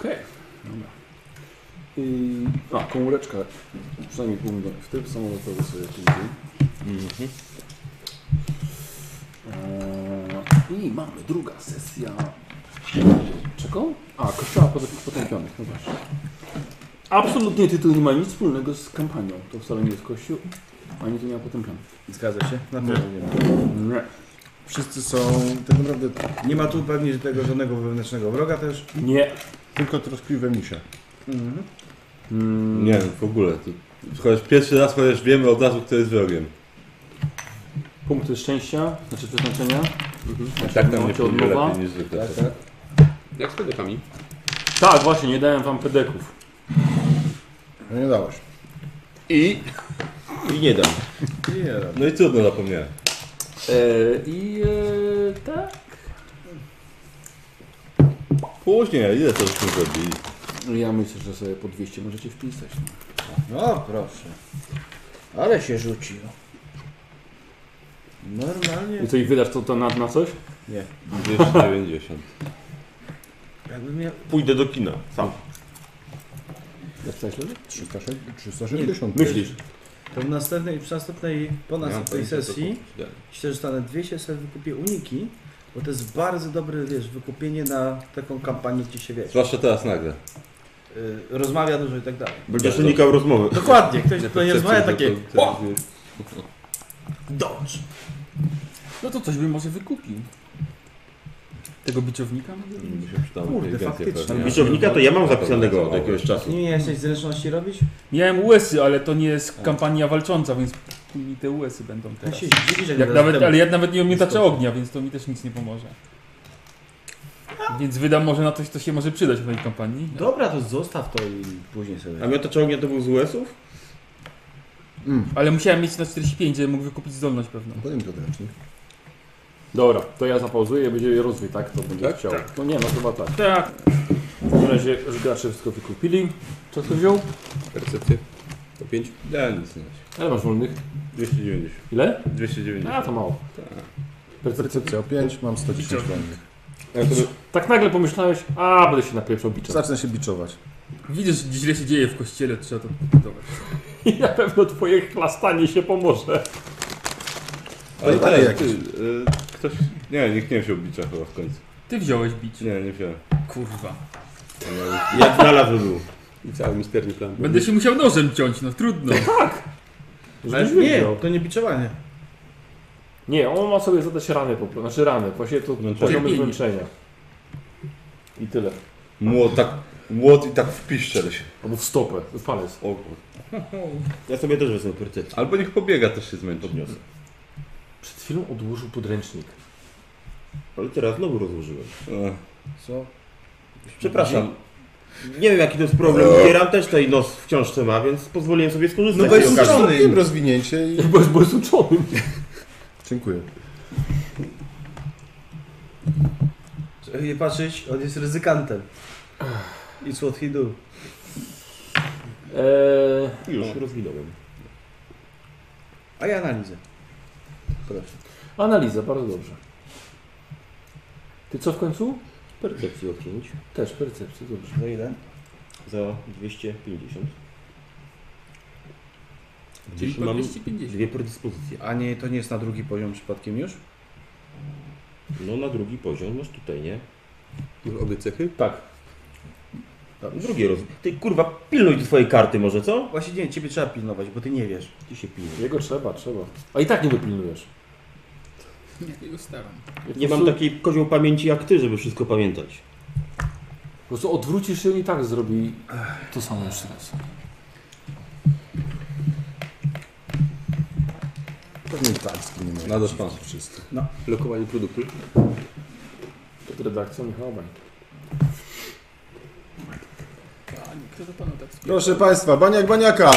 Okej. Dobra. Komóreczka. Przynajmniej pół miliona. W tym samolotowy sobie pójdzie. I mamy druga sesja. Czego? Kościoła potępionych. No właśnie. Absolutnie tytuł nie ma nic wspólnego z kampanią. To wcale nie jest kościół, ani to nie ma potępionych. Zgadza się? Na pewno Nie. Wszyscy są... Tak naprawdę nie ma tu pewnie tego żadnego wewnętrznego wroga też. Nie. Tylko troskliwe misie. Nie wiem, w ogóle. Chociaż pierwszy raz, chociaż wiemy od razu, kto jest wrogiem. Punkty szczęścia, znaczy przeznaczenia. Tak nam nie Macie od pójdzie nowa. lepiej niż zwykle. Tak. Jak z pedekami? Tak, właśnie, nie dałem wam pedeków. No nie dałeś. I nie dam. Nie, No i trudno, zapomniałem. Tak. Później, ile to żeśmy zrobili? Ja myślę, że sobie po 200 możecie wpisać. no proszę. Ale się rzucił. Normalnie. I co, i wydasz to na coś? Nie. 290. Jakbym miał... Pójdę do kina, sam. Jak chcesz leży? 360. Myślisz? To przy następnej, po następnej sesji myślę, że stanę 200, sobie wykupię uniki, bo to jest bardzo dobre, wiesz, wykupienie na taką kampanię, gdzie się, wiesz, Zwłaszcza teraz nagle. rozmawia dużo i tak dalej. Będziesz unikał rozmowy. Dokładnie, ktoś kto nie rozmawia takie dodge. No to coś bym może wykupił. Tego biczownika? Kurde, faktycznie. Biczownika to ja mam zapisanego od jakiegoś czasu. Nie jesteś zręczności robić? Miałem US-y, ale to nie jest kampania walcząca, więc mi te US-y będą Ja teraz. się dziwisz, jak Ale ja nawet nie umiem miotacza ognia, więc to mi też nic nie pomoże. Więc wydam może na coś, co się może przydać w mojej kampanii. Dobra, to zostaw to i później sobie. A miotacz ognia to był z US-ów? Ale musiałem mieć na 45, żebym mógł wykupić zdolność pewną. Podaj to ręcznik. Dobra, to ja zapauzuję i będzie rozwój, tak? To będzie chciał. No nie, no chyba tak. Tak. W takim razie już gracze wszystko wykupili. Co kto wziął? Percepcję. To 5. Ja nic nie. Ile masz wolnych? 290. Ile? 290. To mało. Percepcja. Percepcja o 5, mam 110 wolnych. Ja sobie... Tak nagle pomyślałeś, będę się napieprzał biczem. Zacznę się biczować. Widzisz, że źle się dzieje w kościele, trzeba to budować. I na pewno twoje chlastanie się pomoże. Ale dalej teraz, jakieś. ktoś... Nie, nikt nie wziął bicza chyba w końcu. Ty wziąłeś bić. Nie wziąłem. Kurwa. Jak znalazł był. I cały misterny plan. Będę się musiał nożem ciąć, no trudno. Ale Żebyś nie, wiedział. to nie biczowanie. Nie, on ma sobie zadać rany po prostu. Znaczy rany, właśnie to Zmęczenie. poziomy Cierpienie. zmęczenia. I tyle. Młot i tak w piszczel się. Albo w stopę, w palec. O kur... Ja sobie też wezmę percepcję. Albo niech pobiega, też się zmęczy. Podniosę. Przed chwilą odłożył podręcznik. Ale teraz znowu rozłożyłem. Co? Przepraszam. Nie wiem jaki to jest problem. Kieram też tutaj nos w książce ma, więc pozwoliłem sobie skorzystać No bo z tej jest okazji. uczony. Zrobiłem rozwinięcie i... Bo jest uczonym. Dziękuję. Żeby nie patrzeć, on jest ryzykantem. It's what he do. Już rozwinąłem. A ja analizę. Proszę. Analiza, bardzo dobrze. Ty co w końcu? Percepcję o 5. Też percepcję, dobrze. Za ile? Za 250. Czyli Gdzieś po mam 250. dwie predyspozycje. A nie, to nie jest na drugi poziom przypadkiem już? No na drugi poziom masz tutaj, nie? Obie cechy? Tak. Drugie Ty kurwa, pilnuj tu twojej karty może, co? Właśnie nie, ciebie trzeba pilnować, bo ty nie wiesz. Ty się pilnuj. Jego trzeba. A i tak nie dopilnujesz. Nie, ja staram. Nie mam takiej kozioł pamięci jak ty, żeby wszystko pamiętać. Po prostu odwrócisz się i tak zrobi to samo jeszcze raz. Pewnie tak, nie Na ma. doszpansu. Wszyscy. Lokowanie produktu. Pod redakcją Michała Bań. Kto to panu tak spiera? Proszę Państwa, Baniak Baniaka!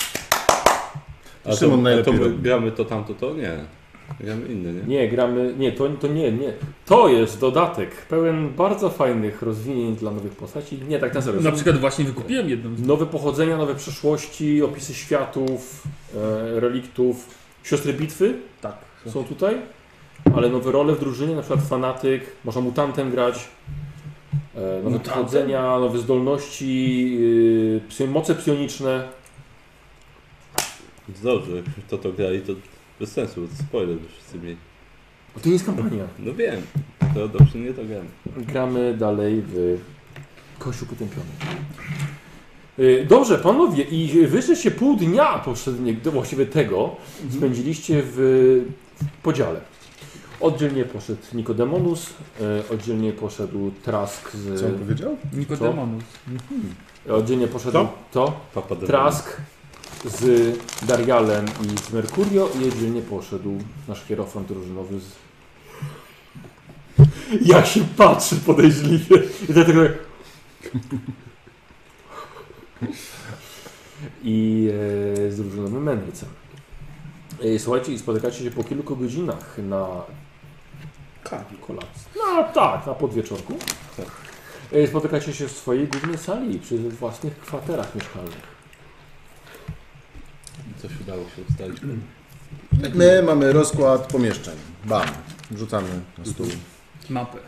A Szymon najlepiej to my robi. gramy to tamto, to nie. Gramy inne, nie? Nie, gramy... Nie, to nie. To jest dodatek pełen bardzo fajnych rozwinięć dla nowych postaci. Nie, tak na serio. Na przykład właśnie wykupiłem jedną z Nowe pochodzenia, nowe przeszłości, opisy światów, reliktów. Siostry bitwy Tak. są tutaj, ale nowe role w drużynie, na przykład fanatyk, można mutantem grać. Nowe pochodzenia, nowe zdolności, moce psioniczne. Dobrze, jak to grali, to bez sensu, bo to spoiler, by wszyscy mieli. Bo to nie jest kampania. No wiem, to dobrze nie to gramy. Gramy dalej w Kościół Potępiony. Dobrze, panowie, i wy żeście pół dnia poprzedniego, właściwie tego, spędziliście w podziale. Oddzielnie poszedł Nikodemonus, oddzielnie poszedł Trask z... Co on powiedział? Nikodemonus. Oddzielnie poszedł Papa Trask z Darialem i z Mercurio i oddzielnie poszedł nasz hierofant drużynowy z... Ja się patrzę podejrzliwie i dlatego... I z drużynowym Mendrycem. Słuchajcie, i spotykacie się po kilku godzinach na kolacji. No tak, na podwieczorku. Spotykacie się w swojej głównej sali przy własnych kwaterach mieszkalnych. Coś udało się ustalić. My mamy rozkład pomieszczeń. Bam. Wrzucamy na stół. Mapę.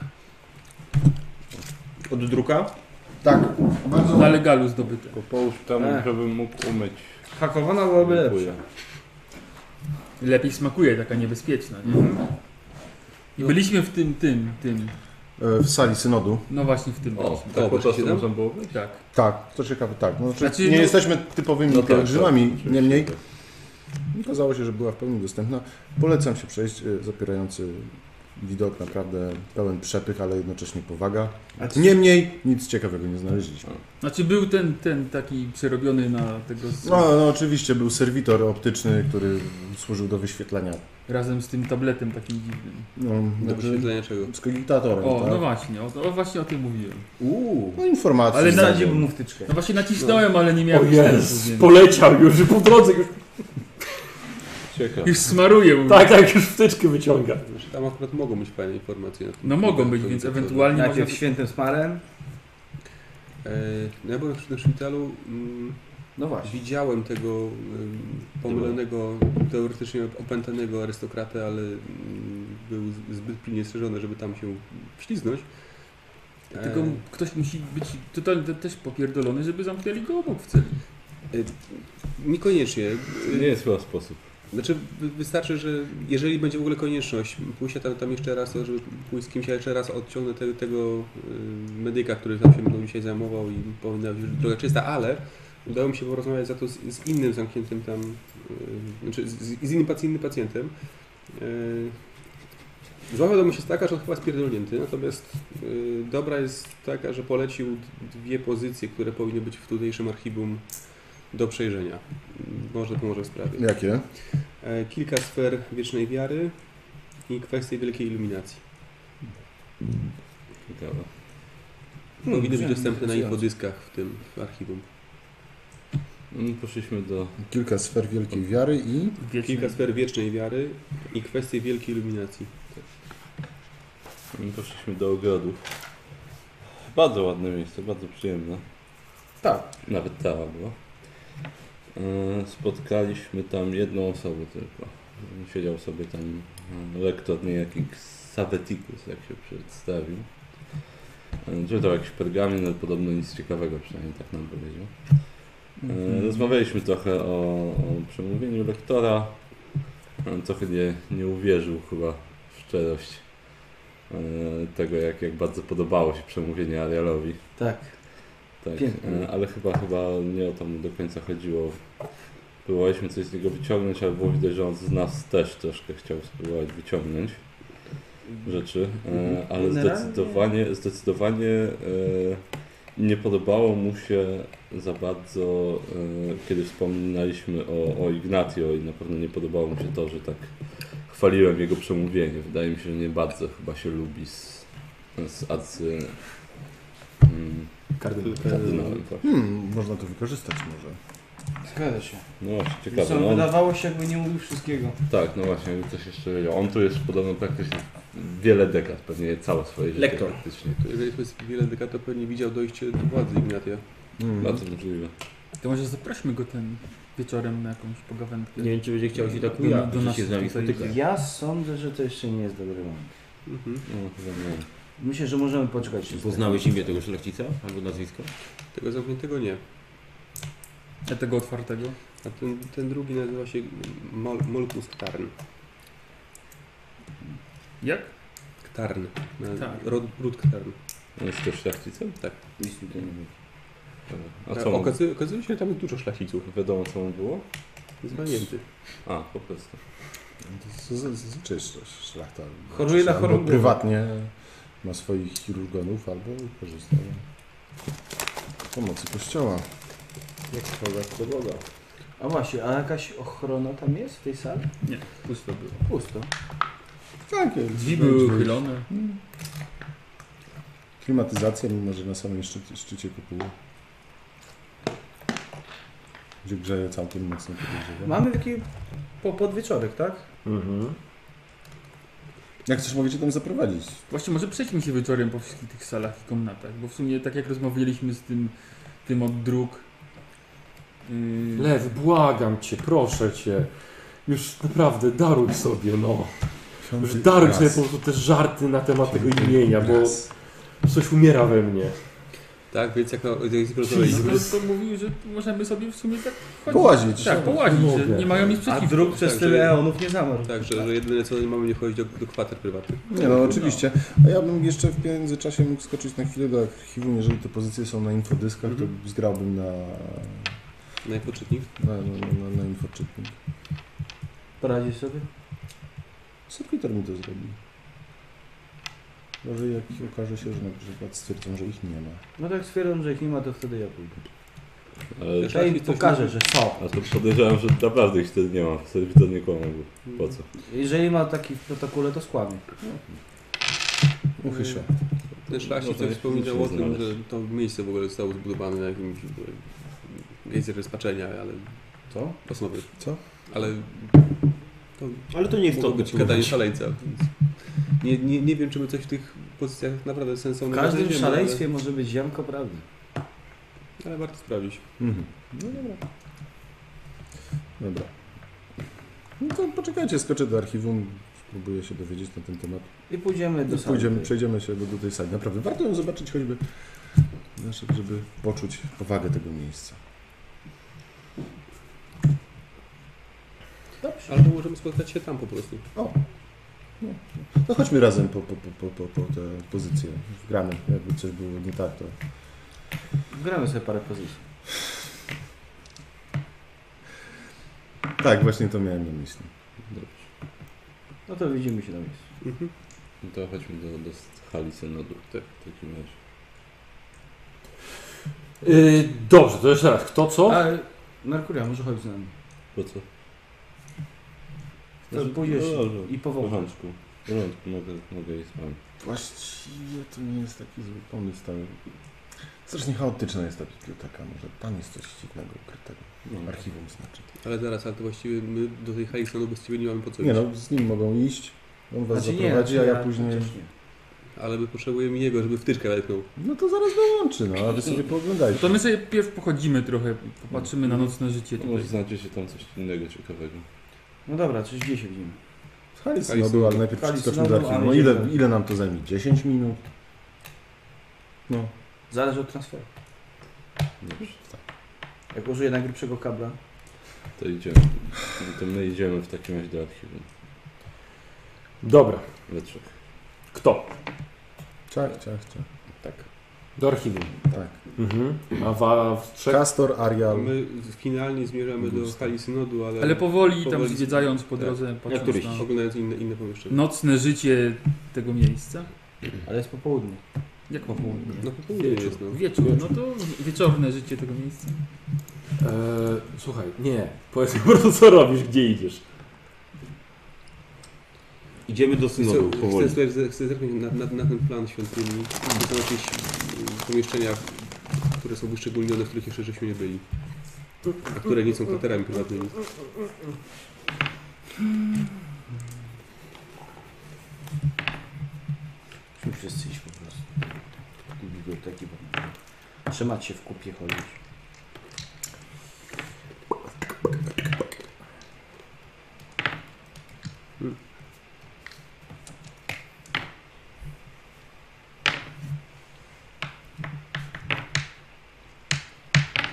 Od druka? Tak. Bardzo Na legalu zdobyte. Tylko połóż tam, żebym mógł umyć. Hakowana byłaby lepsza. Lepiej smakuje, taka niebezpieczna. Nie? I byliśmy w tym. w sali synodu. No właśnie w tym. O, byliśmy. tak po prostu można było być? Tak. Tak, to ciekawe, tak. No, Znaczy, nie no- jesteśmy typowymi No tak, pielgrzymami, oczywiście. niemniej okazało się, że była w pełni dostępna. Polecam się przejść, zapierający widok, naprawdę pełen przepych, ale jednocześnie powaga. Niemniej nic ciekawego nie znaleźliśmy. Znaczy był ten taki przerobiony na tego No oczywiście był serwitor optyczny, który służył do wyświetlania. razem z tym tabletem takim dziwnym. No, Do znaczy, wyświetlenia czego? z kogitatorem, O, tak? no właśnie, właśnie o tym mówiłem. No informacje. Ale Wsadziłbym mu wtyczkę. No właśnie nacisnąłem, ale nie O miałem jest, więc poleciał już po drodze. Ciekawe. już smaruję. Tak, już wtyczkę wyciąga. Znaczy, tam akurat mogą być fajne informacje. Na No mogą być, więc ewentualnie można... Najpierw świętym smarem. No ja byłem w szpitalu, No właśnie. widziałem tego pomylonego, teoretycznie opętanego arystokratę, ale był zbyt pilnie strzeżony, żeby tam się wśliznąć. Tylko ktoś musi być totalnie też popierdolony, żeby zamknęli go obok w celi. Niekoniecznie. Nie jest chyba sposób. Znaczy wystarczy, że jeżeli będzie w ogóle konieczność pójścia tam jeszcze raz, to żeby pójść z kimś, ja jeszcze raz odciągnę tego medyka, który tam się mną dzisiaj zajmował i powinna być droga czysta, ale udało mi się porozmawiać za to z innym zamkniętym tam, znaczy z innym pacjentem. Zła wiadomość jest taka, że on chyba jest pierdolnięty, natomiast dobra jest taka, że polecił dwie pozycje, które powinny być w tutejszym archiwum do przejrzenia. Może pomoże w sprawie. Jakie? Kilka sfer wiecznej wiary i kwestie wielkiej iluminacji. Ciekawe. Powinny być dostępne na infodyskach w tym archiwum. No, poszliśmy do... Kilka sfer wielkiej wiary i... Kilka sfer wiecznej wiary i kwestie wielkiej iluminacji. Poszliśmy do ogrodów. Bardzo ładne miejsce, bardzo przyjemne. Tak. Nawet tała była. Spotkaliśmy tam jedną osobę tylko. Siedział sobie tam lektor niejaki Savetikus, jak się przedstawił. Czytał jakiś pergamin, ale podobno nic ciekawego, przynajmniej tak nam powiedział. Rozmawialiśmy trochę o przemówieniu lektora. Trochę nie uwierzył chyba w szczerość tego, jak bardzo podobało się przemówienie Arialowi. Tak. Tak, Piękne. ale chyba nie o to mu do końca chodziło. Próbowaliśmy coś z niego wyciągnąć, ale było widać, że on z nas też troszkę chciał spróbować wyciągnąć rzeczy, ale zdecydowanie nie podobało mu się za bardzo, kiedy wspominaliśmy o Ignatio i na pewno nie podobało mu się to, że tak chwaliłem jego przemówienie. Wydaje mi się, że nie bardzo chyba się lubi z kardynałem. Można to wykorzystać może. Zgadza się. No właśnie, ciekawe. Co, No on, wydawało się, jakby nie mówił wszystkiego. tak, no właśnie, jakby coś jeszcze wiedział. On tu jest podobno praktycznie wiele dekad, pewnie całe swoje życie Lektor. praktycznie. To jeżeli to jest wiele dekad, to pewnie widział dojście do władzy Ignatia. Bardzo możliwe. To może zaprośmy go ten wieczorem na jakąś pogawędkę. Nie wiem, czy będzie chciał się tak do nas się z nami tutaj- spotykać. Ja sądzę, że to jeszcze nie jest dobry moment. Mhm. No chyba nie. Myślę, że możemy poczekać. Czy poznałeś imię tego szlachcica albo nazwisko? Tego zamkniętego nie. A tego otwartego? A ten drugi nazywa się Molkus Ktarn. Jak? Ktarn. Tak. Ród Ktarn. On jest też szlachcicem? Tak. Nic mi to nie mówi. A co mu, Okazuje się, że tam jest dużo szlachciców. wiadomo co mu było? Zwalnięty. A, po prostu. Zazwyczaj szlachta Choruje na albo chorobę. prywatnie ma swoich chirurgonów, albo korzysta z pomocy kościoła. Jak chwała do Boga. A właśnie, a jakaś ochrona tam jest w tej sali? Nie, pusto było. Pusto. Tak, Drzwi były uchylone. Klimatyzacja, mimo że na samym szczycie kopuły. Gdzie grzeje całkiem mocno, podejrzewam. Mamy taki podwieczorek, tak? Mhm. Jak chcesz, mogę cię tam zaprowadzić. Właśnie może przejdźmy się wieczorem po wszystkich tych salach i komnatach, bo w sumie tak jak rozmawialiśmy z tym od dróg. Lew, błagam cię, proszę cię. Już naprawdę daruj sobie, no. Już daruj sobie po prostu te żarty na temat tego imienia, bo coś umiera we mnie. Tak, więc jak To mówił, że możemy sobie w sumie tak chodzić. Połazić. Tak, połazić, że nie mają nic A przeciwko. dróg przez tak, tyle że- eonów nie zamarł. Tak, że jedyne co nie mamy nie chodzić do kwater prywatnych. Nie no, oczywiście. A ja bym jeszcze w międzyczasie mógł skoczyć na chwilę do archiwum, jeżeli te pozycje są na infodyskach, to zgrałbym Na infoczytnik. na infoczytnik. Poradzisz sobie? Sekretar mi to zrobi. Może jak okaże się, że na przykład stwierdzą, że ich nie ma. No tak stwierdzam, że ich nie ma, to wtedy ja pójdę. Ale, Też- Ja im coś pokażę, nie- że są. a to podejrzewam, że naprawdę ich wtedy nie ma. Wtedy to nie kłamał. Po co? Jeżeli ma taki w protokole, to skłamie. Uchy się. Ten szlachcic Można coś wspominał o fizycznie tym, znaleźć. że to miejsce w ogóle zostało zbudowane na jakimś gejzer spaczenia, ale Co? osnowy. Co? Ale to Ale to nie mogło istotne. być gadanie szaleńca. Więc nie wiem, czy my coś w tych pozycjach naprawdę W sensownego każdym znajdziemy, szaleństwie może być ziarnko prawdy. ale warto sprawdzić. Mhm. No dobra. Dobra. No to poczekajcie, skoczę do archiwum, spróbuję się dowiedzieć na ten temat. I pójdziemy do sali. Przejdziemy się do tej sali. Naprawdę warto ją zobaczyć choćby, żeby poczuć powagę tego miejsca. Dobrze. Albo możemy spotkać się tam po prostu. O! No chodźmy razem po te pozycje. Gramy. Jakby coś było nie tak, to... Gramy sobie parę pozycji. Tak, właśnie to miałem na myśli. Dobrze. No to widzimy się na miejscu. Mhm. No to chodźmy do hali synodu. Tak, w takim razie. Dobrze, to jeszcze raz. Kto co? A Merkuria, może chodź z nami. Po co? To pójdziesz No dobrze. i W powąchasz. porządku, mogę iść z wami. Właściwie to nie jest taki zły pomysł, ale strasznie chaotyczna jest ta biblioteka. Może tam jest coś dziwnego ukrytego. No. Archiwum znaczy. Ale zaraz, ale to właściwie my do tej hali stanu właściwie nie mamy po co Nie iść. no, z nim mogą iść, on was Znaczy zaprowadzi, a ja później... chociaż nie. Ale my potrzebujemy jego, żeby wtyczkę wetknął. No to zaraz dołączy, no, a wy sobie pooglądajcie. To my sobie pierw pochodzimy trochę, popatrzymy na nocne życie Może tutaj. znajdziecie tam coś innego ciekawego. No dobra, coś gdzie się widzimy. W hali Hali synodu, ale najpierw Hali przeskoczmy do synodu, archiwum. a No idziemy. ile nam to zajmie? 10 minut? No. Zależy od transferu. Dobrze, Jak użyję najgrubszego kabla. to idziemy. No to my idziemy w takim razie do archiwum. Dobra. We trzech. Kto? Ciach. Tak. Do archiwum. Tak. A w trzech? Castor, Arial. My finalnie zmierzamy do hali synodu, Ale powoli tam powoli- zwiedzając po tak. drodze, patrząc turyści. na oglądając inne pomieszczenia. nocne życie tego miejsca. Ale jest po południu. Jak po południu? No po południu jest, no. Wieczór, no to wieczorne życie tego miejsca. Słuchaj, nie. Powiedz mi po prostu co robisz, gdzie idziesz. Idziemy do synodu, powoli. Chcę zerknąć na ten plan świątyni. To są jakieś pomieszczenia, które są wyszczególnione, w których jeszcze żeśmy nie byli. A które nie są kwaterami prywatnymi. Musimy wszyscy iść po prostu. Do biblioteki. Bo trzymać się w kupie chodzić.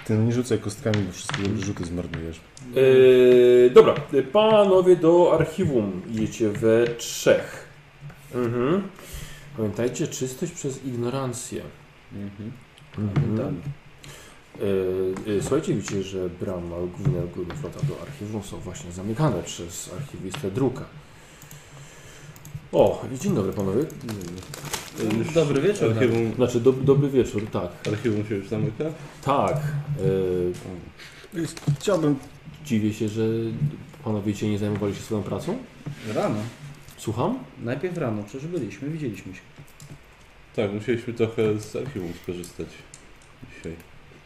Ty no nie rzucaj kostkami, bo wszystkie rzuty zmarnujesz. Dobra, panowie do archiwum idziecie we 3. Pamiętajcie, czystość przez ignorancję. Słuchajcie, widzicie, że brama głównego wrota do archiwum są właśnie zamykane przez archiwistę Druka. O, dzień dobry panowie. Dobry wieczór. Archiwum, Znaczy, dobry wieczór, tak. archiwum się już zamyka? Tak. Chciałbym... Dziwię się, że panowie cię nie zajmowali się swoją pracą? Rano. Słucham? Najpierw rano, przecież byliśmy, widzieliśmy się. Tak, musieliśmy trochę z archiwum skorzystać dzisiaj.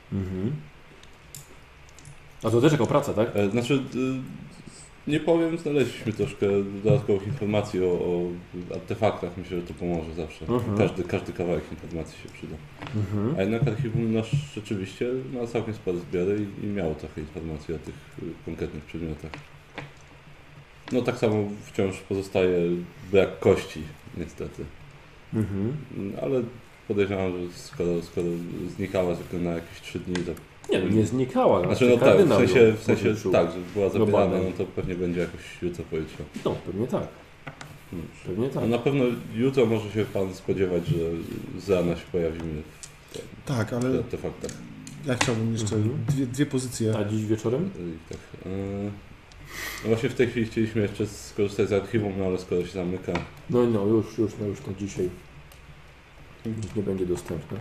A to też jako praca, tak? Znaczy, nie powiem, znaleźliśmy troszkę dodatkowych informacji o artefaktach. Myślę, że to pomoże zawsze. Każdy kawałek informacji się przyda. A jednak archiwum nasz rzeczywiście ma całkiem spore zbiory i miało trochę informacji o tych konkretnych przedmiotach. No tak samo wciąż pozostaje brak kości, niestety. Ale podejrzewam, że skoro znikała tylko na jakieś 3 dni, to... Nie znikała. Znaczy, no tak, w sensie tak, że była zabierana, no to pewnie będzie jakoś jutro pojutrze. No, pewnie tak. Pewnie tak. No, na pewno jutro może się Pan spodziewać, że z rana się pojawimy Tak, w ale artefaktach. ja chciałbym jeszcze dwie pozycje. A dziś wieczorem? Tak. No właśnie w tej chwili chcieliśmy jeszcze skorzystać z archiwum, no ale skoro się zamyka... No już na dzisiaj. Dziś nie będzie dostępne.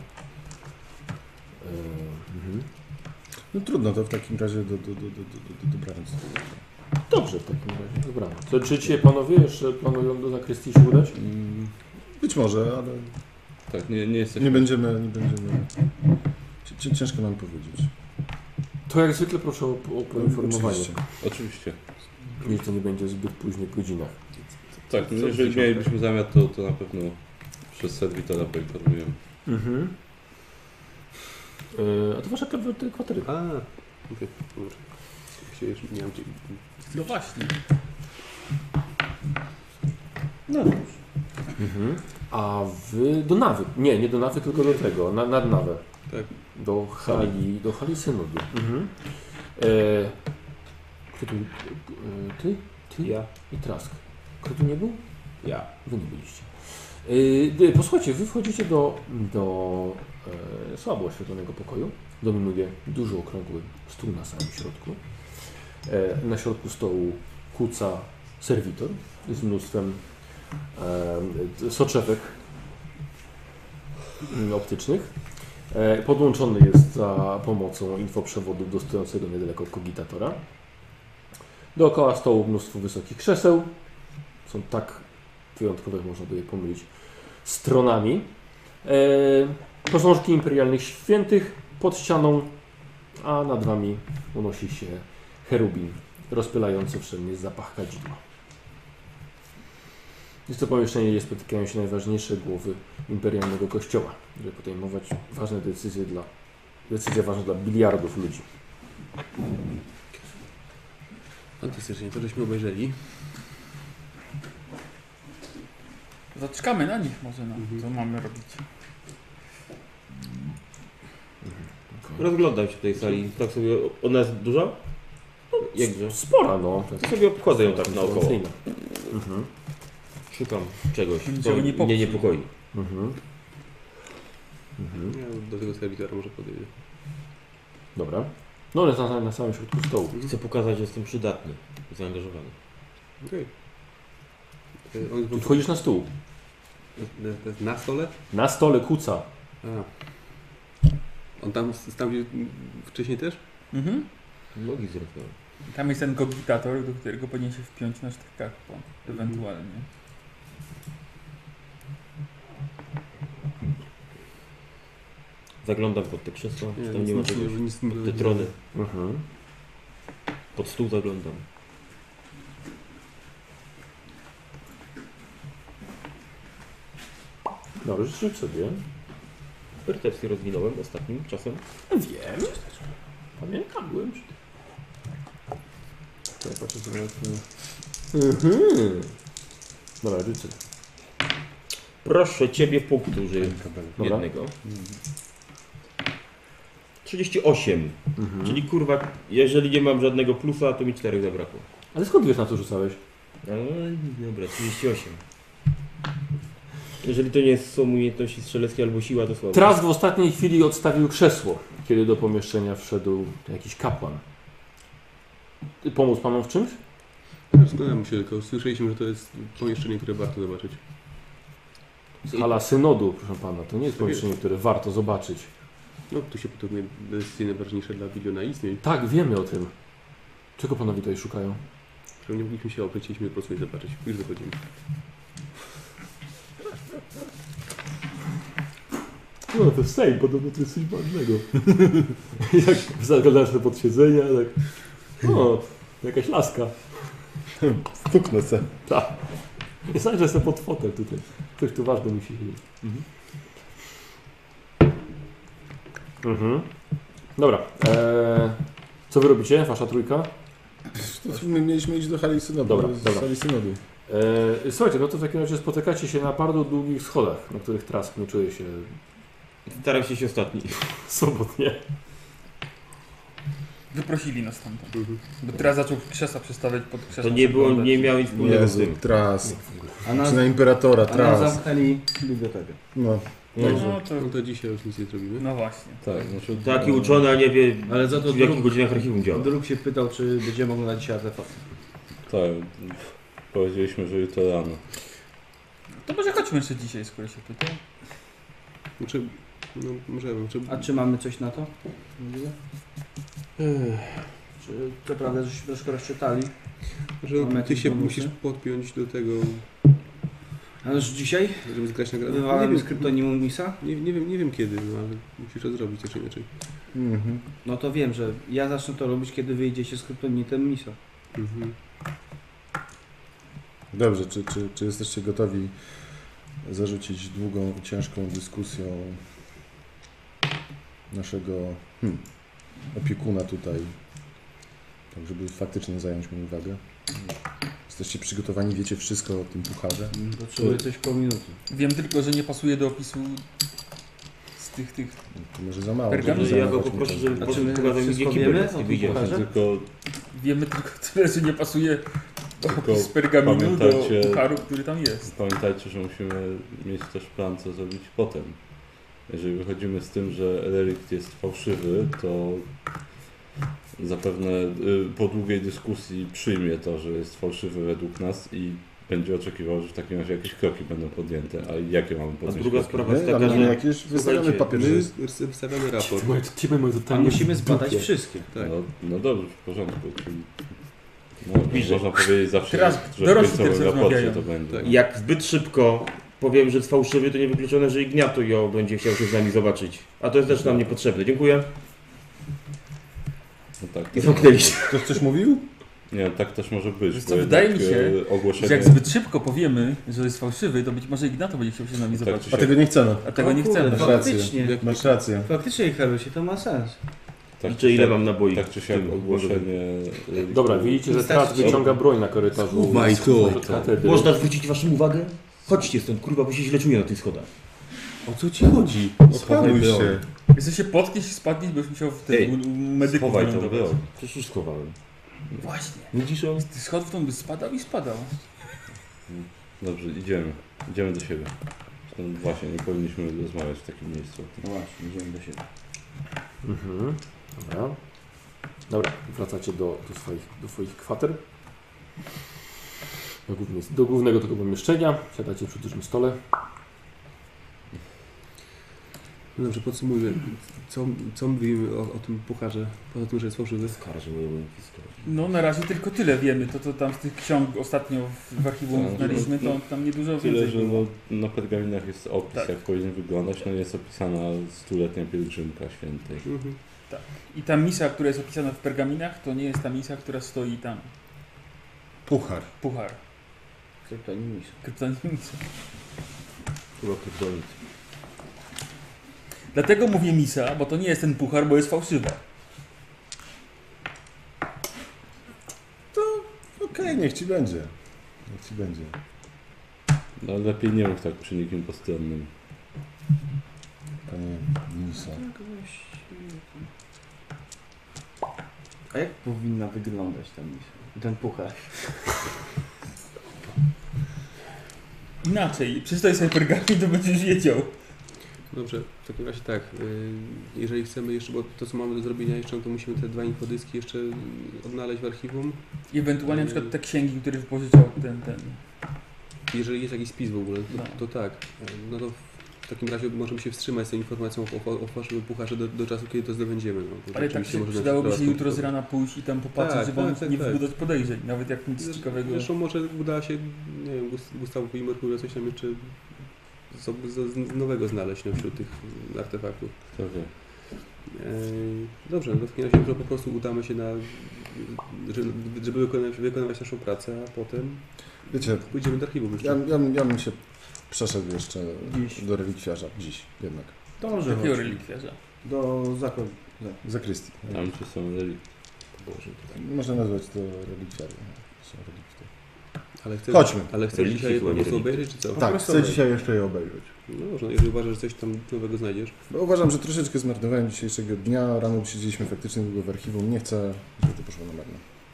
No trudno, to w takim razie dobranoc. Dobrze, w takim razie. Dobranoc. To czy ci panowie jeszcze planują do zakrystii się udać? Być może, ale Tak, nie jesteśmy... nie będziemy... Ciężko nam powiedzieć. To jak zwykle proszę o poinformowanie. Oczywiście. Niech to nie będzie w zbyt późnych godzinach. Tak, no, jeżeli mielibyśmy zamiar, to na pewno przez serwitora poinformujemy. A to wasza kwatery. Okej, dobrze. Nie mam No właśnie. No dobrze. A wy do Nawy. Nie do Nawy, tylko do tego, nad Nawę. Tak. Do hali synodu. Kto tu? Ty? Ja. I Trask. Kto tu nie był? Ja. Wy nie byliście. Posłuchajcie, wy wchodzicie do słabo oświetlonego pokoju. Dominuje duży, okrągły stół na samym środku. Na środku stołu kuca serwitor z mnóstwem soczewek optycznych. Podłączony jest za pomocą infoprzewodu do stojącego niedaleko kogitatora. Dookoła stołu mnóstwo wysokich krzeseł. Są tak wyjątkowe, można by je pomylić z tronami. Posążki imperialnych świętych pod ścianą, a nad wami unosi się cherubin rozpylający wszędzie zapach kadzidła. Jest to pomieszczenie, gdzie spotykają się najważniejsze głowy imperialnego kościoła, żeby podejmować ważne decyzje decyzje ważne dla biliardów ludzi. Fantastycznie, to żeśmy obejrzeli. Zaczekamy na nich może, co mamy robić. Rozglądam się w tej sali. Tak sobie, ona jest duża? Jakże? Spora, no. To sobie obchodzę ją tak naokoło. Mhm. Szukam czegoś, Niczego co nie popsuł. mnie niepokoi. Ja do tego serwitora może podejdę. Dobra. No ale na samym środku stołu. Chcę pokazać, że jestem przydatny i zaangażowany. Okej. Tu wchodzisz na stół. Na stole? Na stole kuca. On tam stał wcześniej też? Nogi zrywałem. Tam jest ten kogitator, do którego powinien się wpiąć nasz karpon, ewentualnie. Zaglądam pod te krzesła, czy tam nic nie ma nie- czegoś. nic nie Te będzie. trony. Mhm. Pod stół zaglądam. Dobrze, rzuć sobie. Percepcję rozwinąłem ostatnim czasem. Wiem. Pamiętam, byłem przy tym. Ja patrzę sobie na to. Dobra, rzucę. Proszę Ciebie, punkt użyj Dobra. jednego. 38. Czyli kurwa, jeżeli nie mam żadnego plusa, to mi 4 zabrakło. Ale skąd wiesz, na co rzucałeś? No dobra, 38. Jeżeli to nie są umiejętności strzeleckie albo siła, to słabo. Trask w ostatniej chwili odstawił krzesło, kiedy do pomieszczenia wszedł jakiś kapłan. Pomóc panom w czymś? Zgadzam się, tylko słyszeliśmy, że to jest pomieszczenie, które warto zobaczyć. Hala synodu, proszę pana. To nie jest pomieszczenie, które warto zobaczyć. No, tu się podobnie decyzje najważniejsze dla biliona istnień. Tak, wiemy o tym. Czego panowie tutaj szukają? Że nie mogliśmy się oprzeć, chcieliśmy po prostu je zobaczyć. Już wychodzimy. No to Sejm, podobno to jest coś ważnego. Jak zaglądasz na podsiedzenia, tak... O, jakaś laska. Stuknę se. Tak. Nie sądzę, że jestem pod fotel tutaj. Ktoś tu ważny musi siedzieć. Dobra. Co wy robicie, wasza trójka? My mieliśmy iść do hali synodu. Dobra. Sali synodu. Słuchajcie, no to w takim razie spotykacie się na bardzo długich schodach, na których Trask nie czuje się Staram się ostatni. swobodnie. Wyprosili nas stamtąd. Bo teraz zaczął krzesła przestawiać pod krzesła. To nie było, nie miał nic wspólnego z Jezu, tym. Tras. A nas, Czy na Imperatora, a nas Tras. zamknęli bibliotekę. No. No to, No to dzisiaj już nic nie zrobimy. no właśnie. Tak, znaczy, Taki uczony, a nie wie Ale za to w jakich godzinach archiwum działa. Druk się pytał, czy będziemy oglądać dzisiaj artefakt. tak, powiedzieliśmy, że jutro rano. To może chodźmy jeszcze dzisiaj, skoro się pytał. Znaczy, no możemy. A czy mamy coś na to? Możliwe? Czy to prawda, żeśmy troszkę rozczytali? Że Mamy ty jakieś się bonusy? musisz podpiąć do tego, Ale już dzisiaj żeby zgrać nagrodę. wywalamy z kryptonimu Misa? Nie wiem kiedy, no ale musisz to zrobić też inaczej. Mhm. No to wiem, że ja zacznę to robić, kiedy wyjdziecie z kryptonitem Misa. Dobrze, czy jesteście gotowi zarzucić długą i ciężką dyskusją naszego opiekuna tutaj, tak żeby faktycznie zająć mu uwagę? Jesteście przygotowani, wiecie wszystko o tym pucharze? Potrzebuję coś po minuty. Wiem tylko, że nie pasuje do opisu z tych... To może za mało. Pergamin? żeby Ja go zajmować mi poproszę, czas. żeby A czy my pokazał mi, wszystko gdzie wiemy kibel o tym wyjdzie. pucharze? Tylko Wiemy tylko tyle, że nie pasuje Tylko opis pergaminu do pamiętajcie- pucharu, który tam jest. pamiętajcie, że musimy mieć też plan, co zrobić potem. Jeżeli wychodzimy z tym, że relikt jest fałszywy, to zapewne po długiej dyskusji przyjmie to, że jest fałszywy według nas i będzie oczekiwał, że w takim razie jakieś kroki będą podjęte. A jakie mamy A podjąć druga kroki? sprawa jest My taka, mamy że jakieś wystawiony Słuchajcie, papier, że My jest... wystawiamy raport. Ciebie mają A totalnie musimy w zbadać dupie. wszystkie. Tak. No dobrze, w porządku. Czyli, no, Bliżej. można powiedzieć zawsze, Teraz że w dorośli końcowym też raporcie rozmawiają. to będzie. Tak. jak zbyt szybko powiem, że jest fałszywy, to niewykluczone, że Ignato będzie chciał się z nami zobaczyć. A to jest też nam niepotrzebne. Dziękuję. No tak, I zamknęliście. Ktoś coś mówił? nie, tak też może być. Wiesz bo co, wydaje mi jednak, się, ogłoszenie, Że jak zbyt szybko powiemy, że jest fałszywy, to być może Ignato będzie chciał się z nami Tak, zobaczyć. A tego nie chcemy. A tego nie kurde, chcemy. Masz rację. Faktycznie. Masz rację. Faktycznie, Herusie, to ma sens. tak, Czy ile tak, mam naboi? tak czy siak w tym ogłoszenie. Dobra, widzicie, że Trask wyciąga broń na korytarzu. Schowaj to. Katedry. Można zwrócić waszą uwagę? Chodźcie stąd, kurwa, bo się źle czuję na tych schodach. O co ci chodzi? Opanuj się. Jesteś się potkniesz i spadniesz, byś musiał w Ej, tym medyku Schowaj tą wylądować. broń. Przecież już schowałem. Właśnie. Widzisz ją? Z tych schodów to on by spadał i spadał. Dobrze, idziemy. Idziemy do siebie. Zresztą właśnie, nie powinniśmy rozmawiać w takim miejscu. No właśnie, idziemy do siebie. Mhm. Dobra. Dobra, wracacie do swoich kwater. Do głównego tego pomieszczenia. Siadacie przy dużym stole. No dobrze, podsumujmy. Co mówimy o tym pucharze, poza tym, że jest fałszywy? Skarży moje łyńki. No na razie tylko tyle wiemy. To co tam z tych ksiąg ostatnio w archiwum Tak, znaliśmy, no, to tam niedużo Tyle, więcej że było. no, na pergaminach jest opis, Tak. jak powinien wyglądać. No jest opisana stuletnia pielgrzymka świętej. I ta misa, która jest opisana w pergaminach, to nie jest ta misa, która stoi tam. Puchar. Puchar. Kryptonim Misa. Kryptonim misa. Chyba kryptonit. Dlatego mówię misa, bo to nie jest ten puchar, bo jest fałszywe. Okej, niech ci będzie. Niech ci będzie. No lepiej nie mów tak przy nikim postronnym. Panie misa. A jak powinna wyglądać ta misa? Ten puchar. Inaczej, przeczytaj sobie pergamin, to będziesz wiedział. Dobrze, w takim razie tak, jeżeli chcemy jeszcze, bo to co mamy do zrobienia jeszcze, no to musimy te 2 infodyski jeszcze odnaleźć w archiwum. I ewentualnie na przykład te księgi, które wypożyczał ten. Jeżeli jest jakiś spis w ogóle, to tak. No to w takim razie możemy się wstrzymać z tą informacją o fałszywym pucharze do czasu, kiedy to zdobędziemy. No, to ale tak przydałoby się jutro z rana pójść i tam popatrzeć, żeby on nie wzbudzać podejrzeń, nawet jak nic ciekawego. Zresztą może uda się, nie wiem, Gustawowi i Merkurio coś tam jeszcze z nowego znaleźć wśród tych artefaktów. Dobrze, no to w takim razie po prostu udamy się żeby wykonywać naszą pracę, a potem Wiecie, pójdziemy do archiwum. ja bym się przeszedł jeszcze do relikwiarza dziś jednak. To może Jakiego relikwiarza? do zakonu. Zakrystii. Tam czy są relikwie? Można nazwać to relikwiarem. Są relikwie. Chodźmy. Ale chcesz Relikwie dzisiaj po chyba nie prostu obejrzeć, czy co? Tak, chcę dzisiaj jeszcze je obejrzeć. No można, jeżeli uważasz, że coś tam nowego znajdziesz. Bo uważam, że troszeczkę zmarnowałem dzisiejszego dnia. Rano siedzieliśmy faktycznie długo w archiwum. Nie chcę, żeby to poszło na marne.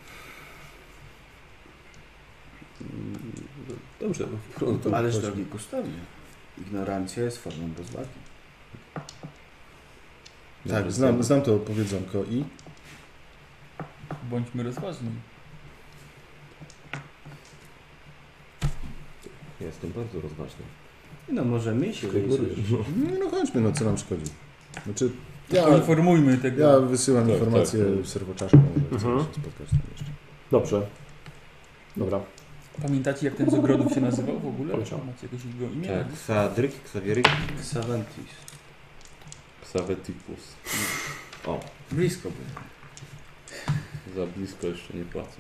Dobrze, no w porządku. Ależ drogi Gustawie, ignorancja jest formą rozwagi. Tak, znam to powiedzonko i... Bądźmy rozważni. Jestem bardzo rozważny. No może my się No chodźmy, no co nam szkodzi. Znaczy, Poinformujmy tego. ja wysyłam informacje serwoczaszką, że chcę się spotkać tam jeszcze. Dobrze. Dobra. Pamiętacie jak ten z ogrodów się nazywał w ogóle? Pamiętam. Macie jakieś jego imię? Tak, Ksadryk, Ksawieryk. Xaventis. Ksavetipus. O, Blisko było. Za blisko jeszcze nie płacę.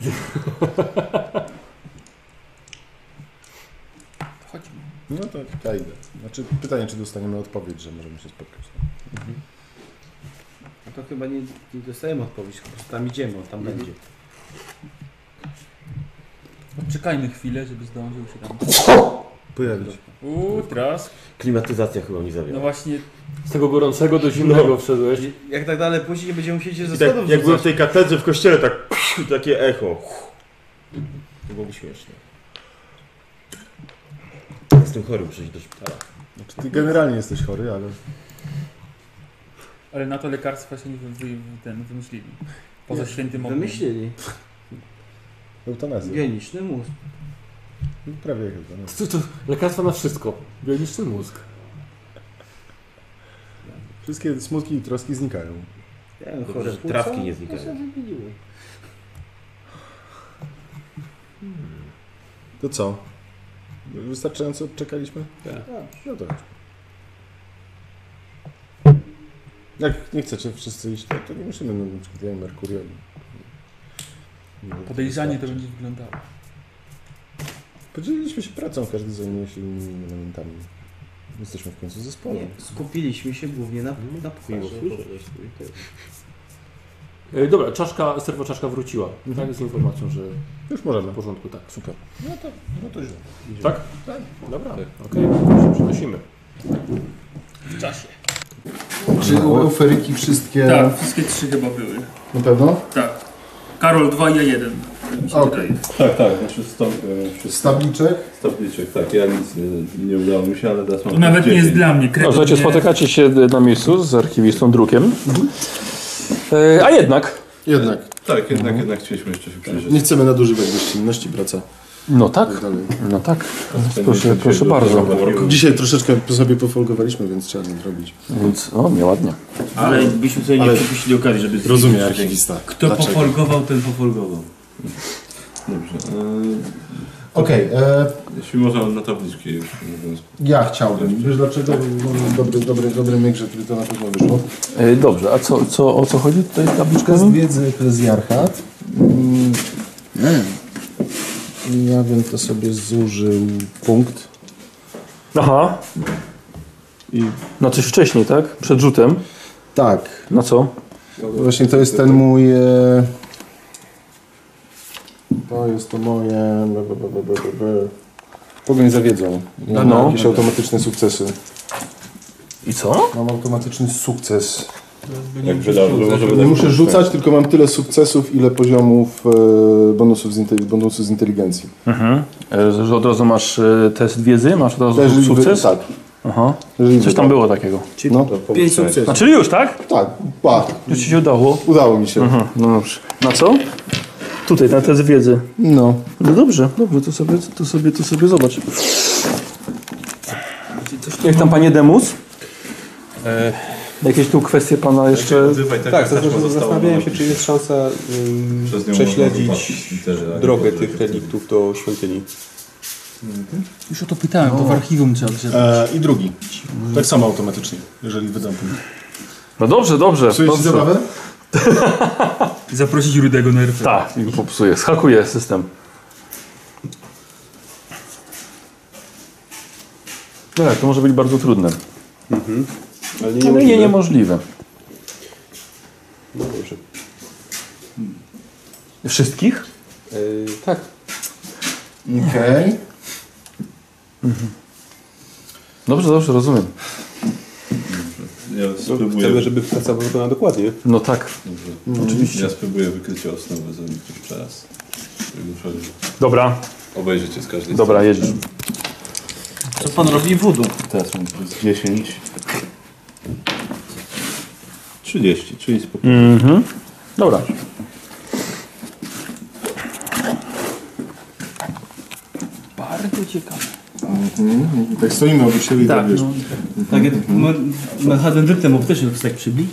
Chodźmy. No to ja idę. Znaczy pytanie, czy dostaniemy odpowiedź, że możemy się spotkać. No to chyba nie dostajemy odpowiedzi, po prostu tam idziemy, on tam będzie. Czekajmy chwilę, żeby zdążył się tam... Pojawić. Trask. klimatyzacja chyba mi No zawiała. właśnie, Z tego gorącego do zimnego wszedłeś. Jak tak dalej później będziemy musieli się ze I schodów tak, jak byłem w rzucać. tej katedrze w kościele, tak takie echo. To byłoby śmieszne. Jestem chory, muszę iść do szpitala. Znaczy, ty generalnie jesteś chory, ale ale na to lekarstwa się nie wymyślili. Poza świętym ogniem. Wymyślili. eutanazja. Bioniczny mózg. Prawie jak eutanazja. To lekarstwa na wszystko. Bioniczny mózg. Wszystkie smutki i troski znikają. Ja wiem, Dobrze, chore że płuca, trawki nie to znikają. sobie wymieniły. To co? Wystarczająco czekaliśmy? Tak. No to chodź. Jak nie chcecie wszyscy iść, to nie musimy, no na przykład ja i Merkurio. Podejrzanie to będzie wyglądało. Podzieliliśmy się pracą, każdy zajmuje się innymi elementami. Jesteśmy w końcu zespołem. Nie, skupiliśmy się głównie na pucharze. Dobra, serwoczaszka wróciła. Tak, z informacją, że Już możemy. w porządku, tak, super. No to źle. Tak? Tak. Dobra, okej, przenosimy. W czasie. Czy euferyki wszystkie... Tak, wszystkie 3 chyba były. Na pewno? Tak. Karol 2 i ja 1. Mi się Okej. wydaje. Tak, znaczy Stabliczek? Stabliczek, tak, ja nic nie udało mi się, ale teraz mam... To nawet nie jest dla mnie. No, słuchajcie, spotykacie się na miejscu z archiwistą Drukiem. A jednak. Jednak. Tak, jednak chcieliśmy jeszcze się przyjrzeć. Nie chcemy nadużywać gościnności, praca. No tak, Tak dalej. no tak. Proszę bardzo. Dzisiaj troszeczkę sobie pofolgowaliśmy, więc trzeba nadrobić. Więc, no, nieładnie. Ale byśmy sobie nie przepuścili okazji, żeby... Rozumiem archiwista. Kto pofolgował, ten pofolgował. Dobrze. Okej, Jeśli można na tabliczki już mówiąc. ja chciałbym. Wiesz dlaczego? Dobry myk, który to na pewno wyszło. Dobrze, a o co chodzi tutaj z Test tabliczkami? wiedzy eklezjarchat. Ja bym to sobie zużył punkt. Aha. I na coś wcześniej, tak? Przed rzutem. Tak. Na co? Właśnie to jest ten mój... To jest to moje... Pogoń za wiedzą. Ja No. mam jakieś automatyczne sukcesy. I co? Mam automatyczny sukces. Jak wydał, może Nie wydać muszę rzucać, tylko mam tyle sukcesów, ile poziomów bonusów z inteligencji. Że od razu masz test wiedzy, masz od razu sukces? Tak. Aha. Coś tam było takiego. No, 5 sukcesów. A czyli już, tak? tak, Już ci się udało? udało mi się. No dobrze. Na co? Tutaj, na test wiedzy. No. No dobrze, to sobie zobacz. Jak tam panie Demus? Jakieś tu kwestie pana jeszcze... Tak, zastanawiałem się, czy jest szansa prześledzić drogę tych reliktów do świątyni. Już o to pytałem, to w archiwum trzeba grzebać. I drugi. Tak samo automatycznie, jeżeli wydam punkt. No dobrze. Psujesz ci zabawę? Zaprosić Rudego na RP. Tak, i go popsuję. Zhakuję system. Tak, to może być bardzo trudne. Ale nie niemożliwe. No dobrze. Wszystkich? Tak. Okej. Dobrze, rozumiem. Ja spróbuję, Chcemy, żeby praca była wykonana dokładnie. No tak. oczywiście. Ja spróbuję wykryć osnowy za jakiś czas. Muszę Dobra, obejrzeć je z każdej dobra, jedziesz. Co pan robi voodoo? Teraz mam plus 10. 30, czyli spokojnie. Dobra. Bardzo ciekawe. Tak stoimy obok siebie i tak wiesz. Tak jak Manhattan Dyktem też jest tak przybli.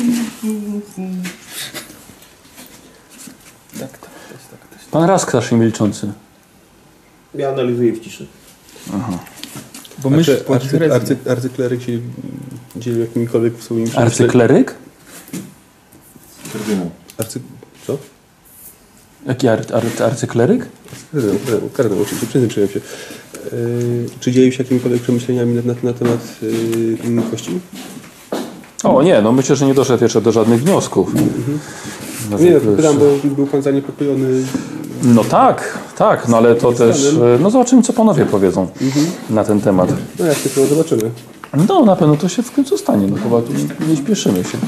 Pan Rask strasznie milczący. Ja analizuję w ciszy. Bo myśl Arcykleryk się dzielił jakimikolwiek swoimi... Arcykleryk? Kardynał. Co? Jaki arcykleryk? Kardynał, oczywiście, przyznaję się. Czy dzielił się jakimikolwiek przemyśleniami na temat kości? O nie, no myślę, że nie doszedł jeszcze do żadnych wniosków. Nie, pytam, bo był pan zaniepokojony. No tak, no ale to też... No zobaczymy, co panowie powiedzą na ten temat. No jak to zobaczymy. No na pewno to się w końcu stanie, no chyba tu nie śpieszymy się.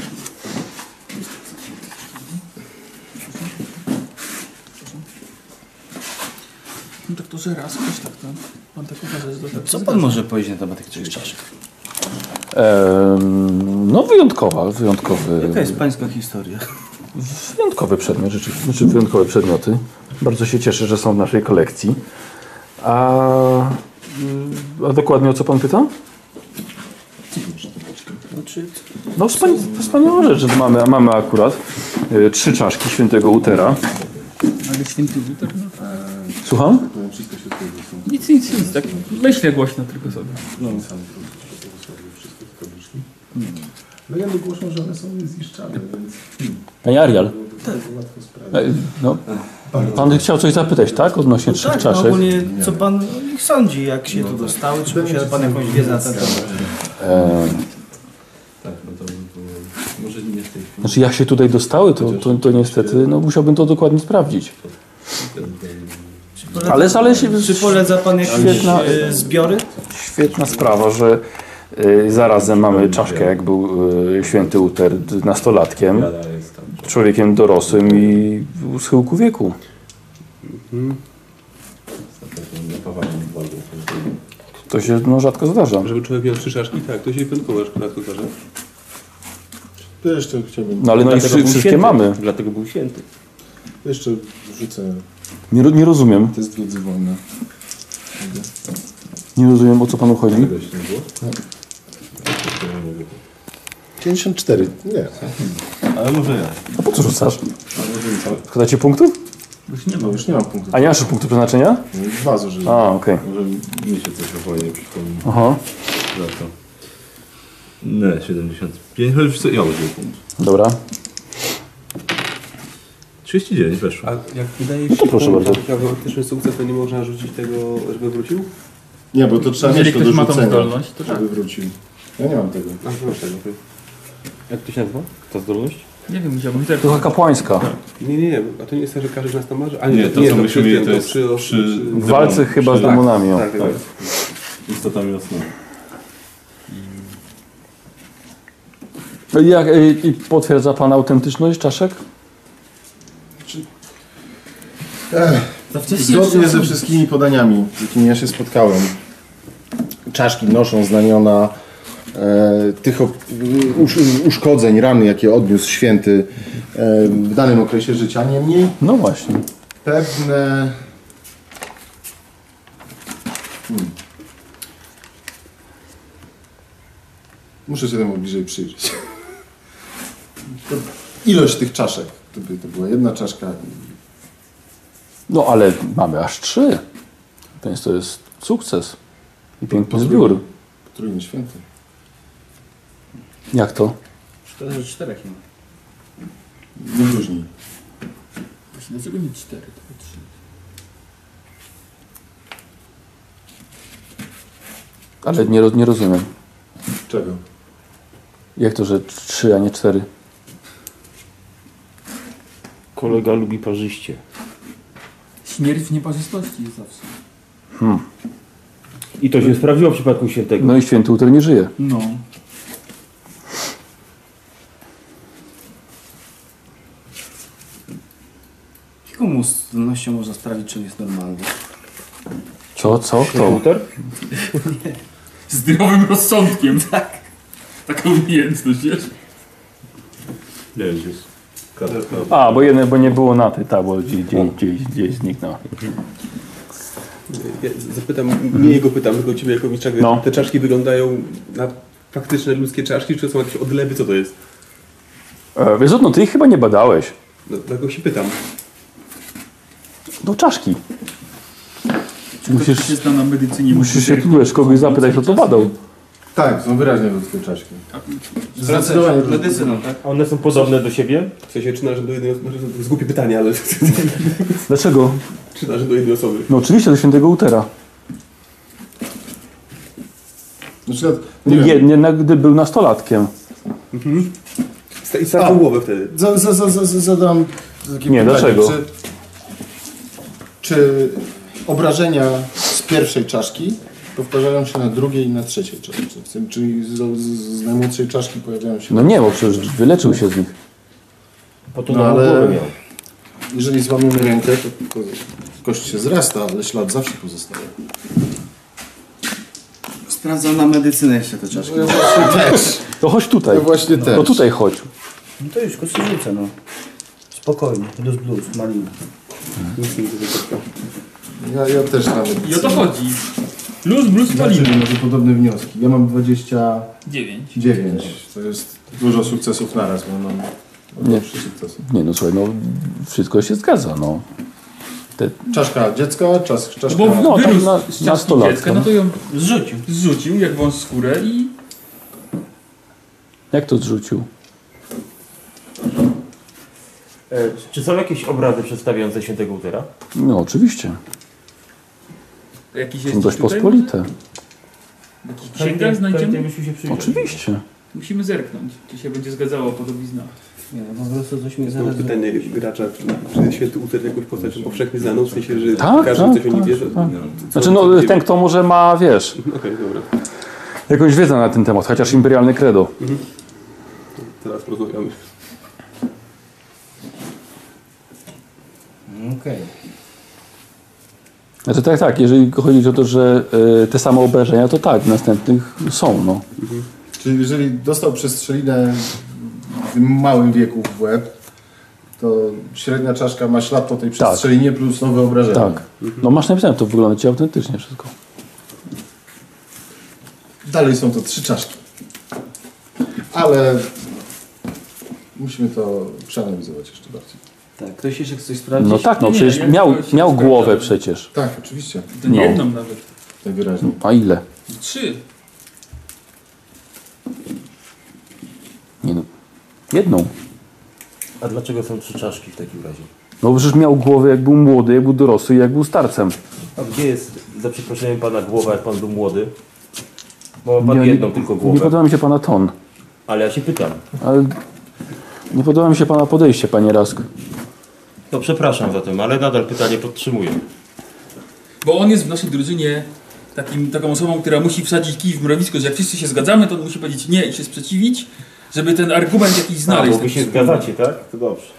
No tak to, że raz ktoś tak tam. Pan tak uważa, że to tak. Co pan może powiedzieć na temat tych trzech czaszek? No wyjątkowy. Jaka jest pańska historia? Wyjątkowy przedmiot, rzeczywiście. Znaczy wyjątkowe przedmioty. Bardzo się cieszę, że są w naszej kolekcji. A dokładnie o co pan pyta? No wspaniała rzecz, że mamy akurat 3 czaszki świętego Utera. Ale święty Luther, no tak. Słucham? Nic, tak myślę głośno tylko sobie. Legendy głoszą, że one są niezniszczalne, więc... Panie Arial. No, pan chciał coś zapytać, tak? Odnośnie 3 Tak, czaszek. no ogólnie co pan o nich sądzi, jak się tu dostały, czy posiada pan jakąś wiedzę na ten temat? Tak, no to może nie w tej chwili. Znaczy jak się tutaj dostały, to niestety no, musiałbym to dokładnie sprawdzić. Ale Czy poleca pan jakieś Świetna- zbiory? Świetna sprawa, że zarazem mamy czaszkę, jak był święty Uter nastolatkiem, człowiekiem dorosłym i u schyłku wieku. To się rzadko zdarza. Żeby człowiek miał 3 czaszki? Tak, to się wyjątkowo rzadko zdarza. To jeszcze chciałbym... No ale no i wszystkie mamy. Dlatego był święty. Jeszcze wrzucę Nie rozumiem. test wiedzy wolny. Nie rozumiem, o co panu chodzi. 54. Nie. Ale może ja. A po co rzucasz? Szkoda ci punktów? No już nie mam punktów. A nie masz punktu przeznaczenia? 2 zużyłem. A, okej. Może mi się coś o wojnie przypomni. Aha, Za to. Nie, 75. Chociaż co, ja użyję punkt. dobra. 39 weszło. A jak wydaje się, to proszę bardzo. teoretyczny sukces, to nie można rzucić tego, żeby wrócił? Nie, bo to trzeba Jeżeli mieć to do ktoś ma tą rzucenia, zdolność, to tak. żeby wrócił. Ja nie mam tego. A, proszę, okej. Jak to się nazywa? Ta zdolność? Nie wiem, chciałbym tak. Trochę kapłańska. Nie, a to nie jest tak, że każdy z nas to marzy? A Nie, to co musimy przy mieć, tym, to jest przy W walce chyba z demonami. O. Tak. Istotami osnowy. I potwierdza Pan autentyczność czaszek? Zgodnie ze wszystkimi podaniami, z jakimi ja się spotkałem, czaszki noszą znamiona tych uszkodzeń, rany, jakie odniósł święty w danym okresie życia. Niemniej No właśnie. pewne... Muszę się temu bliżej przyjrzeć. Ilość tych czaszek. To była jedna czaszka. No ale mamy aż 3. Więc to jest sukces. I piękny zbiór. Potrójny święty. Jak to? Szkoda, że 4 nie ma. Nie różni. Właśnie, dlaczego nie 4, tylko 3? Ale nie rozumiem. Czego? Jak to, że 3, a nie 4? Kolega lubi parzyście. Śmierć w nieparzystości jest zawsze. I to się sprawdziło w przypadku świętego. No i święty Uter nie żyje. No. Jaką zdolnością można sprawdzić, czy on jest normalny? Co? Kto? Komputer? Zdrowym rozsądkiem, tak. Taka umiejętność, wiesz? Jezus. A, bo nie było na tej, tak, bo gdzieś zniknęła. Ja zapytam, nie jego pytam, tylko ciebie jako mistrza gry. No. Te czaszki wyglądają na faktyczne ludzkie czaszki, czy to są jakieś odlewy? Co to jest? Wiesz co, no ty ich chyba nie badałeś. No, dlatego się pytam. No czaszki. Czy ktoś się zna na medycynie? Musisz się próbujesz kogoś zapytać, kto to badał. Tak, są wyraźnie ludzkie czaszki. Zdecydowanie medycyną, tak? A one są podobne do siebie? W sensie, czy należą do jednej osoby? To jest głupie pytanie, ale Dlaczego? czy należą do jednej osoby? No oczywiście do świętego Utera. Na przykład, nie wiem, Jednak gdy był nastolatkiem. I starą głowę wtedy. zadam takie Nie, pytanie. dlaczego? Czy obrażenia z pierwszej czaszki powtarzają się na drugiej i na trzeciej czaszce? Czyli z najmłodszej czaszki pojawiają się... No nie, bo przecież wyleczył się z nich. Po to No, na ale- głowę miał. Jeżeli złamiemy rękę, to kość się zrasta, ale ślad zawsze pozostaje. Sprawdzam na medycynę jeszcze te czaszki. Ja właśnie też. To chodź tutaj. Ja właśnie też. To tutaj chodź. No to już, kości rzucę, no. Spokojnie, blues, malina. Nic nie widzę. Ja też nawet... I o to chodzi. Plus maliny. Mamy podobne wnioski. Ja mam 29. 9. To jest dużo sukcesów naraz, bo mam Nie. 3 sukcesy. Nie no słuchaj, no wszystko się zgadza, no. Czaszka dziecka, czaszka... Bo No, tam wyrósł na- z czaszki nastolatka. dziecka, no to ją Zrzucił. zrzucił jak wąs skórę i Jak to zrzucił? Czy są jakieś obrazy przedstawiające świętego Utera? No oczywiście. jakiś Są jest dość tutaj? pospolite. W jakichś księgach znajdziemy? byśmy się przyjrzeli. Oczywiście. Musimy zerknąć, czy się będzie zgadzała podobizna. Nie, po prostu coś mnie To zaraz... pytanie gracza, czy święty Uter jakąś postać powszechnie znaną, w sensie, że Tak, każdy tak, coś o nim tak, wie. Że... tak. Co- Znaczy no co- ten kto może ma, wiesz, Okej, dobra. jakąś wiedzę na ten temat, chociaż imperialne credo. Teraz porozmawiamy. Okej. Znaczy tak, jeżeli chodzi o to, że te same obrażenia, to tak, w następnych są, no. Czyli jeżeli dostał przestrzelinę w tym małym wieku w łeb, to średnia czaszka ma ślad po tej przestrzelinie plus nowe obrażenia. Tak. No masz napisane, to wygląda ci autentycznie wszystko. Dalej są to 3 czaszki. Ale musimy to przeanalizować jeszcze bardziej. Tak, ktoś jeszcze chce coś sprawdzić? No tak, no Nie, przecież jak miał to się głowę zgadza? przecież. Tak, oczywiście. To nie No. jedną nawet. Najwyraźniej. A ile? 3. Nie no. Jedną. A dlaczego są 3 czaszki w takim razie? No przecież miał głowę jak był młody, jak był dorosły i jak był starcem. A gdzie jest, za przeproszeniem pana, głowa, jak pan był młody? Bo ma pan Nie- jedną tylko Nie głowę. podoba mi się pana ton. Ale ja się pytam. Ale nie podoba mi się pana podejście, panie Rask. No przepraszam za tym, ale nadal pytanie podtrzymuję. Bo on jest w naszej drużynie taką osobą, która musi wsadzić kij w mrowisko, że jak wszyscy się zgadzamy, to on musi powiedzieć nie i się sprzeciwić, żeby ten argument jakiś znaleźć. Bo wy się zgadzacie, tak? To dobrze.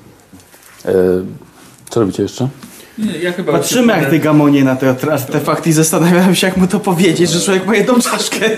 Co robicie jeszcze? Nie, ja chyba Patrzymy jak ty gamonie na te artefakty i zastanawiałem się, jak mu to powiedzieć, że człowiek ma jedną czaszkę.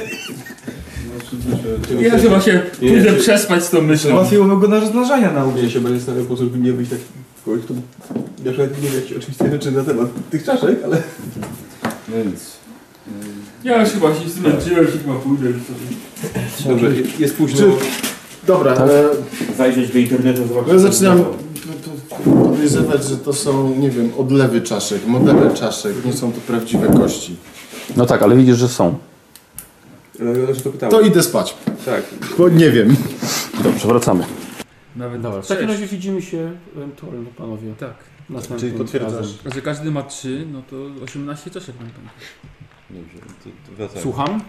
Ja chyba się pójdę przespać z tą myślą. Łatwiej go na rozmnażania nauczyć. Ja się będę starał po prostu nie być tak kogoś, kto na przykład nie wie jakieś oczywiste rzeczy na temat tych czaszek, ale... No nic. Ja już chyba się zmęczyłem, się chyba pójdę. Sobie. Dobrze, jest późno. Dobra, Zajrzeć do internetu, zobaczyć. ja zaczynam podejrzewać, że to są, nie wiem, odlewy czaszek, modele czaszek, nie są to prawdziwe kości. No tak, ale widzisz, że są. Ja się to pytałem. To idę spać, Tak. bo nie wiem. Dobrze, wracamy. Nawet Dobra, w takim razie widzimy się ewentualnie, panowie. tak. Następnym Czyli potwierdzasz. razem. A że każdy ma 3, no to 18 czaszek mam tam. Dobrze, to wracamy. Słucham?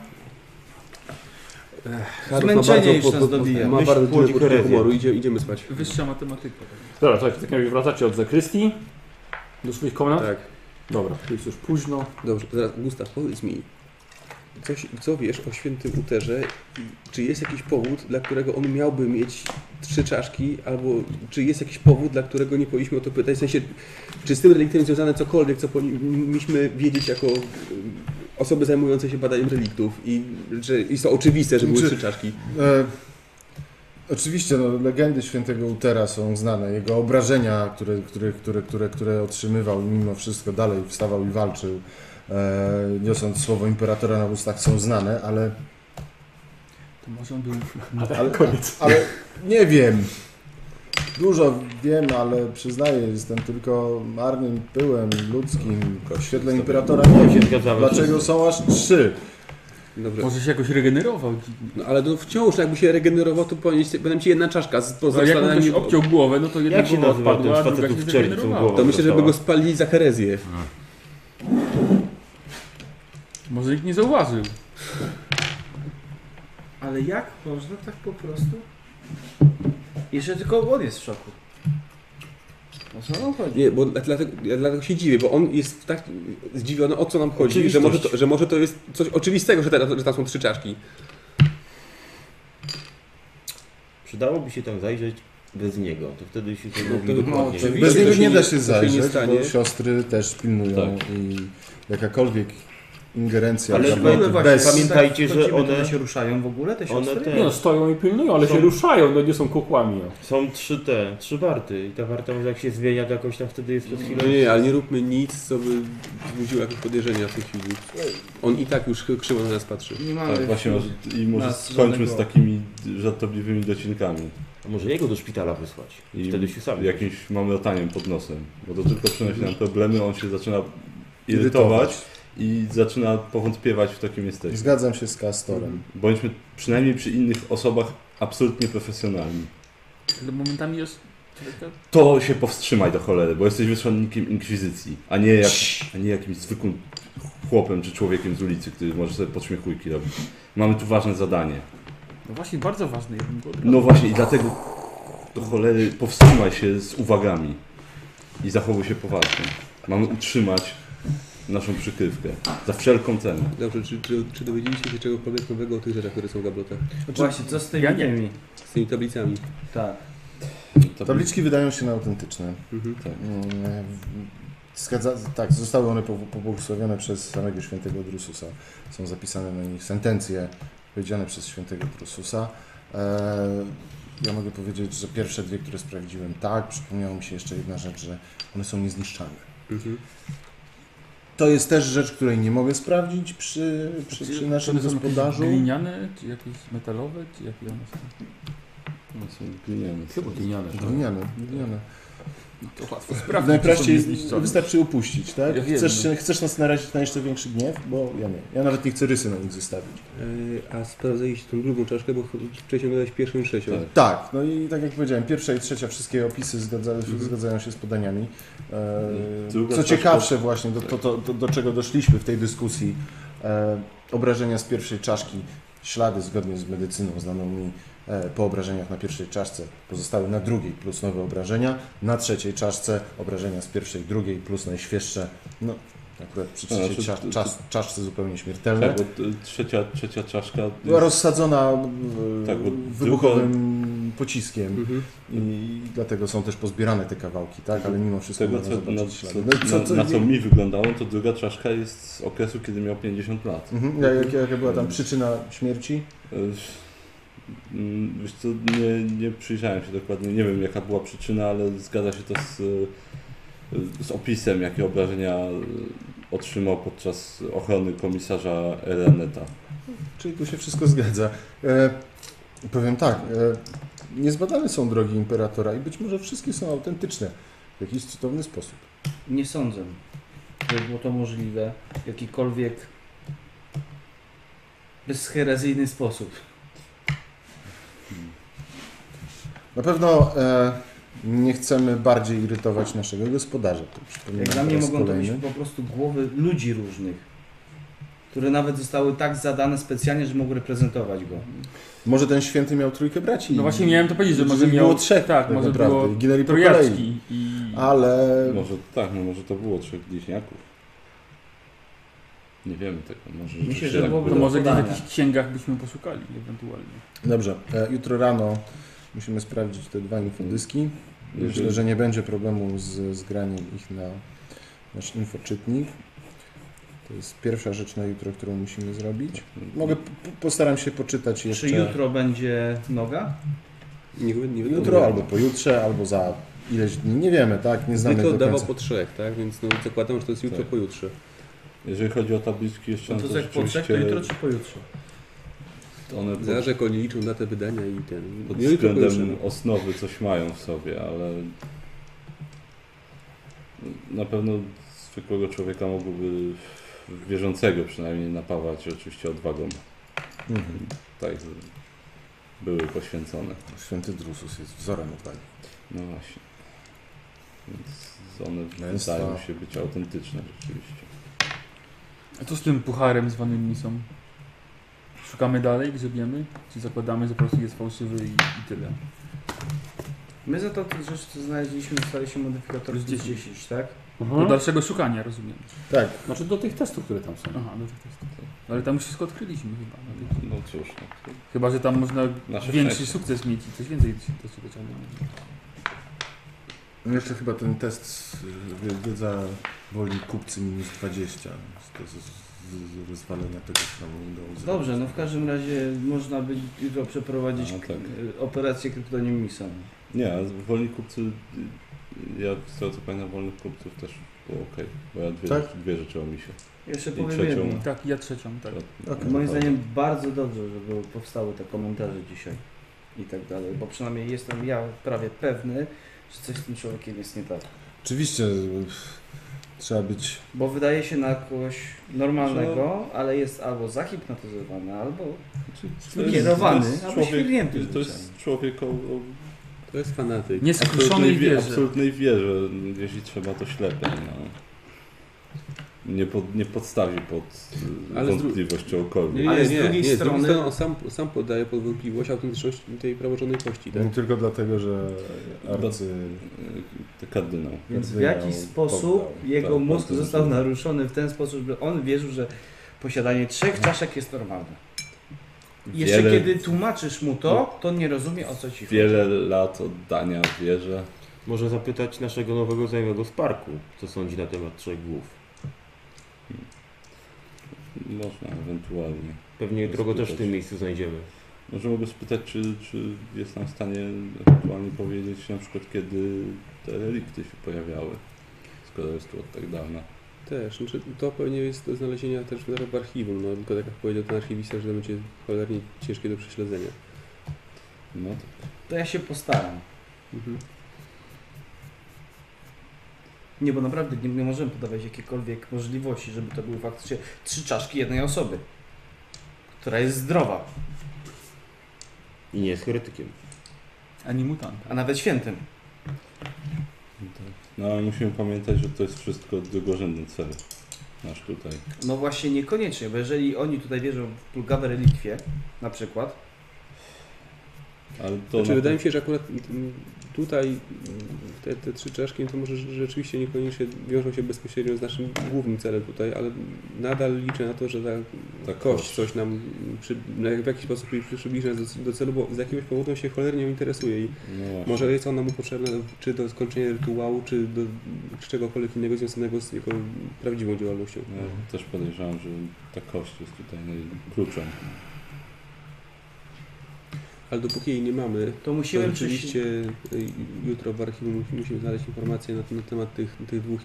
Zmęczenie już nas dobija. Ma Myśl bardzo płodzi dużo herezję. humoru, idziemy spać. Wyższa matematyka. Dobra, słuchajcie, w takim razie wracacie od zakrystii do swoich komnat? Tak. Dobra, to jest już późno. Dobrze, teraz Gustaw, powiedz mi, co wiesz o świętym Uterze? Czy jest jakiś powód, dla którego on miałby mieć 3 czaszki, albo czy jest jakiś powód, dla którego nie powinniśmy o to pytać? W sensie, czy z tym reliktem związane cokolwiek, co powinniśmy wiedzieć jako osoby zajmujące się badaniem reliktów i że jest to oczywiste, że były 3 czaszki? Oczywiście, no, legendy świętego Utera są znane. Jego obrażenia, które otrzymywał, mimo wszystko dalej wstawał i walczył, niosąc słowo imperatora na ustach, są znane, ale To może on był... ale nie wiem. Dużo wiem, ale przyznaję, jestem tylko marnym pyłem ludzkim. W świetle imperatora nie wiem. Dlaczego są aż 3? Dobrze. Może się jakoś regenerował. No, ale to wciąż, jakby się regenerował, to będę ci jedna czaszka. No, jak mu ktoś obciął głowę, no to jedna Jak się głowa nazywa odpadła, a ten druga facet się w czerwcu zregenerowała. głową? To myślę, żeby go spalili za herezję. Może nikt nie zauważył. Ale jak można tak po prostu? Jeszcze tylko on jest w szoku. O co nam chodzi? Nie, bo dlatego się dziwię, bo on jest tak zdziwiony, o co nam chodzi, że może to jest coś oczywistego, że tam są 3 czaszki. Przydałoby się tam zajrzeć bez niego, to wtedy się to No, mówi to- dokładnie. oczywiście. Bez niego to się nie nie- da to się się nie zajrzeć, stanie. bo siostry też pilnują Tak. i jakakolwiek ingerencja Ale gablotów no właśnie, bez... pamiętajcie, że Chodzimy, one- to się ruszają w ogóle, te One siostry? te- Nie no, stoją i pilnują, ale Są- się ruszają, no nie są kukłami. No. Są 3 warty i ta warta może jak się zmienia, to jakoś tam wtedy jest to chwilę... No nie, ale nie róbmy nic, co by wzbudziło jakieś podejrzenia w tej chwili. On i tak już krzywo na nas patrzy. Nie mamy Tak, właśnie i może nas skończmy z żadnego- takimi żartobliwymi docinkami. A może jego do szpitala wysłać? I wtedy się sam... jakimś mamrotaniem pod nosem, bo to tylko przynosi nam problemy, on się zaczyna irytować i zaczyna powątpiewać w takim jesteśmy. Zgadzam się z Castorem. Bądźmy przynajmniej przy innych osobach absolutnie profesjonalni. Ale momentami jest... człowieka- To się powstrzymaj do cholery, bo jesteś wysłannikiem inkwizycji, a nie jakimś zwykłym chłopem czy człowiekiem z ulicy, który może sobie podśmiechujki robić. Mamy tu ważne zadanie. No właśnie, bardzo ważny. Ja bym go odbrał. No właśnie i dlatego do cholery powstrzymaj się z uwagami i zachowuj się poważnie. Mamy utrzymać naszą przykrywkę za wszelką cenę. Dobrze, czy dowiedzieliście się czegokolwiek nowego o tych rzeczach, które są w gablotach? Właśnie, co z tymi Ja nie. tymi? Z tymi tablicami. Tak. Tabliczki wydają się na autentyczne. Mhm. Tak, zostały one pobłogosławione przez samego świętego Drususa. Są zapisane na nich sentencje powiedziane przez świętego Drususa. Ja mogę powiedzieć, że pierwsze 2, które sprawdziłem, tak, przypomniała mi się jeszcze jedna rzecz, że one są niezniszczalne. Mhm. To jest też rzecz, której nie mogę sprawdzić przy naszym One są gospodarzu. jakieś gliniane, czy jakieś metalowe, czy jakie one są? No, są gliniane. Chyba gliniane. Gliniane. To łatwo sprawdzić. Najprościej czy jest, są niezniszczone. wystarczy upuścić, tak? Ja wiem, Chcesz nas narazić na jeszcze większy gniew? Bo ja nie. Ja nawet nie chcę rysy na nich zostawić. A sprawdzaliście tą drugą czaszkę, bo wcześniej miałeś pierwszą i trzecią. Tak. Tak, no i tak jak powiedziałem, pierwsza i trzecia, wszystkie opisy zgadzają się z podaniami. Druga Co czaszka- ciekawsze właśnie, do czego doszliśmy w tej dyskusji, obrażenia z pierwszej czaszki, ślady zgodnie z medycyną znaną mi po obrażeniach na pierwszej czaszce pozostały na drugiej plus nowe obrażenia, na trzeciej czaszce obrażenia z pierwszej, drugiej plus najświeższe. No, Akurat przy trzeciej czaszce zupełnie śmiertelne. Tak, bo trzecia czaszka Była rozsadzona tak, bo wybuchowym pociskiem i dlatego są też pozbierane te kawałki, tak? Ale mimo wszystko tego, można zobaczyć ślady. na co mi wyglądało, to druga czaszka jest z okresu, kiedy miał 50 lat. Jaka była tam przyczyna śmierci? Wiesz co, nie przyjrzałem się dokładnie, nie wiem jaka była przyczyna, ale zgadza się to z opisem, jakie obrażenia otrzymał podczas ochrony komisarza Reneta. Czyli tu się wszystko zgadza. Powiem tak, niezbadane są drogi imperatora i być może wszystkie są autentyczne w jakiś cudowny sposób. Nie sądzę, żeby było to możliwe w jakikolwiek bezherezyjny sposób. Na pewno nie chcemy bardziej irytować naszego gospodarza. Jak dla mnie mogą to być po prostu głowy ludzi różnych, które nawet zostały tak zadane specjalnie, że mogły reprezentować go. Może ten święty miał trójkę braci. No właśnie miałem to powiedzieć, że może było miał... trzech, tak, może naprawdę. było Ginęli po trojaczki kolei. i... Ale... Może tak, może to było 3 bliźniaków. Nie wiemy tego. Myślę, że byłoby To do może gdzieś w podania. jakichś księgach byśmy poszukali ewentualnie. Dobrze, jutro rano musimy sprawdzić te 2 infodyski. Myślę, że nie będzie problemu z zgraniem ich na nasz infoczytnik. To jest pierwsza rzecz na jutro, którą musimy zrobić. Postaram się poczytać jeszcze. Czy jutro będzie noga? Nie Jutro, albo pojutrze, albo za ileś dni. Nie wiemy, tak? Nie znamy Zwykle do oddawał końca. po 3, tak? Więc no, zakładam, że to jest jutro, pojutrze. Jeżeli chodzi o tabliczki jeszcze, No to jak po 3, rzeczywiście to jutro czy pojutrze? one Zależy jak oni liczą datę wydania i ten. pod No, jutro, pojutrze. względem osnowy coś mają w sobie, ale na pewno zwykłego człowieka mogłoby wierzącego przynajmniej napawać oczywiście odwagą. Tak, były poświęcone. Święty Drusus jest wzorem odwagi. No właśnie. Więc one Męstwa. wydają się być autentyczne rzeczywiście. A co z tym pucharem zwanym misą? Szukamy dalej, grzebiemy? Czy zakładamy, że po prostu jest fałszywy i tyle? My za to rzecz, co znaleźliśmy, stali się modyfikator Plus plus 10, tak? Do dalszego szukania, rozumiem. Tak. Znaczy do tych testów, które tam są. Aha, do tych testów. Ale tam już wszystko odkryliśmy chyba. No, No cóż, no, chyba, że tam można nasze większy szczęście. sukces mieć i coś więcej się wyciągnąć. Jeszcze chyba ten test wiedza woli kupcy minus 20. To jest rozwalenia tego samego. Dobrze, no w każdym razie można by jutro przeprowadzić A, tak. operację kryptonimisa. Nie, a wolni kupcy, ja z tego co pamiętam, wolnych kupców też było ok, bo ja dwie rzeczy o misie. Jeszcze I powiem trzecią. jedno. Tak, ja trzecią, tak. Moim zdaniem bardzo dobrze, żeby powstały te komentarze dzisiaj i tak dalej, bo przynajmniej jestem ja prawie pewny, że coś z tym człowiekiem jest nie tak. Oczywiście trzeba być... Bo wydaje się na kogoś normalnego, ale jest albo zahipnotyzowany, albo kierowany, albo świrnięty. To jest człowiek o To jest fanatyk. Nieskruszonej wierze. absolutnej wierze, jeśli trzeba to ślepej. No. Nie podstawi pod Ale wątpliwość czegokolwiek. Ale z drugiej strony- on sam podaje pod wątpliwość autentyczność tej praworządnej kości, tak? Nie tylko dlatego, że Kardynał. Więc w jaki sposób jego Tak, mózg bardzo został dobrze. naruszony w ten sposób, że on wierzył, że posiadanie 3 czaszek jest normalne. I jeszcze Wiele- kiedy tłumaczysz mu to nie rozumie, o co ci chodzi. Wiele lat oddania wierze. Można zapytać naszego nowego znajomego z parku, co sądzi na temat 3 głów. Można ewentualnie. Pewnie jutro go też w tym miejscu znajdziemy. Możemy go spytać, czy jest nam w stanie ewentualnie powiedzieć na przykład, kiedy te relikty się pojawiały, skoro jest tu od tak dawna. Też, znaczy to pewnie jest do znalezienia też w archiwum, no tylko tak jak powiedział ten archiwista, że to będzie cholernie ciężkie do prześledzenia. No To ja się postaram. Mhm. Nie, bo naprawdę nie możemy podawać jakiejkolwiek możliwości, żeby to były faktycznie 3 czaszki jednej osoby, która jest zdrowa, I nie jest heretykiem. Ani mutant. a nawet świętym. No ale musimy pamiętać, że to jest wszystko drugorzędny cel nasz tutaj. No właśnie niekoniecznie, bo jeżeli oni tutaj wierzą w plugawe relikwie, na przykład, Ale to Znaczy, wydaje mi się, że akurat tutaj te 3 czaszki to może rzeczywiście niekoniecznie wiążą się bezpośrednio z naszym głównym celem tutaj, ale nadal liczę na to, że ta kość coś nam w jakiś sposób przybliży nas do celu, bo z jakiegoś powodu się cholernie interesuje i może jest ona mu potrzebna czy do skończenia rytuału, czy do czegokolwiek innego związanego z jego prawdziwą działalnością. Ja też podejrzewam, że ta kość jest tutaj kluczem. Ale dopóki jej nie mamy, To musimy to rzeczywiście jutro w archiwum musimy znaleźć informacje na temat tych dwóch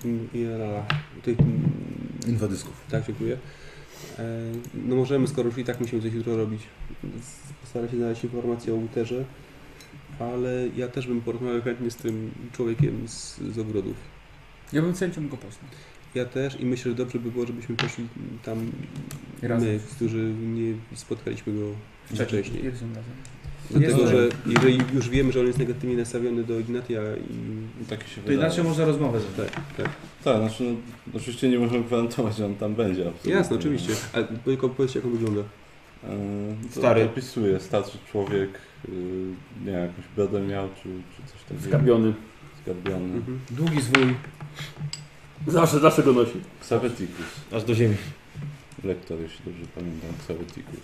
Inwadysków. Tak, dziękuję. No możemy, skoro już i tak musimy coś jutro robić, postarać się znaleźć informacje o Uterze, ale ja też bym porozmawiał chętnie z tym człowiekiem z ogrodów. Ja bym z chęcią go poznał. Ja też i myślę, że dobrze by było, żebyśmy poszli tam Razem. my, którzy nie spotkaliśmy go wcześniej. Pierwszym razem. Dlatego, Jest że jeżeli już wiemy, że on jest negatywnie nastawiony do Ignatia Tak się To wydaje. inaczej można rozmowę zrobić. tak. Tak, znaczy oczywiście nie możemy gwarantować, że on tam będzie. Absolutnie. Jasne, oczywiście. Ale tylko powiedzcie, jak on wygląda. Stary. Opisuje, starszy człowiek, nie wiem, jakąś brodę miał, czy coś takiego. Zgarbiony. Zgarbiony. Długi zwój. Zawsze go nosi. Xaveticus. Aż do ziemi. Lektor, jeśli dobrze pamiętam, Xaveticus.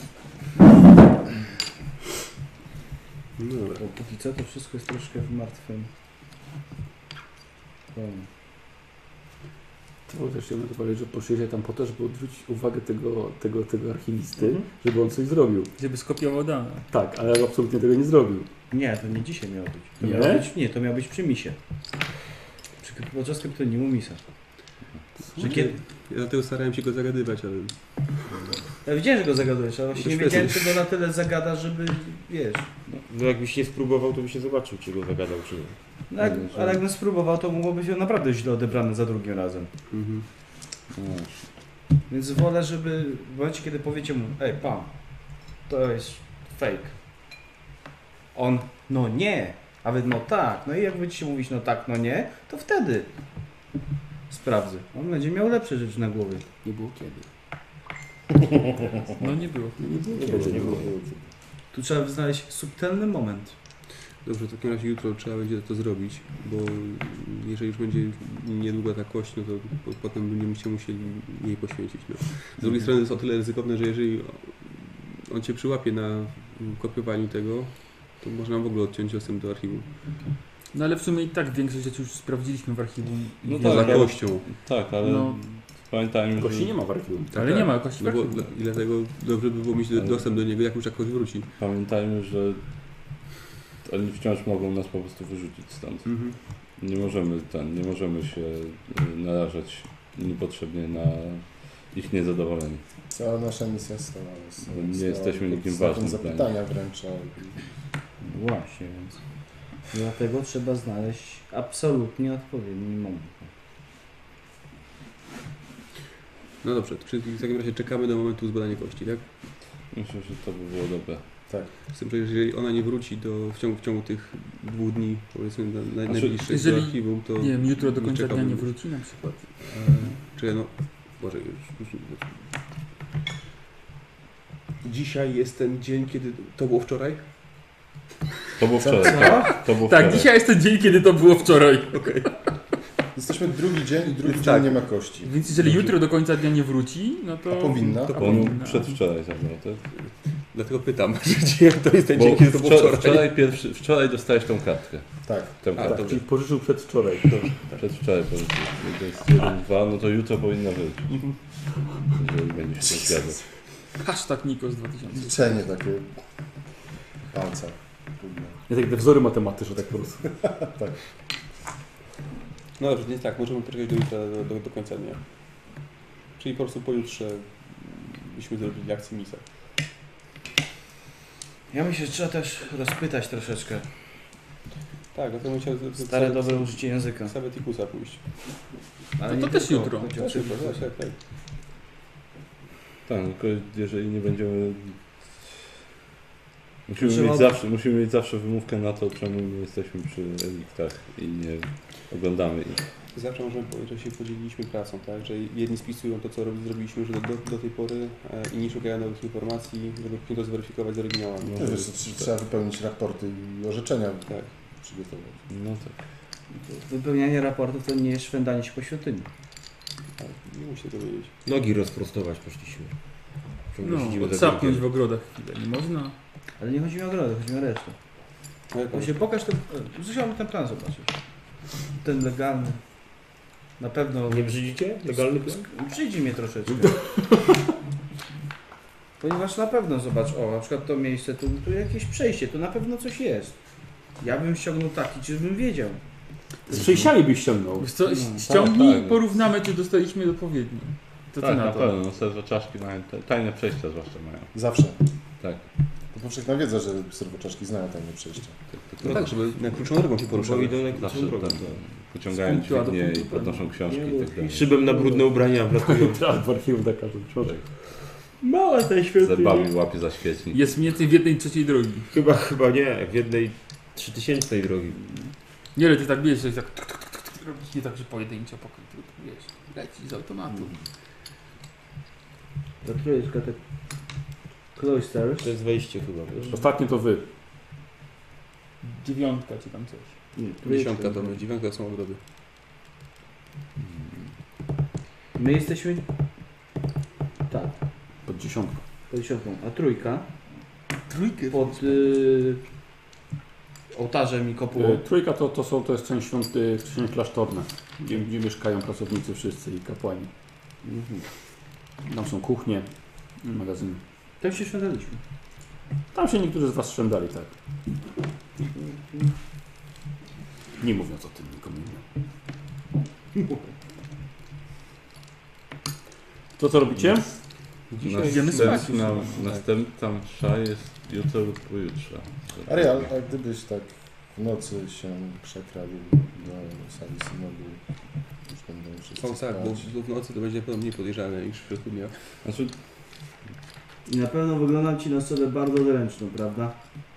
No dobra. Bo póki co to wszystko jest troszkę w martwym. To też chciałbym powiedzieć, że poszliście tam po to, żeby odwrócić uwagę tego archiwisty, żeby on coś zrobił. Żeby skopiował dane. Tak, ale absolutnie tego nie zrobił. Nie, to nie dzisiaj miało być. To Nie? miało być, nie, to miało być przy misie. Podczas kryptonimu misa. Że kiedy... Ja dlatego starałem się go zagadywać, ale Ja wiedziałem, że go zagadujesz, ale właśnie nie świetnie. wiedziałem, czy go na tyle zagada, żeby, wiesz... No jakbyś nie spróbował, to byś nie zobaczył, czy go zagadał, czy nie. No ale jakbym spróbował, to mogłoby się naprawdę źle odebrane za drugim razem. No, Więc wolę, żeby w momencie, kiedy powiecie mu, ej pan, to jest fake. On, no nie, a wy, no tak. No i jak będziecie mówić, no tak, no nie, to wtedy sprawdzę. On będzie miał lepsze rzeczy na głowie. Nie było kiedy. No nie było. Nie było. Tu trzeba znaleźć subtelny moment. dobrze, w takim razie jutro trzeba będzie to zrobić, bo jeżeli już będzie niedługo ta kość, no to potem będziemy się musieli jej poświęcić. No. Z drugiej strony jest o tyle ryzykowne, że jeżeli on Cię przyłapie na kopiowaniu tego, to można w ogóle odciąć dostęp do archiwum. No ale w sumie i tak większość rzeczy już sprawdziliśmy w archiwum. No I tak, Za wiemy- kością. tak, ale No. pamiętajmy, Kości że... nie ma w archiwum. Ale nie ma kości w No bo archiwum. i dlatego dobrze by było mieć dostęp do niego, jak już ta kość wróci. Pamiętajmy, że oni wciąż mogą nas po prostu wyrzucić stąd. Nie możemy się narażać niepotrzebnie na ich niezadowolenie. Cała nasza misja stała. Nie jesteśmy nikim ważnym dla zapytania wręcz. Właśnie, więc dlatego trzeba znaleźć absolutnie odpowiedni moment. No dobrze, czyli w takim razie czekamy do momentu zbadania kości, tak? Myślę, że to by było dobre. Z tym, że jeżeli ona nie wróci w ciągu tych 2 dni, powiedzmy najbliższych jeżeli- do archiwum, to Nie wiem, jutro do końca dnia czekałbym. nie wróci na przykład. Czy no, Boże, już. Dzisiaj jest ten dzień, kiedy to było wczoraj? To było wczoraj, tak. To było Tak, wczoraj. dzisiaj jest ten dzień, kiedy to było wczoraj. Jesteśmy drugi dzień i drugi Tak. dzień nie ma kości. Więc jeżeli jutro do końca dnia nie wróci, no to... A powinna? To Bo on powinna. przedwczoraj zabrał, tak? Dlatego pytam, że to jest ten Bo dzień, kiedy to było wczoraj. wczoraj dostałeś tą kartkę. Tak. Tę A, kartkę. dobrze. Czyli pożyczył przedwczoraj. Przedwczoraj powiedzmy. To jest 1, 2, no to jutro powinna wrócić. Jeżeli będzie się zgadzać. Hashtag Nikos 2000. Liczenie takie palca. Trudne. Nie tak te wzory matematyczne tak po prostu. No dobrze, więc tak, możemy poczekać do jutra, do końca dnia. Czyli po prostu pojutrze byśmy zrobili akcję misa. Ja myślę, że trzeba też rozpytać troszeczkę. Tak, dlatego bym chciał Stare dobre użycie języka. Savetikusa pójść. Ale No to nie też tylko, jutro. chodzi o Tak, cywilizację. tak. Tak, tylko jeżeli nie będziemy... Trzeba- Musimy mieć zawsze wymówkę na to, czemu nie jesteśmy przy eliktach i nie oglądamy ich. Zawsze możemy powiedzieć, że się podzieliliśmy pracą, tak? Że jedni spisują to, co zrobiliśmy już do tej pory, inni szukają nowych informacji, żeby później to zweryfikować z oryginałami. No, wiesz, trzeba wypełnić raporty i orzeczenia. Tak. przygotować. No tak. Wypełnianie raportów to nie jest szwendanie się po świątyni. Nie musi tego wiedzieć. Nogi rozprostować poszliśmy. Ciągle No, siedzimy za odsapnąć biurkiem. w ogrodach chwilę. Nie można. Ale nie chodzi mi o ogrody, chodzi mi o resztę. Właśnie pokaż ten... Chciałbym ten plan zobaczyć. Ten legalny. Na pewno... Nie brzydzicie? Legalny plan? Brzydzi mnie troszeczkę. Ponieważ na pewno, zobacz, na przykład to miejsce, tu jakieś przejście, tu na pewno coś jest. Ja bym ściągnął taki, żebym wiedział. Z przejściami byś ściągnął. Wiesz co, No, ściągnij tak. i porównamy, czy dostaliśmy odpowiedni. To Tak, ty na na to. pewno. No, serwoczaszki mają, tajne przejścia zwłaszcza mają. Zawsze. Tak. To powszechna wiedza, że serwoczaszki znają tajne przejścia. No tak, żeby na krótszą drogą się Bo poruszały. idą na Zawsze krótką drogę. tak, pociągają Z punktu A do dźwignię i punktu B. podnoszą książki i tak dalej. Szybem na brudne ubrania wlatują. Teraz w archiwum na każdą książkę. Mała ta świątynia. Zębami łapie za świecznik. Jest mniej więcej w 1/3 drogi. Chyba nie, w jednej 3000 drogi. Nie, ale ty tak wiesz, że tak robisz nie tak, że pojedynczo pokryty, wiesz, leci z automatu. To trójeczka tak... Cloisters. To jest wejście chyba, wiesz. Ostatnie to wy. 9 czy tam coś. Dziesiątka to będzie, 9 są ogrody. My jesteśmy... Tak, Pod 10. pod 10, a trójka Trójkę. pod ołtarzem i kopułą. Trójka to jest część świątyni klasztorna, gdzie mieszkają pracownicy wszyscy i kapłani. Tam są kuchnie, magazyny. Tam się szwendaliśmy. Tam się niektórzy z was szwendali, tak. Nie mówiąc o tym nikomu innemu. To co robicie? Idziemy spać. Następna msza jest jutro lub pojutrze. Ariel, a gdybyś tak w nocy się przekradził do sali synodu, już będą wszyscy O tak, spać. bo w nocy to będzie pewnie mniej podejrzane niż w środku dnia. Znaczy, I na pewno wyglądam ci na osobę bardzo zręczną, prawda?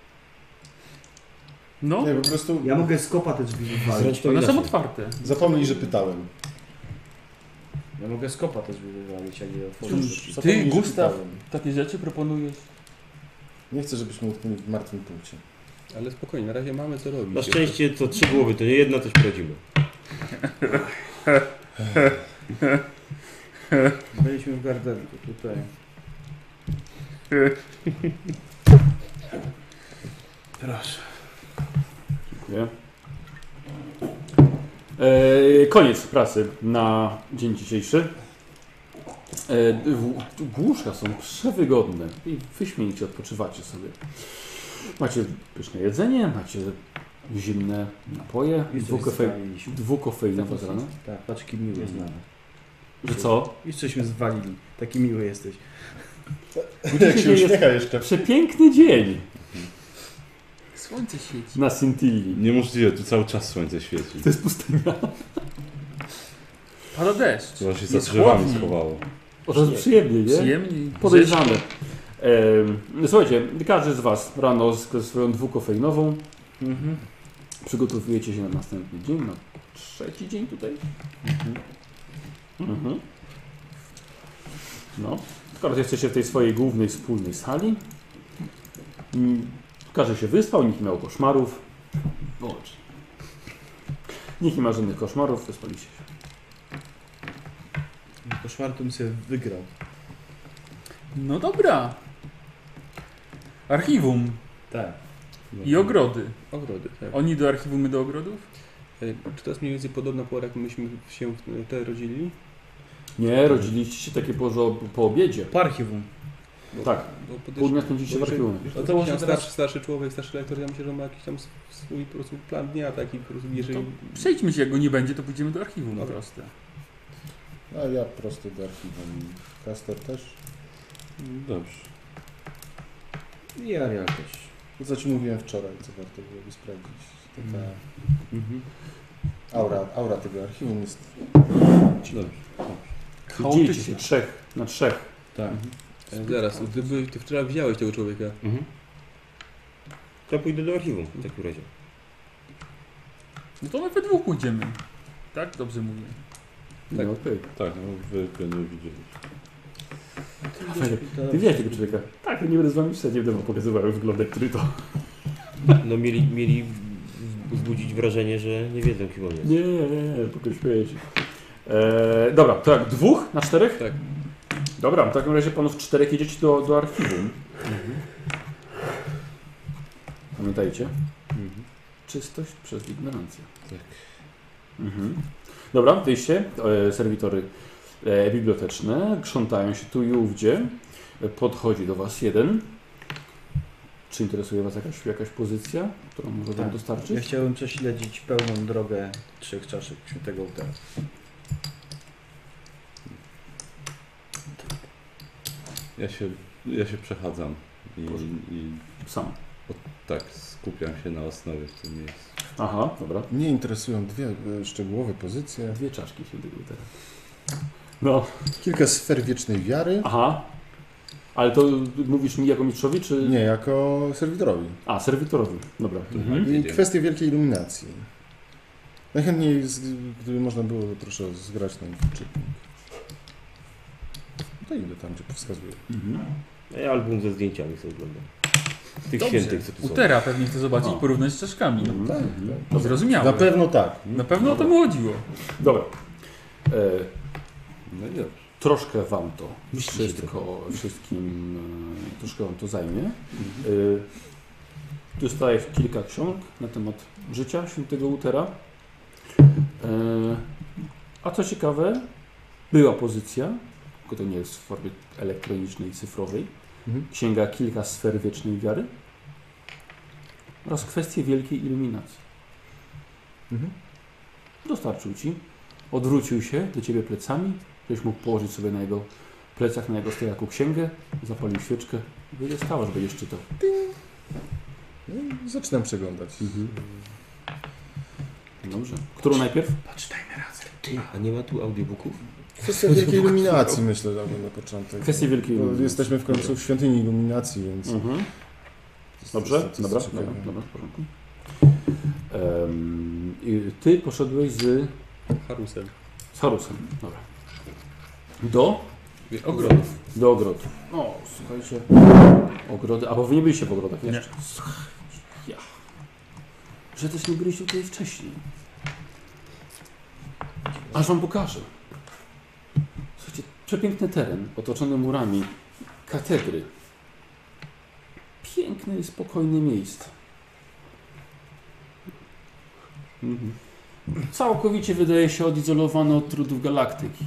No, Nie, po prostu Ja mogę z kopa te drzwi wywalić. Zresztą one są inaczej. otwarte. zapomnij, że pytałem. Ja mogę z kopa te drzwi wywalić, jak je otworzę. Zapomnij, że Gustaw. pytałem. Takie rzeczy proponujesz? Nie chcę, żebyśmy utknęli w martwym punkcie. Ale spokojnie, na razie mamy co robić. Na szczęście to 3 głowy, to nie jedna, coś poradzimy. Byliśmy w garderku tutaj. Proszę. Dziękuję. Koniec pracy na dzień dzisiejszy. Łóżka są przewygodne i wyśmienicie odpoczywacie sobie. Macie pyszne jedzenie, macie zimne napoje, dwukofeinowe z rana. Tak, patrz, jaki miły jest nawet. Że co? Już cośmy zwalili. Taki miły jesteś. Jak się uśmiecha jeszcze. Przepiękny dzień Słońce świeci. na Sintilli. niemożliwe, tu cały czas słońce świeci. To jest pustynia. Pada deszcz. Chyba się za Jest drzewami chłodniej. schowało. Od razu przyjemnie, nie? Przyjemniej. Podejrzane. Słuchajcie, każdy z was rano z swoją dwukofeinową przygotowujecie się na następny dzień, na 3. dzień tutaj. Mhm. No, skoro jesteście w tej swojej głównej, wspólnej sali. Każdy się wyspał, nikt nie miał koszmarów. Wyłącznie. Nikt nie ma żadnych koszmarów, wyspaliście się. Koszmar to bym sobie wygrał. No dobra. Archiwum Tak. i ogrody. Ogrody, tak. Oni do archiwum, my do ogrodów? Czy to jest mniej więcej podobna pora, jak myśmy się tutaj rodzili? Nie, rodziliście się takie po obiedzie. Po archiwum. Tak, Bo pół dnia spędziliście w archiwum. No to może starszy człowiek, starszy lektor, ja myślę, że ma jakiś tam swój po prostu plan dnia taki, po prostu jeżeli... Przejdźmy się, jak go nie będzie, to pójdziemy do archiwum. Dobra. Proste. A ja prosto do archiwum. Kastor też? Dobrze. I Ariel też. To co ci mówiłem wczoraj, co warto byłoby sprawdzić. Taka aura tego archiwum jest... Dobrze. Dzielicie się 3 na 3. Tak. Zaraz, ty wczoraj widziałeś tego człowieka. To ja pójdę do archiwum w takim razie. No to my we dwóch pójdziemy. Tak? Dobrze mówię. Tak, okej. Tak, no wy go nie widzieliście. Ty widziałeś tego człowieka? Tak, nie będę z wami szczerze, nie będę wam pokazywał wyglądek, który to... No mieli wzbudzić wrażenie, że nie wiedzą, kim on jest. Nie, tylko śmieję się. Dobra, to jak 2 na 4? Tak. Dobra, w takim razie panów 4 jedziecie do archiwum. Pamiętajcie? Czystość przez ignorancję. Tak. Dobra, wyjście. Serwitory biblioteczne krzątają się tu i ówdzie. Podchodzi do was jeden. Czy interesuje was jakaś pozycja, którą może wam dostarczyć? Ja chciałbym prześledzić pełną drogę 3 czaszek Świętego Ołtarza. Ja się przechadzam i Sam. tak skupiam się na osnowie w tym miejscu. Aha, dobra. Mnie interesują 2 szczegółowe pozycje. 2 czaszki się tego teraz. No. Kilka sfer wiecznej wiary. Aha. Ale to mówisz mi jako mistrzowi, czy... Nie, jako serwitorowi. A, serwitorowi. Dobra. I kwestie wielkiej iluminacji. Najchętniej, gdyby można było troszkę zgrać na nich czytnik. To idę tam, gdzie wskazuje. Ja album ze zdjęciami sobie oglądam. Tych Dobrze. świętych, co tu są. Utera pewnie chce zobaczyć, No. porównać z czaszkami. Tak, tak. Zrozumiałe. Na pewno tak. Na pewno o to mu chodziło. Dobra. No i dobrze. Troszkę wam to wszystkim troszkę wam to zajmie. Dostaję kilka ksiąg na temat życia świętego Utera. A co ciekawe, była pozycja, tylko to nie jest w formie elektronicznej i cyfrowej. Księga kilka sfer wiecznej wiary oraz kwestie wielkiej iluminacji. Dostarczył ci, odwrócił się do ciebie plecami, żebyś mógł położyć sobie na jego plecach, na jego stojaku księgę, zapalił świeczkę i będzie stało, żeby jeszcze to. Zaczynam przeglądać. Dobrze. Którą najpierw? Ty, a nie ma tu audiobooków? Kwestia wielkiej iluminacji, myślę, na początek. Kwestie wielkiej Bo iluminacji. jesteśmy w końcu w świątyni iluminacji, więc... Dobrze, to dobra, jest ciekawe. w porządku. I ty poszedłeś z Harusem. Harusem. Dobra. Do Ogrodów. Do ogrodów. O, słuchajcie. Ogrody. A bo wy nie byliście w ogrodach jeszcze. Ja. Że też nie byliście tutaj wcześniej. Aż wam pokażę. Słuchajcie, przepiękny teren, otoczony murami katedry. Piękne i spokojne miejsce. Całkowicie wydaje się odizolowane od trudów galaktyki.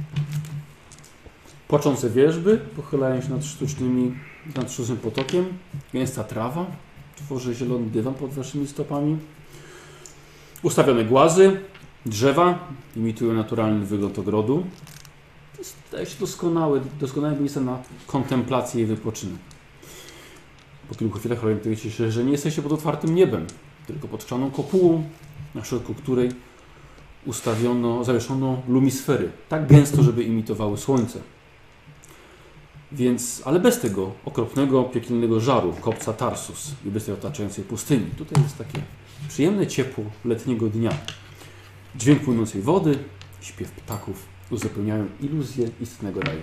Płaczące wierzby pochylają się nad sztucznym potokiem. Gęsta trawa tworzy zielony dywan pod waszymi stopami. Ustawione głazy, drzewa imitują naturalny wygląd ogrodu. To staje się doskonałe miejsce na kontemplację i wypoczynek. Po kilku chwilach orientujecie się, że nie jesteście pod otwartym niebem, tylko pod czarną kopułą, na środku której zawieszono lumisfery, tak gęsto, żeby imitowały słońce. Więc, ale bez tego okropnego, piekielnego żaru kopca Tarsus i bez tej otaczającej pustyni. Tutaj jest takie przyjemne ciepło letniego dnia. Dźwięk płynącej wody, śpiew ptaków uzupełniają iluzję istnego raju.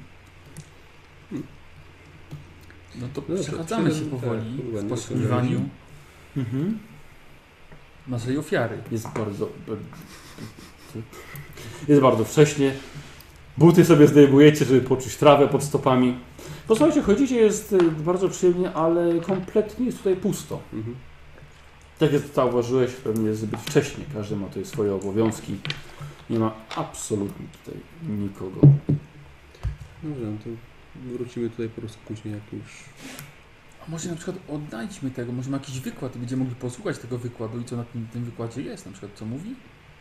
No to No przechadzamy to się powoli tak, w ładnie poszukiwaniu naszej ofiary. Jest bardzo wcześnie. Buty sobie zdejmujecie, żeby poczuć trawę pod stopami. Posłuchajcie, chodzicie, jest bardzo przyjemnie, ale kompletnie jest tutaj pusto. Tak jak zauważyłeś, pewnie zbyt wcześnie. Każdy ma tutaj swoje obowiązki. Nie ma absolutnie tutaj nikogo. Dobrze, no to wrócimy tutaj po prostu później, jak już... A może na przykład odnajdźmy tego, może ma jakiś wykład i będziemy mogli posłuchać tego wykładu i co na tym wykładzie jest, na przykład co mówi?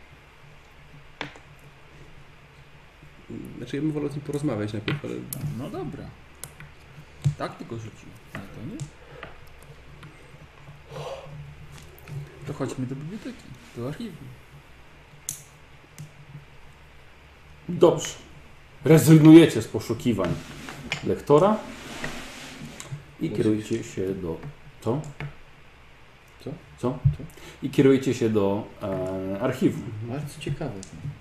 Znaczy ja bym wolał z nim porozmawiać najpierw, ale... No dobra. Tak tylko rzucił. Ale to nie? To chodźmy do biblioteki, do archiwum. Dobrze. Rezygnujecie z poszukiwań lektora i kierujecie się do... Co? Co? I kierujecie się do archiwum. Bardzo ciekawe.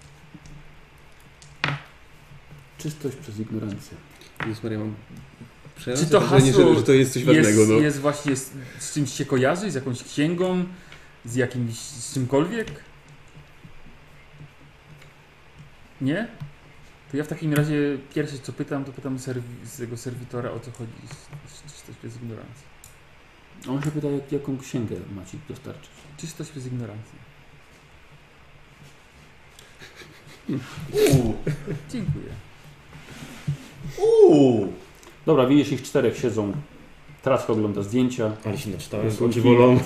Czystość przez ignorancję. Jezus Maria, mam Czy przerażenie to wrażenie, hasło że to jest coś ważnego, no. jest właśnie z czymś się kojarzy, z jakąś księgą, z jakimś, z czymkolwiek? Nie? To ja w takim razie pierwsze co pytam, to pytam z tego serwitora, o co chodzi czystość bez ignorancji. On się pyta, jaką księgę ma ci dostarczyć. Czystość bez ignorancji. Dziękuję. Dobra, widzisz, ich 4 siedzą. Trask ogląda zdjęcia. Ale się naczytałem, Rysunki. oczy bolą.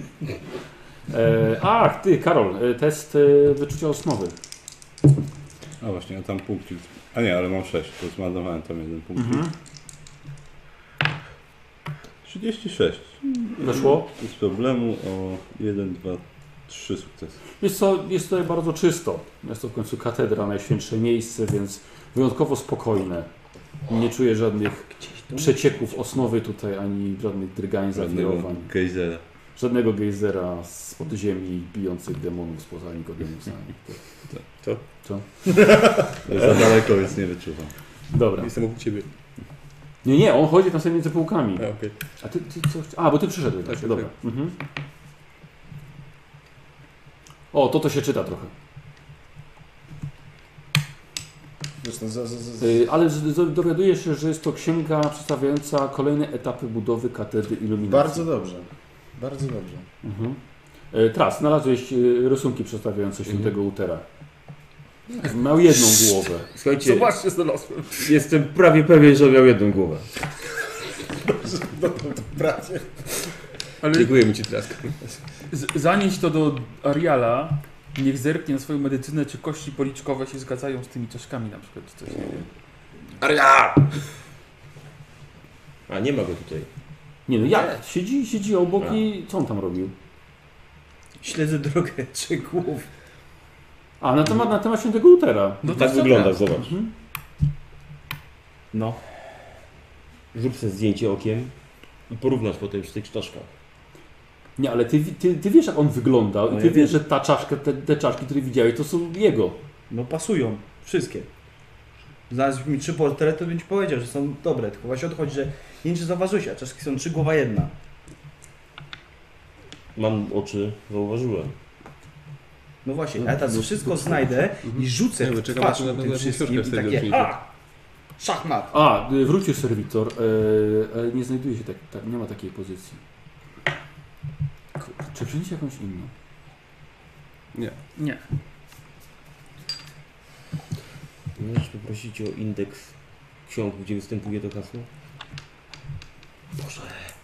Ach, ty, Karol, test wyczucia osmowy. A właśnie, ja tam punkcik. A nie, ale mam 6, to zmarnowałem tam jeden punkcik. Mhm. 36. Weszło? Bez problemu o 1, 2, 3 sukcesy. Jest to, jest tutaj bardzo czysto. Jest to w końcu katedra, najświętsze miejsce, więc wyjątkowo spokojne. Nie czuję żadnych przecieków osnowy tutaj, ani żadnych drgań, zawirowań. Gejzera. Żadnego gejzera z podziemi bijących demonów spoza Nikodemusami. Za daleko, więc nie wyczuwam. Dobra. Jestem obok ciebie. Nie, on chodzi tam sobie między półkami. A, okej. A ty co? A, bo ty przyszedłeś. Tak, właśnie, tak, dobra. Mhm. O, to się czyta trochę. Zresztą Ale dowiadujesz się, że jest to księga przedstawiająca kolejne etapy budowy katedry iluminacji. Bardzo dobrze. Bardzo dobrze. Mhm. Tras, znalazłeś rysunki przedstawiające świętego Utera. Miał jedną głowę. Słuchajcie, Zobaczcie, znalazłem. jestem prawie pewien, że miał jedną głowę. Bracie. Ale Dziękujemy ci, Trask. zanieść to do Ariala, niech zerknie na swoją medycynę, czy kości policzkowe się zgadzają z tymi czaszkami na przykład, czy coś, nie wiem. A, nie ma go tutaj. Nie no, jak? Siedzi obok i co on tam robił? Śledzę drogę 3 głów. A, na temat świętego Utera. No Tak to wygląda, dobra. zobacz. Mhm. No. Zrób sobie zdjęcie okiem i porównasz potem przy tych czaszkach. Nie, ale ty wiesz, jak on wyglądał No i ty ja wiesz, wiem. że ta czaszka, te czaszki, które widziałeś, to są jego. No pasują. Wszystkie. Znalazłbyś mi 3 portrety, to bym ci powiedział, że są dobre. Tylko właśnie odchodzi, że nie wiem, czy zauważyłeś, a czaszki są 3, głowa 1. Mam oczy, zauważyłem. No właśnie, ja teraz wszystko znajdę i rzucę Nie, w czekam, twarz aż na- mu na- tym na wszystkim książkę i wtedy takie przyjdzie. szachmat. A, wrócił serwitor. Nie znajduje się nie ma takiej pozycji. Czy przyniesie jakąś inną? Nie. Możesz poprosić o indeks ksiąg, gdzie występuje to hasło? Boże.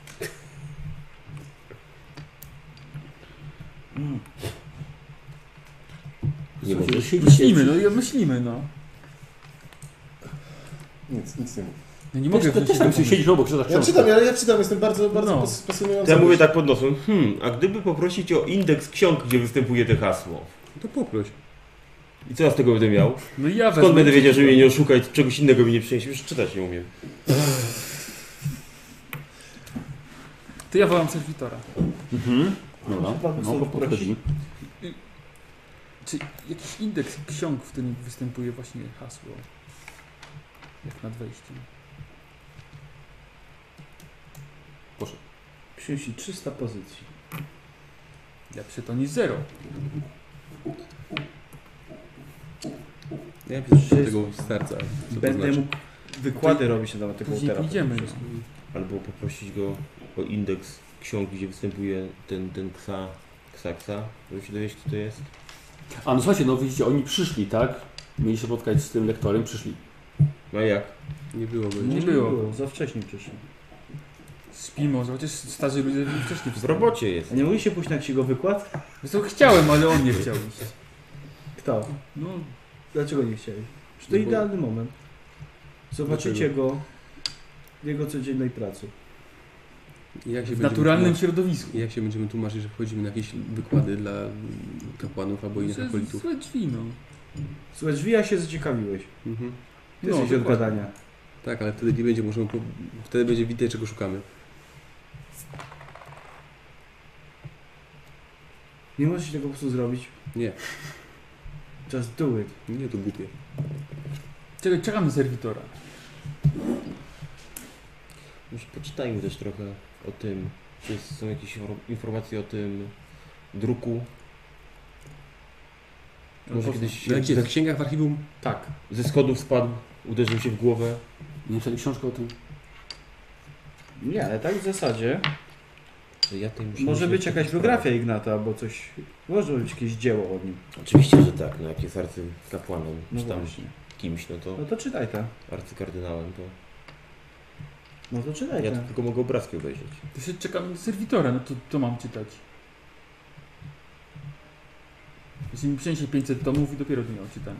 Nie Słuchajcie, możesz? Myślimy, no. Nic nie mówię. Ja nie mogę Też tam siedzisz obok, czytasz Ja książkę. czytam, ja czytam, jestem bardzo No. pasjonujący. Ja mówię tak pod nosem, a gdyby poprosić o indeks ksiąg, gdzie występuje to hasło? To poproś. I co ja z tego będę miał? No i ja Skąd będę wiedział, że mnie nie oszukać, czegoś innego mi nie przyniesie? Już czytać nie umiem. To ja wołam serwitora. Mhm. Dobra, Chyba bym no sobie to podchodzi. Czy jakiś indeks ksiąg, w którym występuje właśnie hasło? Jak nad wejściem. Przynosi 300 pozycji. Ja piszę to nic 0. Ja piszę tego starca. Co to Będę znaczy? mógł wykłady robić na temat tego Później utera. pójdziemy. No. Albo poprosić go o indeks ksiąg, gdzie występuje ten ksa. Żeby się dowiedzieć, kto to jest. A no słuchajcie, no widzicie, oni przyszli, tak? Mieli się spotkać z tym lektorem, przyszli. No a jak? Nie było go. Nie było. Za wcześnie przyszli. Śpimy, chociaż starzy ludzie byli wcześniej W robocie jest. A nie mogliście pójść na jego wykład? Wiesz co, chciałem, ale on nie chciał iść. Kto? No, Dlaczego nie chciałeś? Że to No bo- idealny moment. Zobaczycie go w jego codziennej pracy. I jak się w będziemy naturalnym tłumaczyć- środowisku. i jak się będziemy tłumaczyć, że wchodzimy na jakieś wykłady dla kapłanów albo innych akolitów. Złe drzwi, no. Słuchaj, drzwi, ja się zaciekawiłeś. Mhm. Ty No, jesteś od dokładnie. gadania. Tak, ale wtedy nie będzie, wtedy będzie widać, czego szukamy. Nie możesz tego po prostu zrobić. Nie. Just do it. Nie, to głupie. Czekam na serwitora. Może poczytajmy też trochę o tym, czy są jakieś informacje o tym druku. Może kiedyś Gdzie? W księgach w archiwum? Tak. ze schodów spadł, uderzył się w głowę. Nie czytali książkę o tym? Nie, ale tak w zasadzie Ja tej muszę może być myśleć, jakaś sprawa. biografia Ignata albo coś. Może być jakieś dzieło o nim. Oczywiście, że tak. No jak jest arcykapłanem, No czy tam właśnie. kimś, no to No to czytaj to. arcykardynałem, to No to czytaj ja to. tu tylko mogę obrazki obejrzeć. To się czekam na serwitora, no to mam czytać. Jeśli mi przyniesie 500 tomów i dopiero to miał czytane.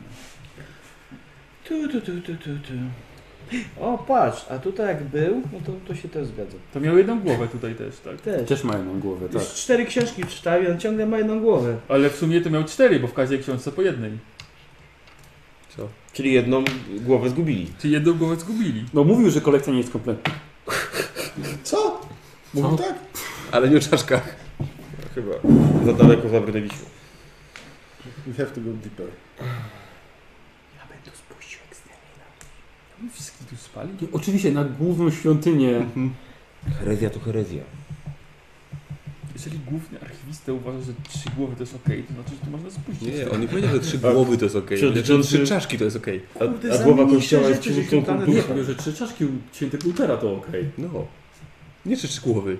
Tu. O, patrz, a tutaj jak był, no to się też zgadza. To miał jedną głowę tutaj też, tak? Też. Też mają głowę, tak. Już 4 książki czytał i on ciągle ma jedną głowę. Ale w sumie to miał 4, bo w każdej książce po jednej. Co? Czyli jedną głowę zgubili. Czyli jedną głowę zgubili. No mówił, że kolekcja nie jest kompletna. Co? Mówił tak? Ale nie o czaszkach. Chyba za daleko zabrnęliśmy. We have to go deeper. Ja bym tu spuścił eksterminator. Oni wszystkich tu spali? Oczywiście na główną świątynię. Herezja to herezja. Jeżeli główny archiwista uważa, że 3 głowy to jest okej, to znaczy, że to można spuścić. Nie, on nie powiedział, że 3 głowy to jest okej. Przewodniczący- Że 3 czaszki to jest okej. Kurde, A za głowa mniejsze kościoła jest rzeczy, żeśmy przywódcą plany kultury. Nie, powiedział, że 3 czaszki świętego Lutera to okej. No. Nie 3 głowy.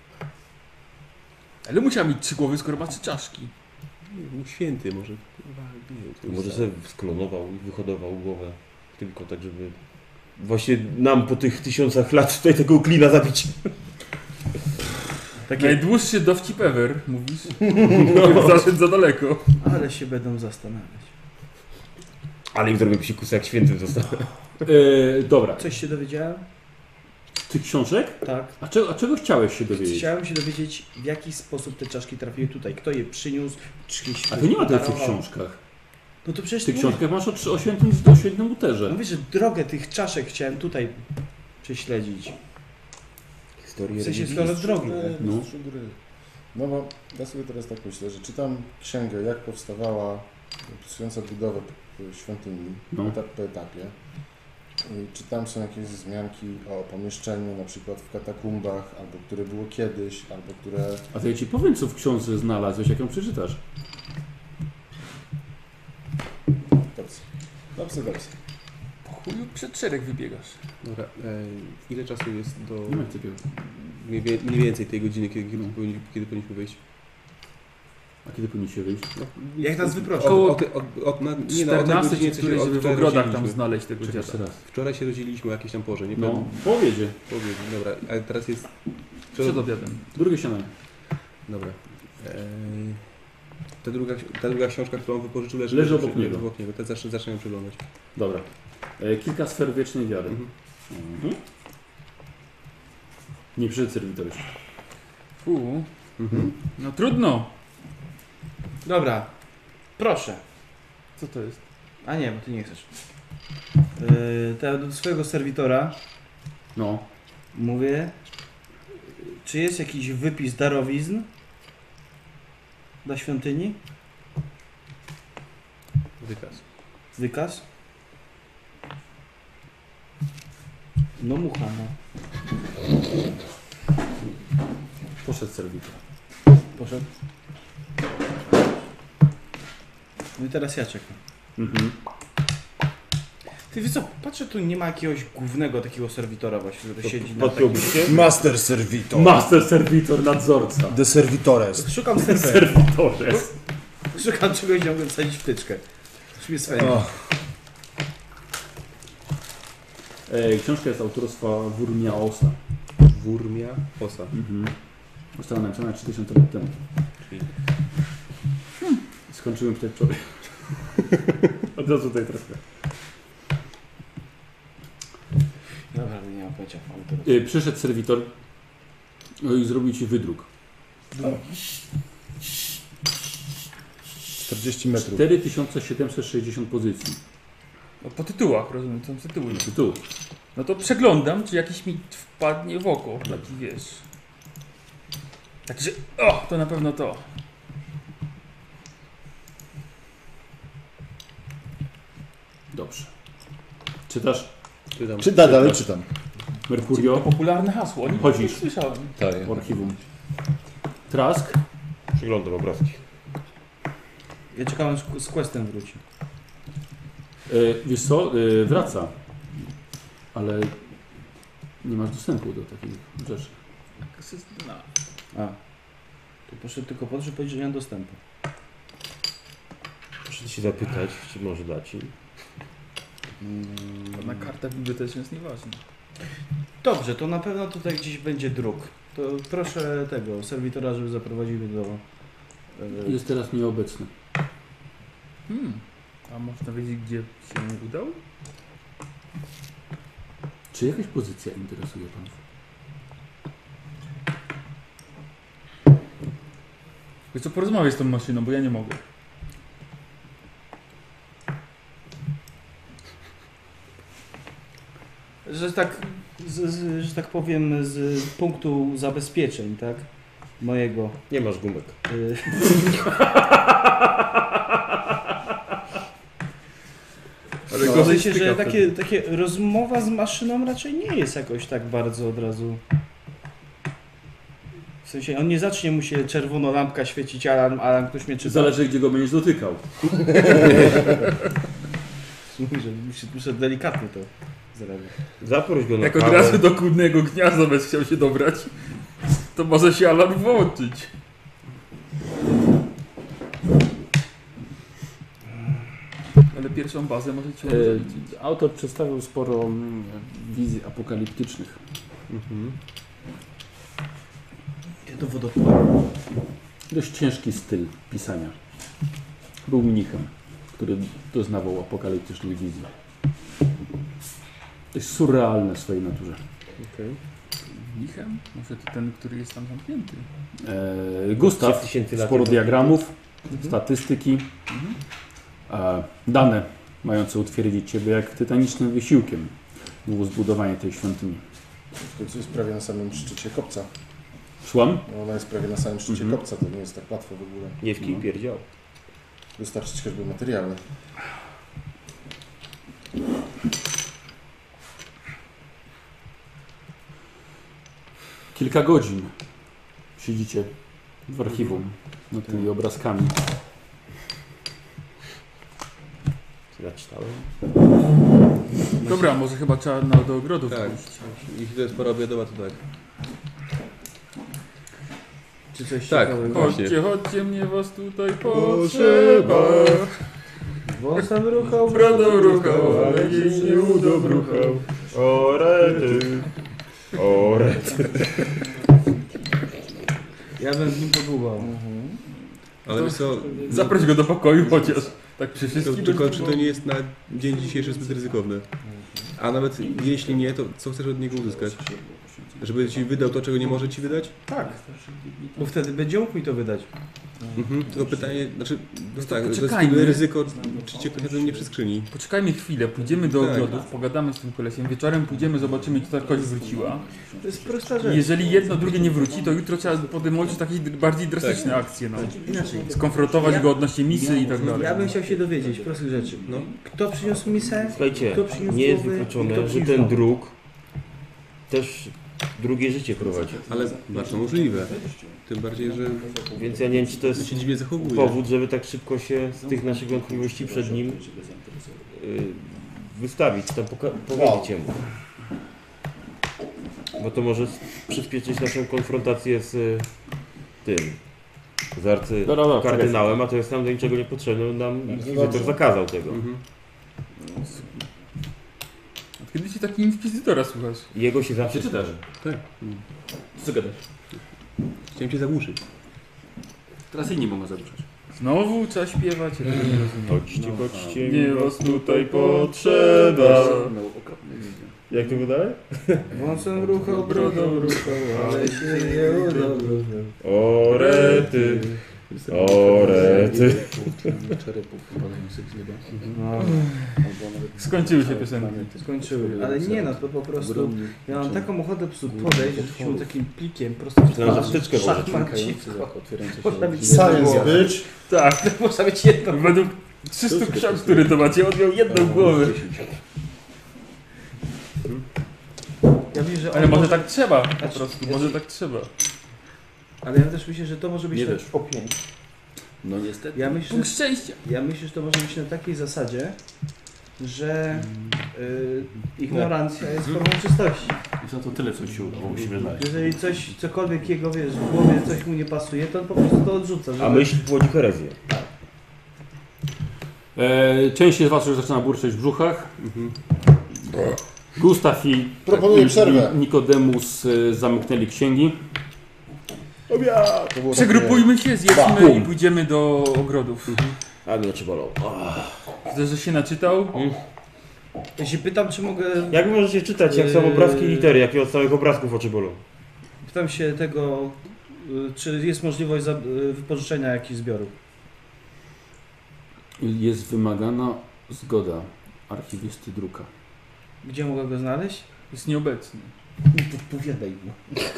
Ale musiał mieć 3 głowy, skoro ma 3 czaszki. Nie, był święty, może. Kurwa, nie wiem, to Może jest- sobie sklonował i wyhodował głowę. Tylko tak, żeby właśnie nam po tych 1000 lat tutaj tego klina zabić. Takie, Najdłuższy dowcip ever, mówisz? No, zaszedł za daleko. ale się będą zastanawiać. Ale im zrobię psikusa jak świętym został. Dobra, Coś się dowiedziałem? tych książek? Tak. A czego chciałeś się dowiedzieć? Chciałem się dowiedzieć, w jaki sposób te czaszki trafiły tutaj. Kto je przyniósł, czy A to nie ma tego w tych darował. książkach. No to przecież W tych mówię. książkach masz o świętym Luterze. No wiesz, że drogę tych czaszek chciałem tutaj prześledzić. Historię W sensie religii. stronę drogi. No. No. No bo ja sobie teraz tak myślę, że czytam księgę, jak powstawała opisująca budowę świątyni, No. etap po etapie. I czy tam są jakieś wzmianki o pomieszczeniu, na przykład w katakumbach, albo które było kiedyś, albo które... A to ja ci powiem, co w książce znalazłeś, jak ją przeczytasz. Dobrze. Po chuju przed szereg wybiegasz. Dobra, ile czasu jest do Nie ma takiego. mniej więcej tej godziny, kiedy powinniśmy wyjść? A kiedy powinniście wyjść? No, Jak nas wyproszą? Koło od 14 czy któryś, żeby w wczoraj ogrodach tam rozdzieliliśmy. znaleźć tego Czekaj, jeszcze dziada. raz. Wczoraj się rozdzieliliśmy o jakiejś tam porze, nie No, pamiętam. po obiedzie. Powiedz, dobra, ale teraz jest... Przed obiadem. Drugie śniadanie. Dobra. Ta druga książka, którą wypożyczył, leży obok niego. Obok niego. Teraz zacznę ją przeglądać. Dobra. Kilka sfer wiecznej wiary. Mhm. Nie przyszedł serwitor jeszcze. No trudno. Dobra, proszę. Co to jest? A nie, bo ty nie chcesz. To ja do swojego serwitora No. mówię, czy jest jakiś wypis darowizn dla świątyni? Wykaz. Wykaz? No mucha, no. Poszedł serwitor. Poszedł. No i teraz ja czekam. Mhm. Ty wiesz co, patrzę, tu nie ma jakiegoś głównego takiego serwitora właśnie, który siedzi na takim... Podpiąłbyś się? Master Servitor. Master serwitor, nadzorca. De Servitores. Szukam serwera. Serwitores. Szukam czegoś, gdzie mogę wsadzić wtyczkę. Już mnie swędzi. Książka jest autorstwa Wurmiaosa. Wurmia Osa. Została napisana 3000 lat temu. Skończyłem czytać wczoraj. Od razu tutaj trafię. Dobra, ale nie mam pojęcia. Autor. Przyszedł serwitor i zrobił ci wydruk. 40 metrów. 4760 pozycji. No po tytułach, rozumiem, są tytuły. Tytuł. No to przeglądam, czy jakiś mi wpadnie w oko, taki wiesz. Także, o, to na pewno to. Dobrze. Czytasz? Czytam. Czytam, dalej czytam. To Mercurio. popularne hasło, nie Chodzisz. słyszałem. Tak. W archiwum. Trask. Przyglądam obrazki. Ja czekałem, z questem wróci. Wiesz co, wraca. Ale nie masz dostępu do takich rzeczy. A. To poszedł tylko po to, żeby powiedzieć, że nie mam dostępu. Proszę się zapytać, czy może dać im. Żadna karta biblioteczna jest nieważna. Dobrze, to na pewno tutaj gdzieś będzie druk. To proszę tego serwitora, żeby zaprowadził mnie do... Jest teraz nieobecny. A można wiedzieć, gdzie się udał? Czy jakaś pozycja interesuje panów? Wiesz co, porozmawiaj z tą maszyną, bo ja nie mogę. Że tak powiem, z punktu zabezpieczeń, tak? Mojego. Nie masz gumek. Ale No, gorzej się, styka że wtedy. takie rozmowa z maszyną raczej nie jest jakoś tak bardzo od razu. W sensie on nie zacznie mu się czerwono lampka świecić, alarm ktoś mnie czyta. Zależy, gdzie go będziesz dotykał. Muszę delikatnie to zrobić. Zaproś go na Jak od kawę. razu do kłódnego gniazda bez chciał się dobrać, to może się alarm włączyć. Ale pierwszą bazę możecie zaliczyć. Autor przedstawił sporo wizji apokaliptycznych. Ja do wodopadu. Dość ciężki styl pisania. Był mnichem, który doznawał apokaliptycznych wizji. Dość surrealne w swojej naturze. Mnichem? Może to ten, który jest tam zamknięty. Gustaw, 3000 lat sporo temu. diagramów, statystyki, dane mające utwierdzić Ciebie, jak tytanicznym wysiłkiem było zbudowanie tej świątyni. W końcu jest prawie na samym szczycie kopca. Szłam? No, ona jest prawie na samym szczycie Mhm. kopca, to nie jest tak łatwo w ogóle. Nie w kij pierdział. Wystarczyć choćby materialne. Kilka godzin siedzicie w archiwum nad tymi obrazkami. Naczytałem. Dobra, może chyba trzeba do ogrodów Tak. pójść. Jeśli to jest pora obiadowa, to tak. Czy coś Tak, ciekawego? właśnie. Chodźcie, mnie was tutaj potrzeba. Wąsem ruchał, Brodą ruchał, ale jej nie udobruchał. O rety. O rety. Ja bym z nim podłubał. Ale wiesz co, Zaproś go do pokoju chociaż. Tak przy wszystkim. tylko czy to nie jest na dzień dzisiejszy zbyt ryzykowne? A nawet jeśli nie, to co chcesz od niego uzyskać? Żeby ci wydał to, czego nie może ci wydać? Tak. Bo wtedy będzie mógł mi to wydać. Tylko pytanie, znaczy, no to tak, to jest poczekajmy. wtedy ryzyko, czy cię ktoś nie przyskrzyni. Poczekajmy chwilę, pójdziemy do Tak. ogrodów, pogadamy z tym kolesiem, wieczorem pójdziemy, zobaczymy, czy ta kość wróciła. To jest prosta rzecz. Jeżeli jedno, drugie nie wróci, to jutro trzeba podejmować takie bardziej drastyczne akcje, no. Inaczej. Skonfrontować go odnośnie misy i tak dalej. Ja bym chciał się dowiedzieć prostych rzeczy. No. Kto przyniósł misę? Słuchajcie, Kto przyniósł nie jest głowy? wykluczone, Kto że przyniósł ten nowy? druk też drugie życie prowadzi. Ale bardzo możliwe. Tym bardziej, że Więc ja nie wiem, czy to jest się dziwnie zachowuje. powód, żeby tak szybko się z tych naszych wątpliwości przed nim wystawić, tam powiedzieć jemu. Bo to może przyspieszyć naszą konfrontację z tym, z Dobra, arcykardynałem, a to jest nam do niczego niepotrzebne, nam inkwizytor zakazał tego. Mhm. Kiedy się taki inkwizytora słuchasz? Jego się zawsze czytasz? Tak. Co gadasz? Chciałem cię zagłuszyć. Teraz inni mogą zaruszać. Znowu trzeba śpiewać? Ja tego nie rozumiem. Chodźcie, chodźcie, Nie was tutaj potrzeba. Jak to wydaje? Wąsem ruchał, brodą ruchał, ale się nie udało. O rety, o rety. No, Skończyły się piosenki. skończyły. Ale nie no, to po prostu... Ja mam taką ochotę po prostu podejść z takim plikiem prosto przed Myślałem, że twarz. wtyczkę włożyć. Szachmanciko. Można mieć Science, jedną głowę. bitch! Tak, Można mieć jedną. według 300 ksiąg, które to macie, on miał jedną głowę. Ja wiem, że Ale on może tak trzeba, po prostu, może tak trzeba. Ale ja też myślę, że to może być... Nie tak- wiesz. O 5. No niestety. Ja myślę, Punkt szczęścia. że to może być na takiej zasadzie, że ignorancja jest formą czystości. I za to tyle, co ci udało się wydaje. Jeżeli cokolwiek jego, wiesz, w głowie coś mu nie pasuje, to on po prostu to odrzuca. A myśl płodzi herezję. Część z was już zaczyna burczeć w brzuchach. Gustaw i Proponuję przerwę. Nikodemus zamknęli księgi. To było Przegrupujmy się, zjedzmy Bum. i pójdziemy do ogrodów. A mnie oczy bolą. Ktoś, że się naczytał? Ja się pytam, czy mogę... Jak wy możecie czytać, jak są obrazki i litery, jakie od całych obrazków oczy bolą? Pytam się tego, czy jest możliwość wypożyczenia jakichś zbiorów. Jest wymagana zgoda archiwisty druka. Gdzie mogę go znaleźć? Jest nieobecny. Podpowiadaj mu.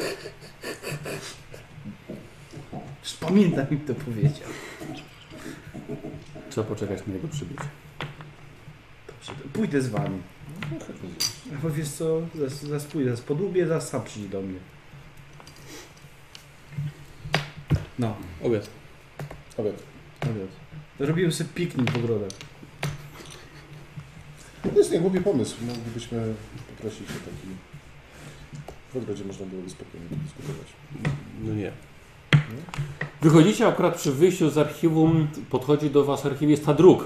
Już pamiętam, mi to powiedział. Trzeba poczekać na jego przybycie. Pójdę z wami. Bo wiesz co, zaraz pójdę, zaraz podłubię, zaraz sam przyjdzie do mnie. No, Obiad. Obiad. obiad. Robiłem sobie piknik w ogrodach. To jest niegłupi pomysł. Moglibyśmy poprosić o taki... W ogrodzie można byłoby spokojnie dyskutować. No nie. Wychodzicie akurat przy wyjściu z archiwum, podchodzi do was archiwista dróg.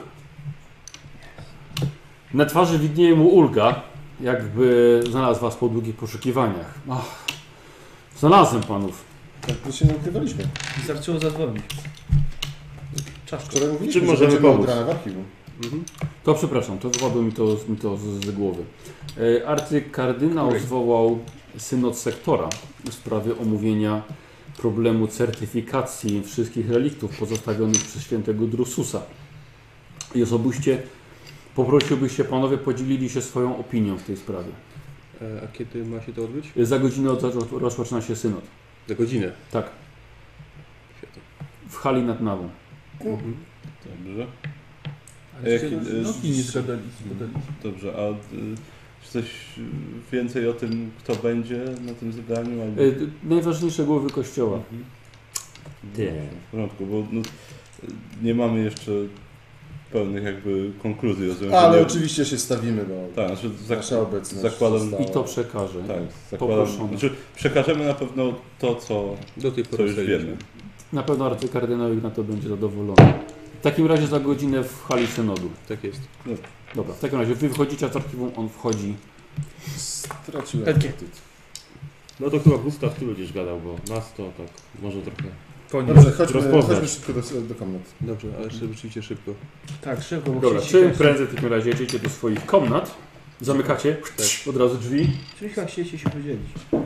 Na twarzy widnieje mu ulga, jakby znalazł was po długich poszukiwaniach. Ach, znalazłem panów. Tak, my się nie ukrywaliśmy. Wystarczyło zadzwonić. Czaszko. Wczoraj mówiliśmy, Czym że możemy będziemy pomóc? od rana w archiwum. To przepraszam, to wypadło mi to z głowy. Arcykardynał zwołał synod sektora w sprawie omówienia problemu certyfikacji wszystkich reliktów pozostawionych przez świętego Drususa. I osobiście poprosiłbym się panowie podzielili się swoją opinią w tej sprawie. A kiedy ma się to odbyć? Za godzinę rozpoczyna się synod. Za godzinę. Tak, Świetnie. w hali nad Nawą. Dobrze. Ale Jak- się nogi nie zgadali. Dobrze, a czy coś więcej o tym, kto będzie na tym zebraniu? Albo... Najważniejsze głowy kościoła. Nie. W porządku, bo no, nie mamy jeszcze pełnych jakby konkluzji. Rozumiem, że Ale nie- oczywiście się stawimy do... Tak, znaczy Nasza obecność zakładam, została- I to przekażę. tak, zakładam, Poproszony. znaczy przekażemy na pewno to, co Do tej co pory już ustaliliśmy. wiemy. Na pewno arcykardynał na to będzie zadowolony. W takim razie za godzinę w hali synodu. Tak jest. Dobra, w takim razie wy wychodzicie z archiwum, on wchodzi. Straciłem Takie. apetyt. No to chyba Gustaw, ty będziesz gadał, bo nas to tak może trochę... Koniec. Dobrze, chodźmy Rozpoznać. szybko do komnat. Dobrze, ale rzeczywiście szybko. Tak, szybko, bo Dobra, chcieliście- czym prędzej w takim razie jedziecie do swoich komnat, zamykacie od razu drzwi. Czyli chyba chcieliście się podzielić.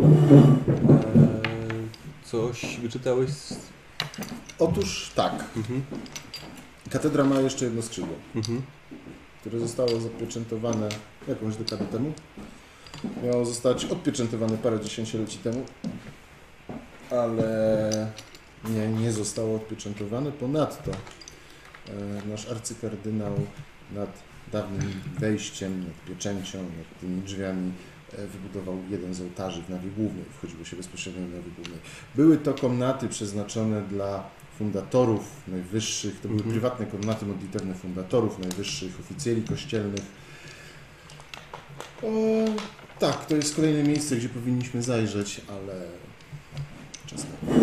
Coś wyczytałeś z... Otóż tak. Katedra ma jeszcze jedno skrzydło, które zostało zapieczętowane jakąś dekadę temu. Miało zostać odpieczętowane parę dziesięcioleci temu, ale nie zostało odpieczętowane. Ponadto nasz arcykardynał nad dawnym wejściem, nad pieczęcią, nad tymi drzwiami wybudował jeden z ołtarzy w nawie głównej. Wchodziło się bezpośrednio do nawie głównej. Były to komnaty przeznaczone dla fundatorów najwyższych, to były prywatne komnaty modlitewne fundatorów, najwyższych oficjeli kościelnych. Tak, to jest kolejne miejsce, gdzie powinniśmy zajrzeć, ale czas na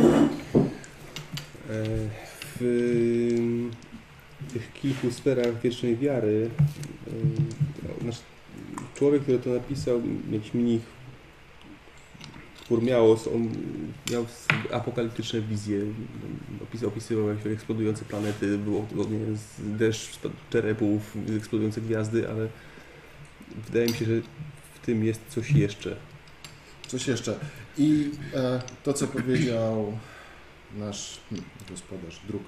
W tych kilku sferach wiecznej wiary nasz człowiek, który to napisał, jakiś mnich Kurmiałos, on miał apokaliptyczne wizje, opisywał jakieś eksplodujące planety, było deszcz czerepów, eksplodujące gwiazdy, ale wydaje mi się, że w tym jest coś jeszcze. coś jeszcze. I to, co powiedział nasz gospodarz dróg.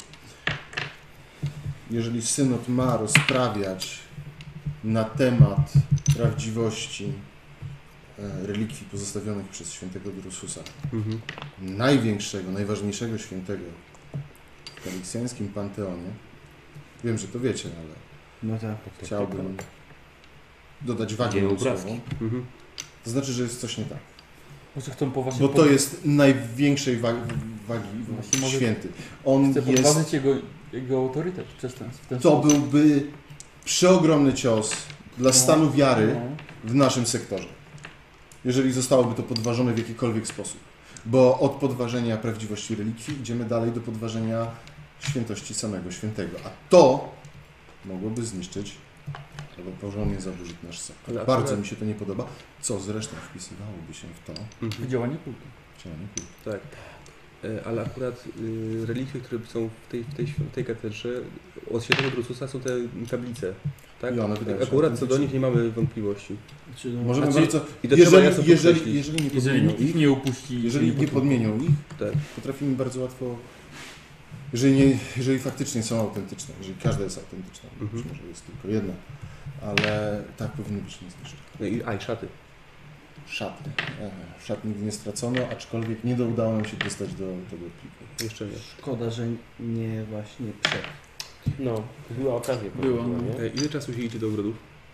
Jeżeli synod ma rozprawiać na temat prawdziwości relikwii pozostawionych przez świętego Drususa, największego, najważniejszego świętego w galicyjskim panteonie, wiem, że to wiecie, ale No tak. chciałbym dodać wagę Dzieło tym obrazki. słowom. To znaczy, że jest coś nie tak. Może chcą poważnie Bo to jest największej wagi Właśnie mogę- święty. On Chcę jest... podważyć jego autorytet przez w ten To sposób. byłby przeogromny cios dla stanu wiary No. w naszym sektorze. Jeżeli zostałoby to podważone w jakikolwiek sposób. Bo od podważenia prawdziwości relikwii idziemy dalej do podważenia świętości samego świętego. A to mogłoby zniszczyć albo porządnie zaburzyć nasz sektor. Ale Bardzo akurat- mi się to nie podoba, co zresztą wpisywałoby się w to Mhm. W działanie kultu. działanie kultu. Tak. Ale akurat relikwie, które są w tej katedrze, od świętego Drususa są te tablice. Tak? I one wydają się Akurat co do autentyczne. nich nie mamy wątpliwości. Znaczy, no, Możemy Znaczy, bardzo... I to trzeba jasno Jeżeli podkreślić. nie Jeżeli podmienią nikt ich ich, nie upuści... jeżeli nie podmienią ich, Tak. potrafimy bardzo łatwo, jeżeli faktycznie są autentyczne, jeżeli każda jest autentyczna, być Mhm. może jest tylko jedna, ale tak powinny być niezniszczone. No i szaty. Szaty. Szat nigdy nie stracono, aczkolwiek nie udało nam się dostać do tego pliku. Jeszcze nie. szkoda, że nie właśnie przed. No, była okazja. Była, chyba, no. nie? Ile czasu się idzie do ogrodów?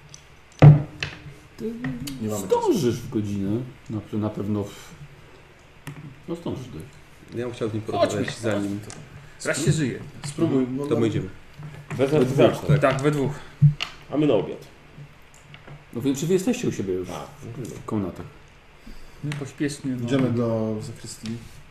Nie mamy czasu. Zdążysz w godzinę. Na pewno no zdążysz dojść. Ja bym chciał z nim Chodźmy. porozmawiać zanim. Raz się żyje. Spróbuj. No, To my idziemy. Bez zacznę. Tak, we dwóch. A my na obiad. No więc czy wy jesteście u siebie już Tak. w komnatach? My pośpiesznie. No. Idziemy do zakrystii.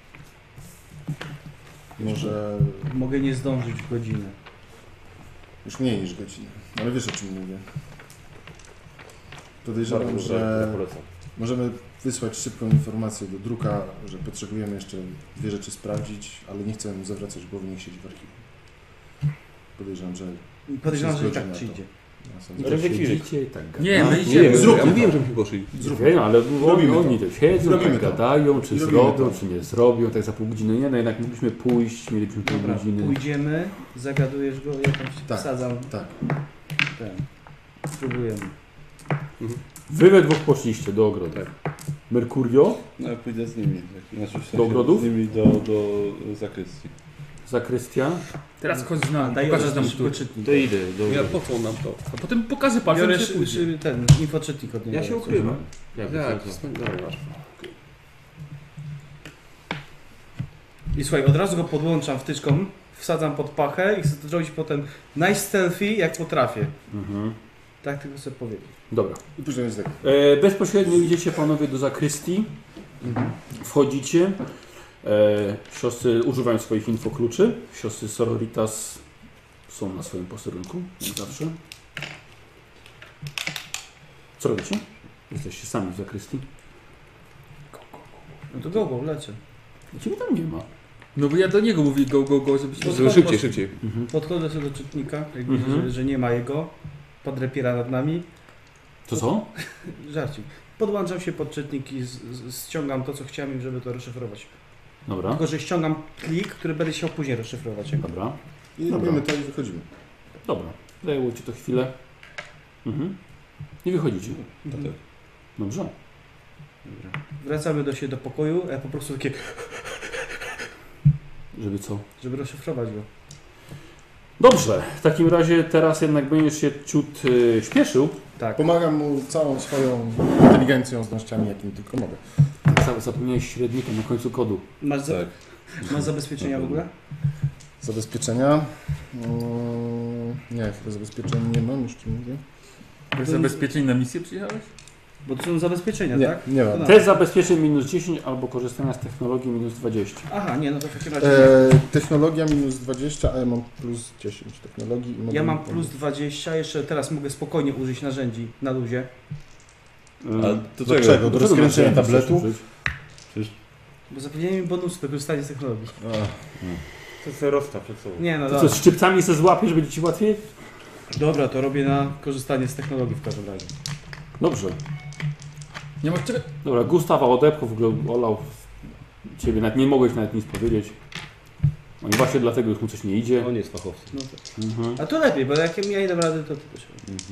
Może Mogę nie zdążyć w godzinę. już mniej niż godzinę, ale wiesz o czym mówię. Podejrzewam, Bardzo że polecam. możemy wysłać szybką informację do druka, że potrzebujemy jeszcze 2 rzeczy sprawdzić, ale nie chcemy mu zawracać głowy, niech siedzi w archiwum. Podejrzewam, że Podejrzewam, że i tak zgodzi na to. przyjdzie. na I sądzę. tak Rekwizyt. siedzicie i tak Nie, gadacie. my idziemy. Zróbmy Ja to. mówiłem, żebyśmy poszli. Wiem, ale Robimy oni to. to siedzą, Robimy tak to. gadają, czy I robimy zrobią, to. czy nie zrobią, tak za pół godziny. Nie, no jednak mogliśmy pójść, mielibyśmy pół Dobra, godziny. pójdziemy, zagadujesz go, ja tam się Tak. wsadzam. Tak. Ten. Spróbujemy. Wy we dwóch poszliście do ogrodu. Mercurio, No ja pójdę z nimi. Znaczy, w sensie Do ogrodów? Z nimi do zakrystii. zakrystia. Teraz chodź z nami, Daj pokażesz nam odczytnik, tu. czytnik. To idę do Ja po co nam to? A potem pokażę palcem, Biorę że pójdzie. ten infoczytnik od niego. Ja się jak coś, ukrywam. no. Tak, Dobra. I słuchaj, od razu go podłączam wtyczką, wsadzam pod pachę i chcę to zrobić potem najstealthy jak potrafię. Mhm. Tak tylko chcę powiedzieć. Dobra. I później jest tak. Bezpośrednio idziecie panowie do zakrystii. Wchodzicie. Siostry używają swoich infokluczy. Siostry Sororitas są na swoim posterunku, jak zawsze. Co robicie? Jesteście sami w zakrystii. No to go, lecę. Ciebie tam nie ma. No bo ja do niego mówię go, żebyśmy... Szybciej, szybciej. Mhm. Podchodzę sobie do czytnika, jak widzę, Mhm. że nie ma jego. Podrepiera nad nami. To co? Żarcik. Podłączam się pod czytnik i ściągam to, co chciałem, żeby to rozszyfrować. Dobra. Tylko, że ściągam plik, który będę chciał później rozszyfrować. Dobra. I Dobra. robimy to i wychodzimy. Dobra. Zajęło ci to chwilę. Mhm. I wychodzicie. Mhm. Dobrze. Wracamy do pokoju, a ja po prostu takie, Żeby co? żeby rozszyfrować go. Dobrze. W takim razie teraz jednak będziesz się ciut śpieszył. Tak. Pomagam mu całą swoją inteligencją, zdolnościami, jakimi tylko mogę. Zapomniałeś średnika na końcu kodu. Masz, Tak. masz zabezpieczenia w ogóle? Zabezpieczenia. Nie, chyba zabezpieczeń nie mam, już ci mówię. Bez zabezpieczeń na misję przyjechałeś? Bo to są zabezpieczenia, Nie, tak? nie mam. No. Test zabezpieczeń minus 10 albo korzystania z technologii minus 20. Aha, nie, no to w takim razie Technologia minus 20, a ja mam plus 10 technologii. I mogę ja mam mu plus 20, jeszcze teraz mogę spokojnie użyć narzędzi na luzie. A Do czego? Do rozkręcenia masz tabletu? użyć? Bo zapewnienie mi bonusy do korzystania z technologii. To sobie rozstaw przed sobą. Nie, no To co, dobra. z szczypcami se złapiesz, będzie ci łatwiej? Dobra, to robię na korzystanie z technologii w każdym razie. Dobrze. Nie masz czego? Dobra, Gustawa odepchał, w ogóle olał ciebie, nawet nie mogłeś nawet nic powiedzieć. No i właśnie dlatego już mu coś nie idzie. On jest fachowcem. No to. Mhm. A to lepiej, bo jak ja nie dam rady, to ty też.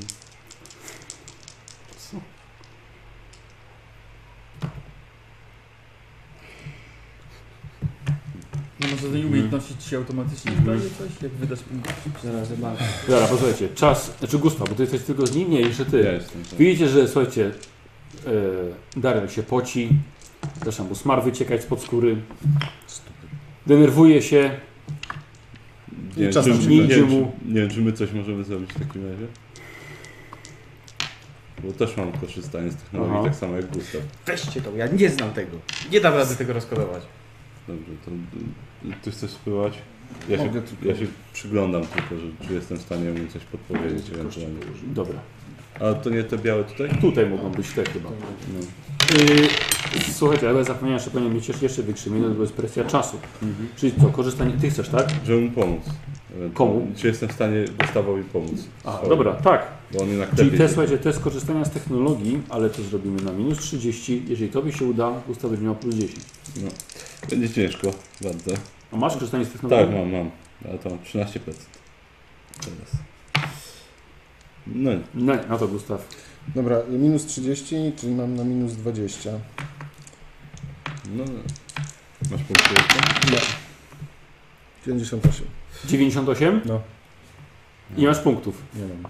No może tej umiejętności ci się automatycznie zdaje coś, jak wydasz punkt. Zaraz zobaczę. Dobra, posłuchajcie, czas, znaczy Gustaw, bo ty jesteś tylko z nim, nie, jeszcze ty. Ja jestem. Tak. Widzicie, że słuchajcie, Daryl się poci, zaczyna mu smar wyciekać spod skóry. Denerwuje się. Nie, czas czy, nam się nie, kończy. nie wiem, czy my coś możemy zrobić w takim razie? Bo też mam korzystanie z technologii, Aha. tak samo jak Gustaw. Weźcie to, ja nie znam tego. Nie dam rady tego rozkodować. Dobrze, to ty chcesz spływać? Ja Mogę się, tylko- ja się przyglądam tylko, że, czy jestem w stanie mu coś podpowiedzieć ewentualnie. Dobra. A to nie te białe tutaj? Tutaj mogą być te chyba. No. Słuchajcie, ale zapomniałem, że powinien mieć jeszcze większy minut, bo jest presja czasu. Czyli co, korzystanie... Ty chcesz, tak? Żeby mu pomóc. Komu? Czy jestem w stanie Gustawowi pomóc? A, dobra, tak. Bo on jednak Czyli lepiej. słuchajcie, to jest korzystanie z technologii, ale to zrobimy na minus 30. Jeżeli tobie się uda, Gustaw będzie miał plus 10. No. Będzie ciężko, bardzo. A masz korzystanie z technologii? Tak, mam. Ale to mam 13%. Teraz. No nie. No to Gustaw. Dobra, minus 30, czyli mam na minus 20. No. Masz punkty jeszcze? Nie. 58. 98? No. I nie masz punktów. Nie mam.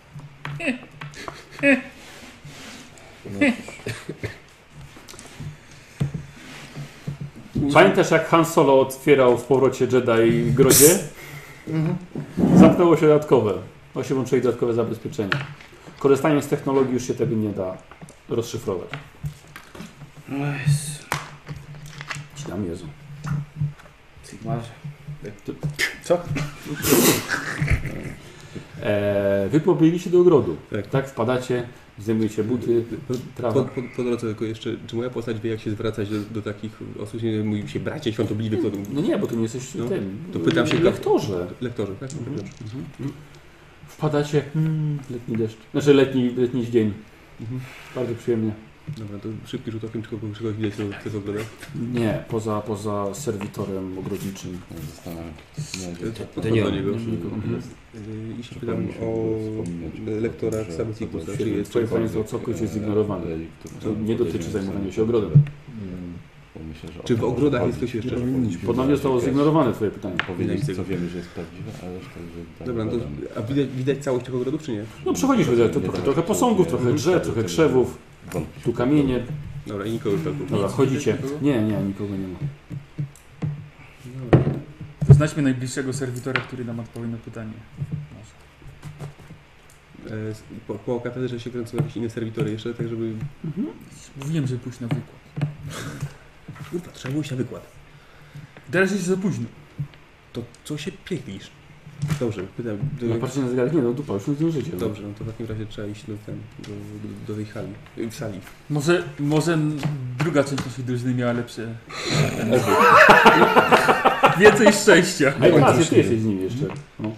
Pamiętasz, jak Han Solo otwierał w powrocie Jedi grodzie? Zamknęło się dodatkowe. Właśnie włączyli dodatkowe zabezpieczenia. Korzystanie z technologii już się tego nie da rozszyfrować. Ci dam Jezu. Sigmarze. Co? Wy pobiegliście do ogrodu. Tak. Tak, wpadacie, zdejmujecie buty, trawę. Po drodze tylko jeszcze, czy moja postać wie, jak się zwracać do takich osób, nie mówi się bracie świątobliwych, to No nie, bo ty nie jesteś No, tym. to pytam się- lektorze. lektorzy, tak? Wpadacie, letni deszcz. Znaczy letni dzień. Bardzo przyjemnie. Dobra, to szybki rzut okiem, czy kogoś widać, co jest w ogrodach. Nie, poza serwitorem ogrodniczym. Zastanawiam się. To nie do on. niego. Mhm. Jeśli pytam o lektora Xabeticusa, czy jest Twoje pytanie zostało całkowicie zignorowane. To nie dotyczy zajmowania się ogrodem. Czy w ogrodach jest ktoś jeszcze? Ponownie zostało zignorowane twoje pytanie. Powiedzieć, co wiemy, że jest prawdziwe, a reszta, że tak. Dobra, no to, a widać całość tych ogrodów, czy nie? No przechodzisz, to trochę posągów, trochę drzew, trochę krzewów, tu kamienie. Dobra, i nikogo już tak. Dobra, chodzicie. Nie, nikogo nie ma. Znajdźmy najbliższego serwitora, który nam odpowie na pytanie. Po katedrze się kręcą jakieś inne serwitory jeszcze, tak żeby... Mówiłem, żeby pójść na wykład. Kurwa, trzeba było iść na wykład. Teraz jest za późno. To co się pieklisz? Dobrze, pytam. No patrzcie na zegarek, nie no dupa, już nie zdążycie. Dobrze, no to w takim razie trzeba iść do tej hali, w sali. Może druga część naszej drużyny miała lepsze... Więcej szczęścia. Ej, Klasie, ty jesteś z nimi jeszcze. No.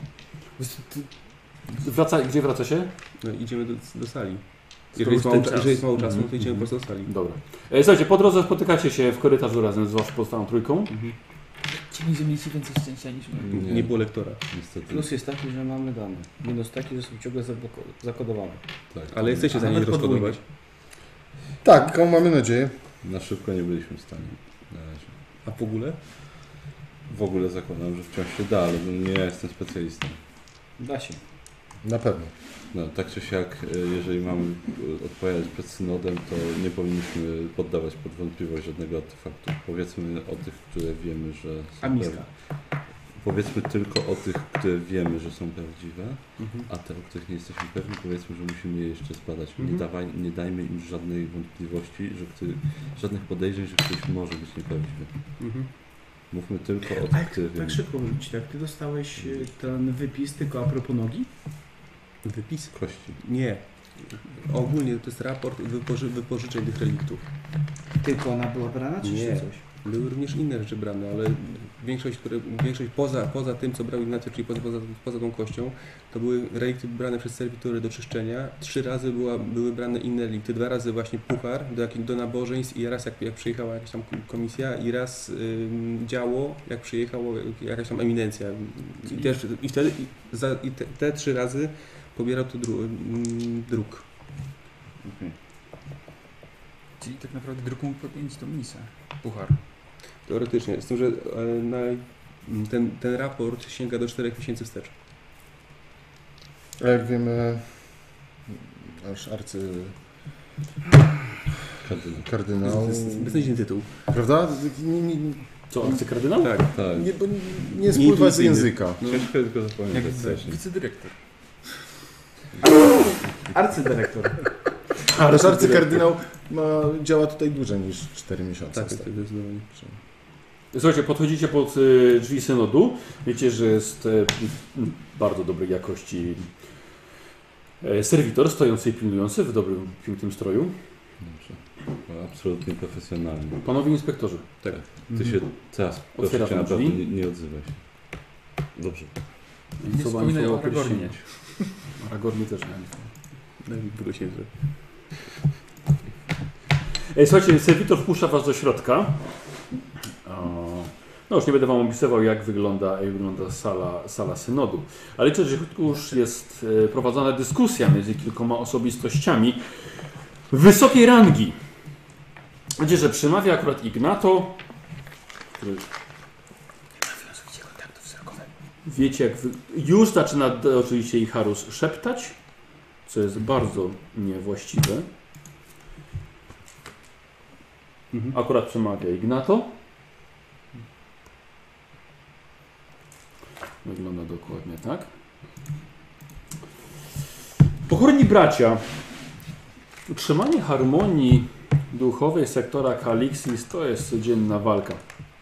Gdzie wraca się? No idziemy do sali. Skoro już ten czas. Jeżeli jest mało czasu, to idziemy po prostu do sali. Dobra. Słuchajcie, po drodze spotykacie się w korytarzu razem z waszą pozostałą trójką. Ci że mieliście więcej szczęścia niż my. Nie było lektora. Niestety. Plus jest taki, że mamy dane. Minus taki, że są ciągle zakodowane. Tak. Ale jesteście w stanie nawet rozkodować. Tak, mamy nadzieję. Na szybko nie byliśmy w stanie. Na razie. A w ogóle? W ogóle zakładam, że wciąż się da, ale nie jestem specjalistą. Da się. Na pewno. No, tak czy siak, jeżeli mamy odpowiadać przed synodem, to nie powinniśmy poddawać pod wątpliwość żadnego artefaktu. Powiedzmy o tych, które wiemy, że są Amiska. Powiedzmy tylko o tych, które wiemy, że są prawdziwe, a te, o których nie jesteśmy pewni, powiedzmy, że musimy je jeszcze zbadać. Nie dajmy im żadnej wątpliwości, żadnych podejrzeń, że ktoś może być nieprawdziwy. Mówmy tylko o tych, które wiemy. Tak szybko mówić, tak? Ty dostałeś ten wypis tylko a propos nogi? Wypis? Kości. Nie. Ogólnie to jest raport wypożyczeń tych reliktów. Tylko ona była brana, czy Nie. jeszcze coś? Były również inne rzeczy brane, ale większość poza tym, co brał Ignacy, czyli poza tą kością, to były relikty brane przez serwitory do czyszczenia. 3 razy były brane inne relikty. 2 razy właśnie puchar do nabożeństw i raz jak przyjechała jakaś tam komisja i raz działo, jak przyjechało jakaś tam eminencja. I wtedy te 3 razy pobierał to druk. Okay. Czyli tak naprawdę druk mógł podjąć tą misę. Puchar. Teoretycznie. Z tym, że ten raport sięga do 4 miesięcy wstecz. A jak wiemy, nasz kardynał, Beznadziejny tytuł. prawda? Co, arcykardynał? Tak. Tak. Nie, bo nie spływa z języka. Ciężko tylko Jak zapamiętać wcześniej. wicedyrektor. Arcydyrektor. Nasz arcykardynał działa tutaj dłużej niż 4 miesiące. Tak, zdecydowanie. Słuchajcie, podchodzicie pod drzwi synodu. Wiecie, że jest bardzo dobrej jakości serwitor stojący i pilnujący w dobrym, pięknym stroju. Dobrze. Absolutnie profesjonalnie. Panowie inspektorzy. Tak. Ty się teraz proszę Otwieram cię naprawdę drzwi. nie odzywaj się. Dobrze. Nie wspominaj o Aragornie. Aragornie też nie. Daj mi tego się zrobić. Słuchajcie, serwitor wpuszcza was do środka. No już nie będę wam opisywał, jak wygląda sala synodu. Ale liczę, że już jest prowadzona dyskusja między kilkoma osobistościami wysokiej rangi. Gdzie, że przemawia akurat Ignato, który... Wiecie, jak już zaczyna oczywiście Icharus szeptać, co jest bardzo niewłaściwe. Akurat przemawia Ignato. Wygląda dokładnie tak. Pokorni bracia, utrzymanie harmonii duchowej sektora Kalixis to jest codzienna walka.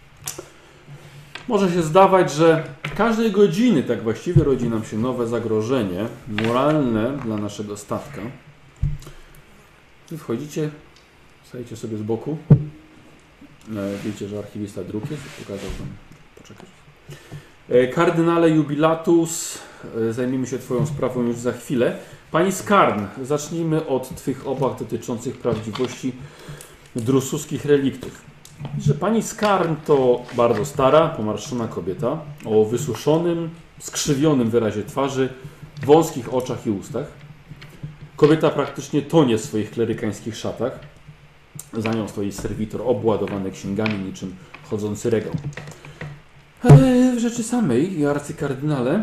Może się zdawać, że każdej godziny tak właściwie rodzi nam się nowe zagrożenie moralne dla naszego statka. Wy wchodzicie, stajecie sobie z boku. Wiecie, że archiwista druk jest, pokazał wam. Poczekaj. Kardynale Jubilatus, zajmiemy się twoją sprawą już za chwilę. Pani Skarn, zacznijmy od twych obaw dotyczących prawdziwości drususkich reliktów. Że pani Skarn to bardzo stara, pomarszczona kobieta o wysuszonym, skrzywionym wyrazie twarzy, wąskich oczach i ustach. Kobieta praktycznie tonie w swoich klerykańskich szatach. Za nią stoi serwitor obładowany księgami niczym chodzący regał. W rzeczy samej, arcykardynale,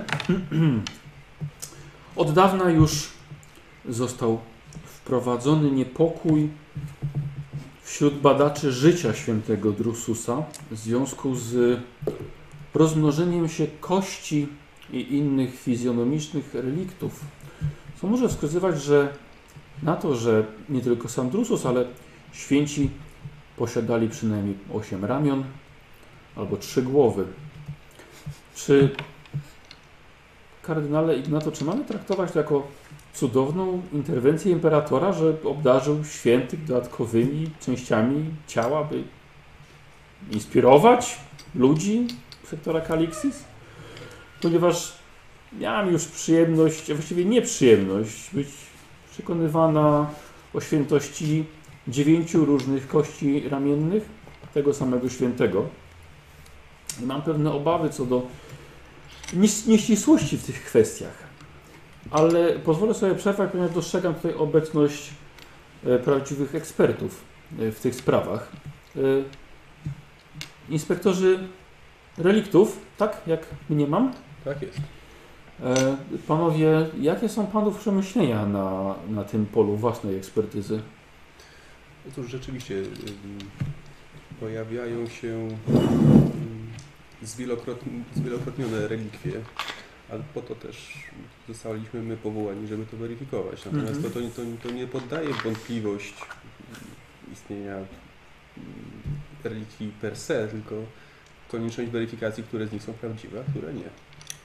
od dawna już został wprowadzony niepokój wśród badaczy życia świętego Drususa w związku z rozmnożeniem się kości i innych fizjonomicznych reliktów, co może wskazywać na to, że nie tylko sam Drusus, ale święci posiadali przynajmniej 8 ramion albo 3 głowy. Czy kardynale Ignato, czy mamy traktować to jako cudowną interwencję imperatora, że obdarzył świętych dodatkowymi częściami ciała, by inspirować ludzi sektora Kalixis? Ponieważ miałem już przyjemność, a właściwie nieprzyjemność, być przekonywana o świętości 9 różnych kości ramiennych tego samego świętego. I mam pewne obawy co do nieścisłości w tych kwestiach. Ale pozwolę sobie przerwać, ponieważ dostrzegam tutaj obecność prawdziwych ekspertów w tych sprawach. Inspektorzy reliktów, tak jak mniemam? Tak jest. Panowie, jakie są panów przemyślenia na tym polu własnej ekspertyzy? Otóż rzeczywiście pojawiają się zwielokrotnione relikwie, ale po to też zostaliśmy my powołani, żeby to weryfikować. Natomiast to nie poddaje w wątpliwość istnienia relikwii per se, tylko konieczność weryfikacji, które z nich są prawdziwe, a które nie.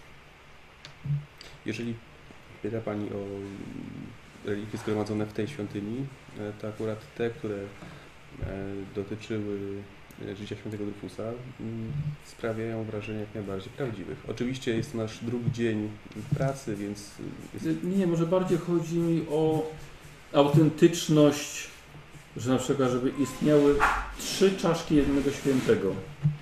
Jeżeli pyta Pani o relikwie zgromadzone w tej świątyni, to akurat te, które dotyczyły życia świętego Drususa, sprawiają wrażenie jak najbardziej prawdziwych. Oczywiście jest to nasz drugi dzień pracy, więc... Nie, może bardziej chodzi mi o autentyczność, że na przykład, żeby istniały 3 czaszki jednego świętego.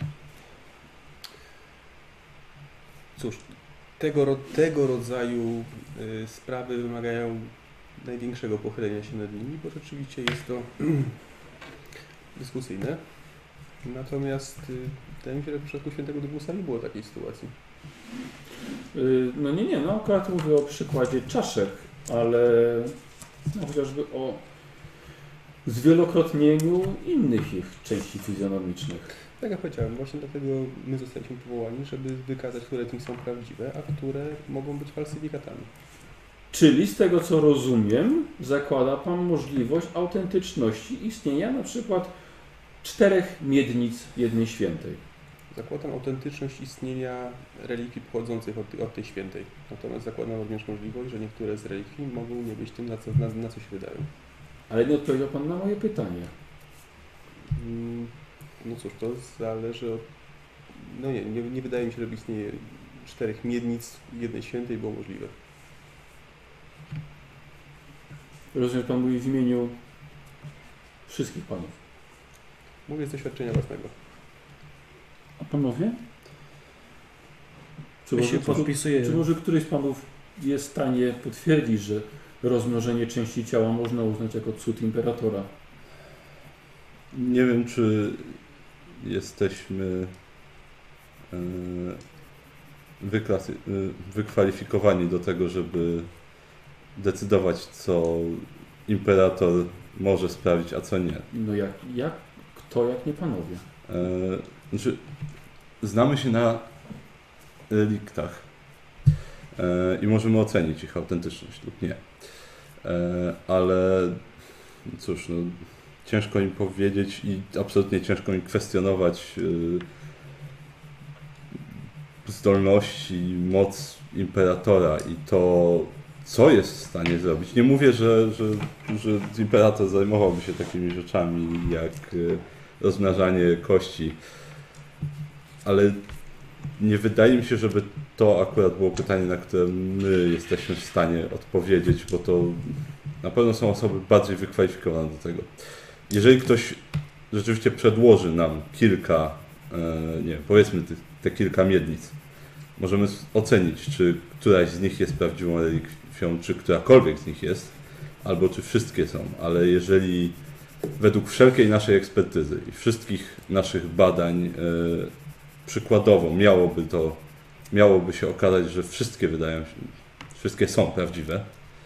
Cóż, tego rodzaju sprawy wymagają największego pochylenia się nad nimi, bo rzeczywiście jest to dyskusyjne. Natomiast wydaje mi się, że w przypadku świętego Drususa nie było takiej sytuacji. No nie, no akurat mówię o przykładzie czaszek, ale no, chociażby o zwielokrotnieniu innych ich części fizjonomicznych. Tak jak powiedziałem, właśnie dlatego my zostaliśmy powołani, żeby wykazać, które z nich są prawdziwe, a które mogą być falsyfikatami. Czyli z tego co rozumiem, zakłada Pan możliwość autentyczności istnienia na przykład 4 miednic jednej świętej. Zakładam autentyczność istnienia relikwii pochodzących od tej świętej. Natomiast zakładam również możliwość, że niektóre z relikwii mogą nie być tym, na co się wydają. Ale nie odpowiedział Pan na moje pytanie. No cóż, to zależy od... No nie wydaje mi się, żeby istnienie 4 miednic jednej świętej było możliwe. Rozumiem, że Pan mówi w imieniu wszystkich Panów. Mówię z doświadczenia własnego. A Panowie? Czy Ja się podpisuję. Czy może któryś z Panów jest w stanie potwierdzić, że rozmnożenie części ciała można uznać jako cud Imperatora? Nie wiem, czy jesteśmy wykwalifikowani do tego, żeby decydować, co Imperator może sprawić, a co nie. No jak kto, jak nie Panowie? Znaczy, znamy się na reliktach i możemy ocenić ich autentyczność lub nie. Ale cóż, no, ciężko im powiedzieć i absolutnie ciężko im kwestionować zdolności, moc Imperatora i to, co jest w stanie zrobić. Nie mówię, że Imperator zajmowałby się takimi rzeczami jak rozmnażanie kości, ale nie wydaje mi się, żeby to akurat było pytanie, na które my jesteśmy w stanie odpowiedzieć, bo to na pewno są osoby bardziej wykwalifikowane do tego. Jeżeli ktoś rzeczywiście przedłoży nam kilka, nie wiem, powiedzmy te kilka miednic, możemy ocenić, czy któraś z nich jest prawdziwą relikwią, czy którakolwiek z nich jest, albo czy wszystkie są, ale jeżeli według wszelkiej naszej ekspertyzy i wszystkich naszych badań przykładowo miałoby się okazać, że wszystkie są prawdziwe,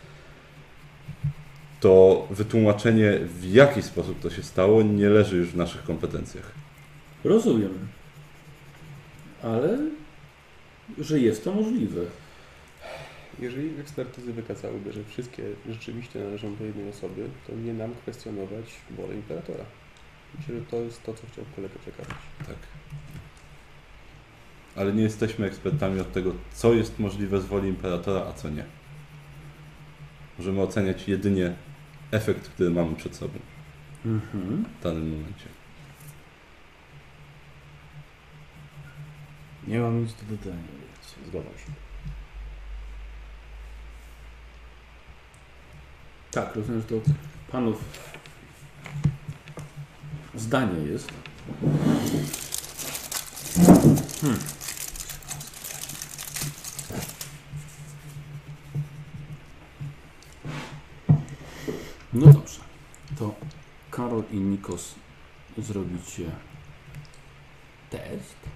to wytłumaczenie, w jaki sposób to się stało, nie leży już w naszych kompetencjach. Rozumiem. Ale że jest to możliwe. Jeżeli ekspertyzy wykazałyby, że wszystkie rzeczywiście należą do jednej osoby, to nie nam kwestionować wolę Imperatora. Myślę, że to jest to, co chciał kolega przekazać. Tak. Ale nie jesteśmy ekspertami od tego, co jest możliwe z woli Imperatora, a co nie. Możemy oceniać jedynie efekt, który mamy przed sobą w danym momencie. Nie mam nic do dodania. Zgadzam się. Tak, rozumiem, że to Panów zdanie jest. No dobrze, to Karol i Nikos zrobicie test.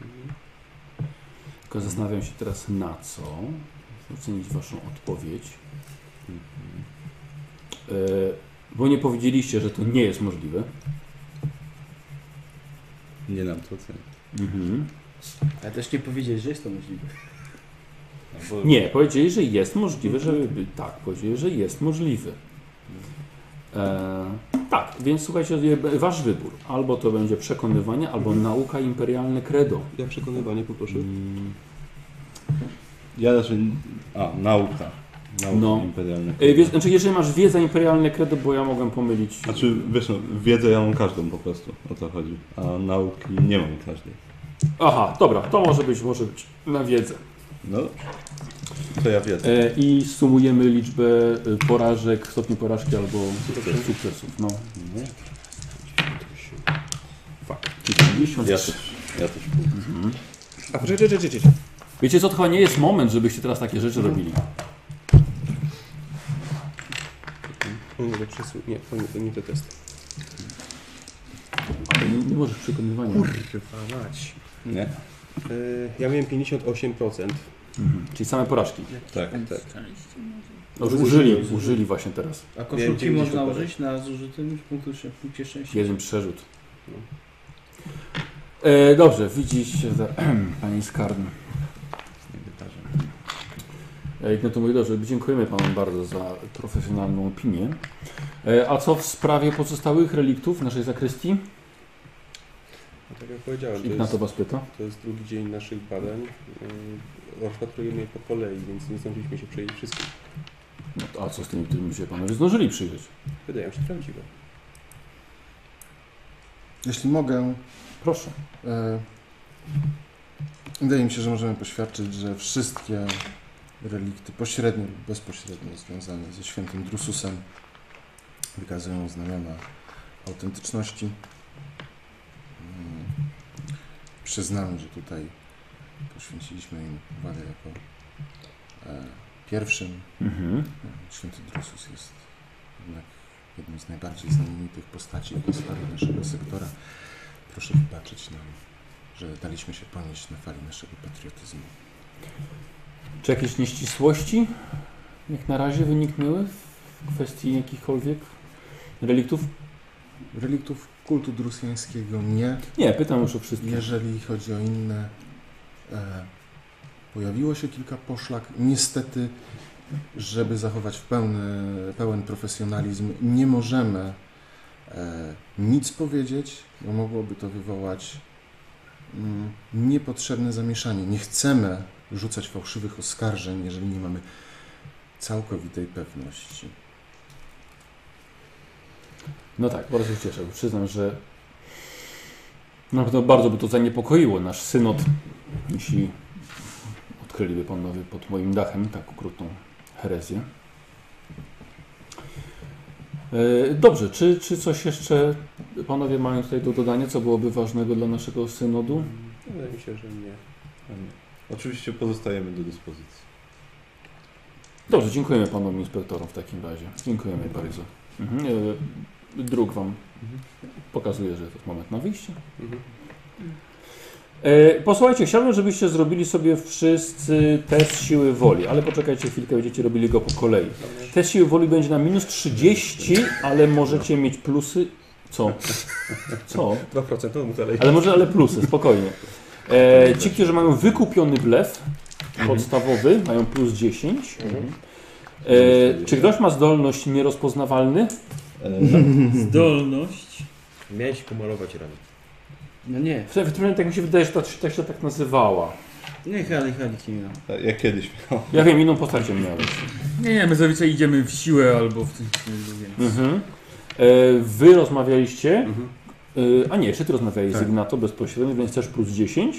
Tylko zastanawiam się teraz na co. Ocenić Waszą odpowiedź. Bo nie powiedzieliście, że to nie jest możliwe. Nie nam to ocenić. Ale też nie powiedzieli, że jest to możliwe. Nie, powiedzieli, że jest możliwe, żeby... Tak, powiedzieli, że jest możliwy. Tak, więc słuchajcie, Wasz wybór. Albo to będzie przekonywanie, albo nauka imperialne credo. Ja przekonywanie poproszę. Ja raczej... Nauka. No. Imperialne. Znaczy, jeżeli masz wiedzę imperialne credo, bo ja mogłem pomylić... Znaczy, wiesz, no, wiedzę ja mam każdą po prostu, o co chodzi, a nauki nie mam każdej. Aha, dobra, to może być na wiedzę. No dobrze. To ja wiedzę. I sumujemy liczbę porażek, stopni porażki albo sukcesów. No. Czyli 50. Ja też. A poczekaj. Wiecie co, to chyba nie jest moment, żebyście teraz takie rzeczy robili. Nie, to nie te testy. Ale nie możesz przekonywania. Kurwa mać. Nie. Ja miałem 58%. Czyli same porażki. Tak. Dobrze, użyli właśnie teraz. A koszulki można użyć na zużytym punkcie szczęścia? Jeden przerzut. Dobrze, widzicie, pani Skarn. No to mówię, dobrze, dziękujemy panom bardzo za profesjonalną opinię. A co w sprawie pozostałych reliktów naszej zakrystii? Tak jak powiedziałem, Ignato was pyta. to jest drugi dzień naszych badań. Rozpatrujemy je po kolei, więc nie zdążyliśmy się przejrzeć wszystkich. No, a co z tymi, którymi się panowie zdążyli przyjrzeć? Wydają się prawdziwe. Jeśli mogę, Proszę. wydaje mi się, że możemy poświadczyć, że wszystkie relikty pośrednio lub bezpośrednio związane ze świętym Drususem wykazują znamiona autentyczności. Przyznamy, że tutaj poświęciliśmy im uwagę jako pierwszym. Święty Drusus jest jednak jednym z najbardziej znamienitych postaci w historii naszego sektora. Proszę wybaczyć nam, że daliśmy się ponieść na fali naszego patriotyzmu. Czy jakieś nieścisłości jak na razie wyniknęły w kwestii jakichkolwiek reliktów? Reliktów kultu drusjańskiego nie. Nie, pytam już o wszystkie. Jeżeli chodzi o inne, pojawiło się kilka poszlak. Niestety, żeby zachować pełen profesjonalizm, nie możemy nic powiedzieć, bo mogłoby to wywołać niepotrzebne zamieszanie. Nie chcemy rzucać fałszywych oskarżeń, jeżeli nie mamy całkowitej pewności. No tak, bardzo się cieszę. Przyznam, że na pewno bardzo by to zaniepokoiło nasz synod, jeśli odkryliby panowie pod moim dachem tak okrutną herezję. Dobrze, czy coś jeszcze panowie mają tutaj do dodania, co byłoby ważnego dla naszego synodu? Wydaje mi się, że nie. Oczywiście pozostajemy do dyspozycji. Dobrze, dziękujemy panom inspektorom w takim razie. Dziękujemy bardzo. Druk wam pokazuje, że to jest moment na wyjście. Posłuchajcie, chciałbym, żebyście zrobili sobie wszyscy test siły woli, ale poczekajcie chwilkę, będziecie robili go po kolei. Test siły woli będzie na minus 30, ale możecie mieć plusy. Co? 2%, no mów dalej. Ale plusy, spokojnie. Ci, którzy mają wykupiony blef podstawowy, mają plus 10. Czy ktoś ma zdolność nierozpoznawalny? Zdolność. Miałeś pomalować ramię. No nie. W tym momencie mi się wydaje, że ta się tak nazywała. Nie, Halich nie miał. Jak kiedyś miał. Ja wiem, inną postacią miałeś. Nie, my zazwyczaj idziemy w siłę albo w tym więc... Wy rozmawialiście, a nie, jeszcze ty rozmawiałeś z Ignato bezpośrednio, więc też plus 10.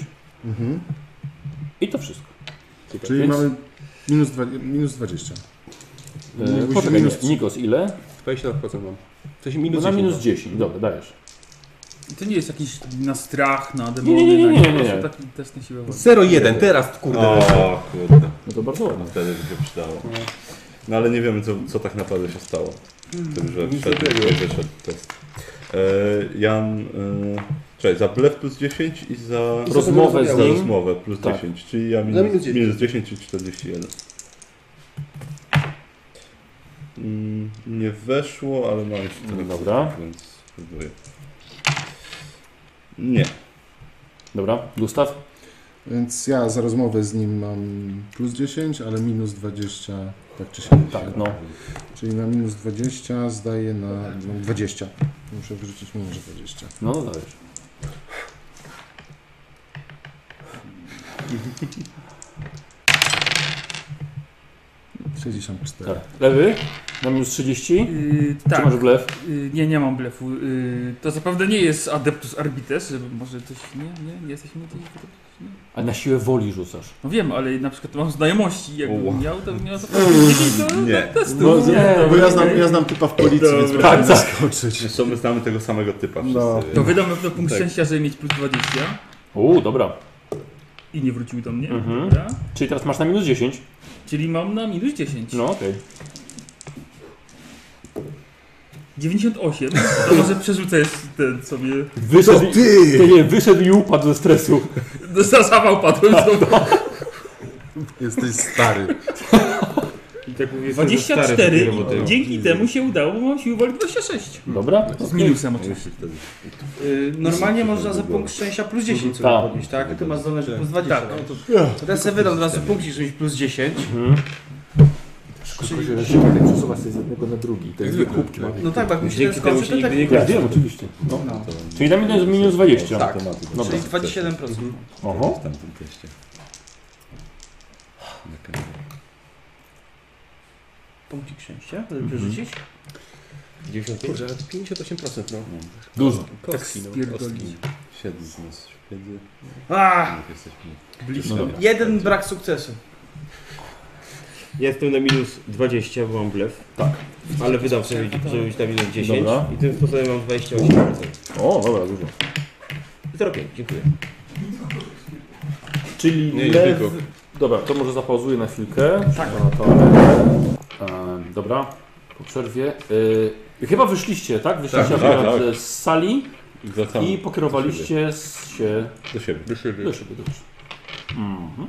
I to wszystko. Super. Czyli więc... mamy minus 20. Poczekaj, Nikos, ile? 22% mam. W sensie minus na 10, minus 10, dobra, dajesz. To nie jest jakiś na strach, na demony, Nie. taki test na siłę woli. 0,1, teraz kurde. O kurde. No to bardzo No ładnie. wtedy by się przydało. No ale nie wiemy co tak naprawdę się stało. Tym, że Nic wszedł, dobrego. wyszedł test. Jan, czekaj, za blef plus 10 i za Rozmowę z nim. rozmowę plus Tak. 10, czyli ja Za minus minus 10. 10 i 41. Nie weszło, ale mam jeszcze tyle, Dobra. więc spróbuję. Nie. Dobra, Gustaw? Więc ja za rozmowę z nim mam plus 10, ale minus 20, tak czy siak. Tak, no. Czyli na minus 20 zdaję na 20. Muszę wyrzucić minus 20. No dajesz. No, 64. Tak. Lewy? Na minus 30? Czy Tak. masz blef? Nie mam blefu. To zapewne nie jest Adeptus Arbites, żeby może coś... Nie jesteśmy na tej... A na siłę woli rzucasz. No wiem, ale na przykład mam znajomości, jakbym miał, to bym miał to Nie. testu. No, nie, Bo ja znam typa w policji, więc Tak, mogę zaskoczyć. Zresztą my znamy tego samego typa wszyscy. No. To wydam na punkt Tak. szczęścia, żeby mieć plus 20 Dobra. i nie wrócił do mnie. Mhm. Dobra. Czyli teraz masz na minus 10. Czyli mam na minus 10. No okej. 98. To może przerzucę ten sobie. Wyszedł, ty! wyszedł i upadł ze stresu. Zawał padłem znowu. Jesteś stary. I tak mówię, 24 roboty. i dzięki temu się udało, bo mam siłę woli 26. Dobra? Z minusem oczywiście. Normalnie można za punkt szczęścia plus 10 sobie Tak. podnieść, tak? Ty masz zdolność plus 20. Tak. To teraz sobie wydam od razu punkcik, żebyś plus 10. Szkoda, że się tutaj przesuwa się z jednego na drugi. Te dwie kubki mamy. No tak, bo jak mi się Dzięki temu skończy, się to tak... nigdy nie Ja wiem, oczywiście. No. No. Czyli tam jest minus 20. Tak. Dobra. Czyli 27%. Oho. W tamtym teście. Punkcik szczęścia, żeby przerzucić. 95? Kurczę, ale to 58%, no. Dużo. Kostki, no. Spierdolić. Siedzi z nas świeży. A, Jesteśmy. No dobra. jeden brak sukcesu. Jestem na minus 20, bo mam blef. Tak. Ale wydał sobie, żeby być na minus 10 Dobra. i tym sposobem mam 28%. O, dobra, dużo. 0,5, dziękuję. Czyli Nie, lew... tylko. Dobra, to może zapauzuję na chwilkę. Tak. Dobra, po przerwie. Chyba wyszliście, tak? Wyszliście Tak, akurat tak. z sali I wracamy i pokierowaliście się do siebie. Do siebie. do siebie. Dobrze. Mhm.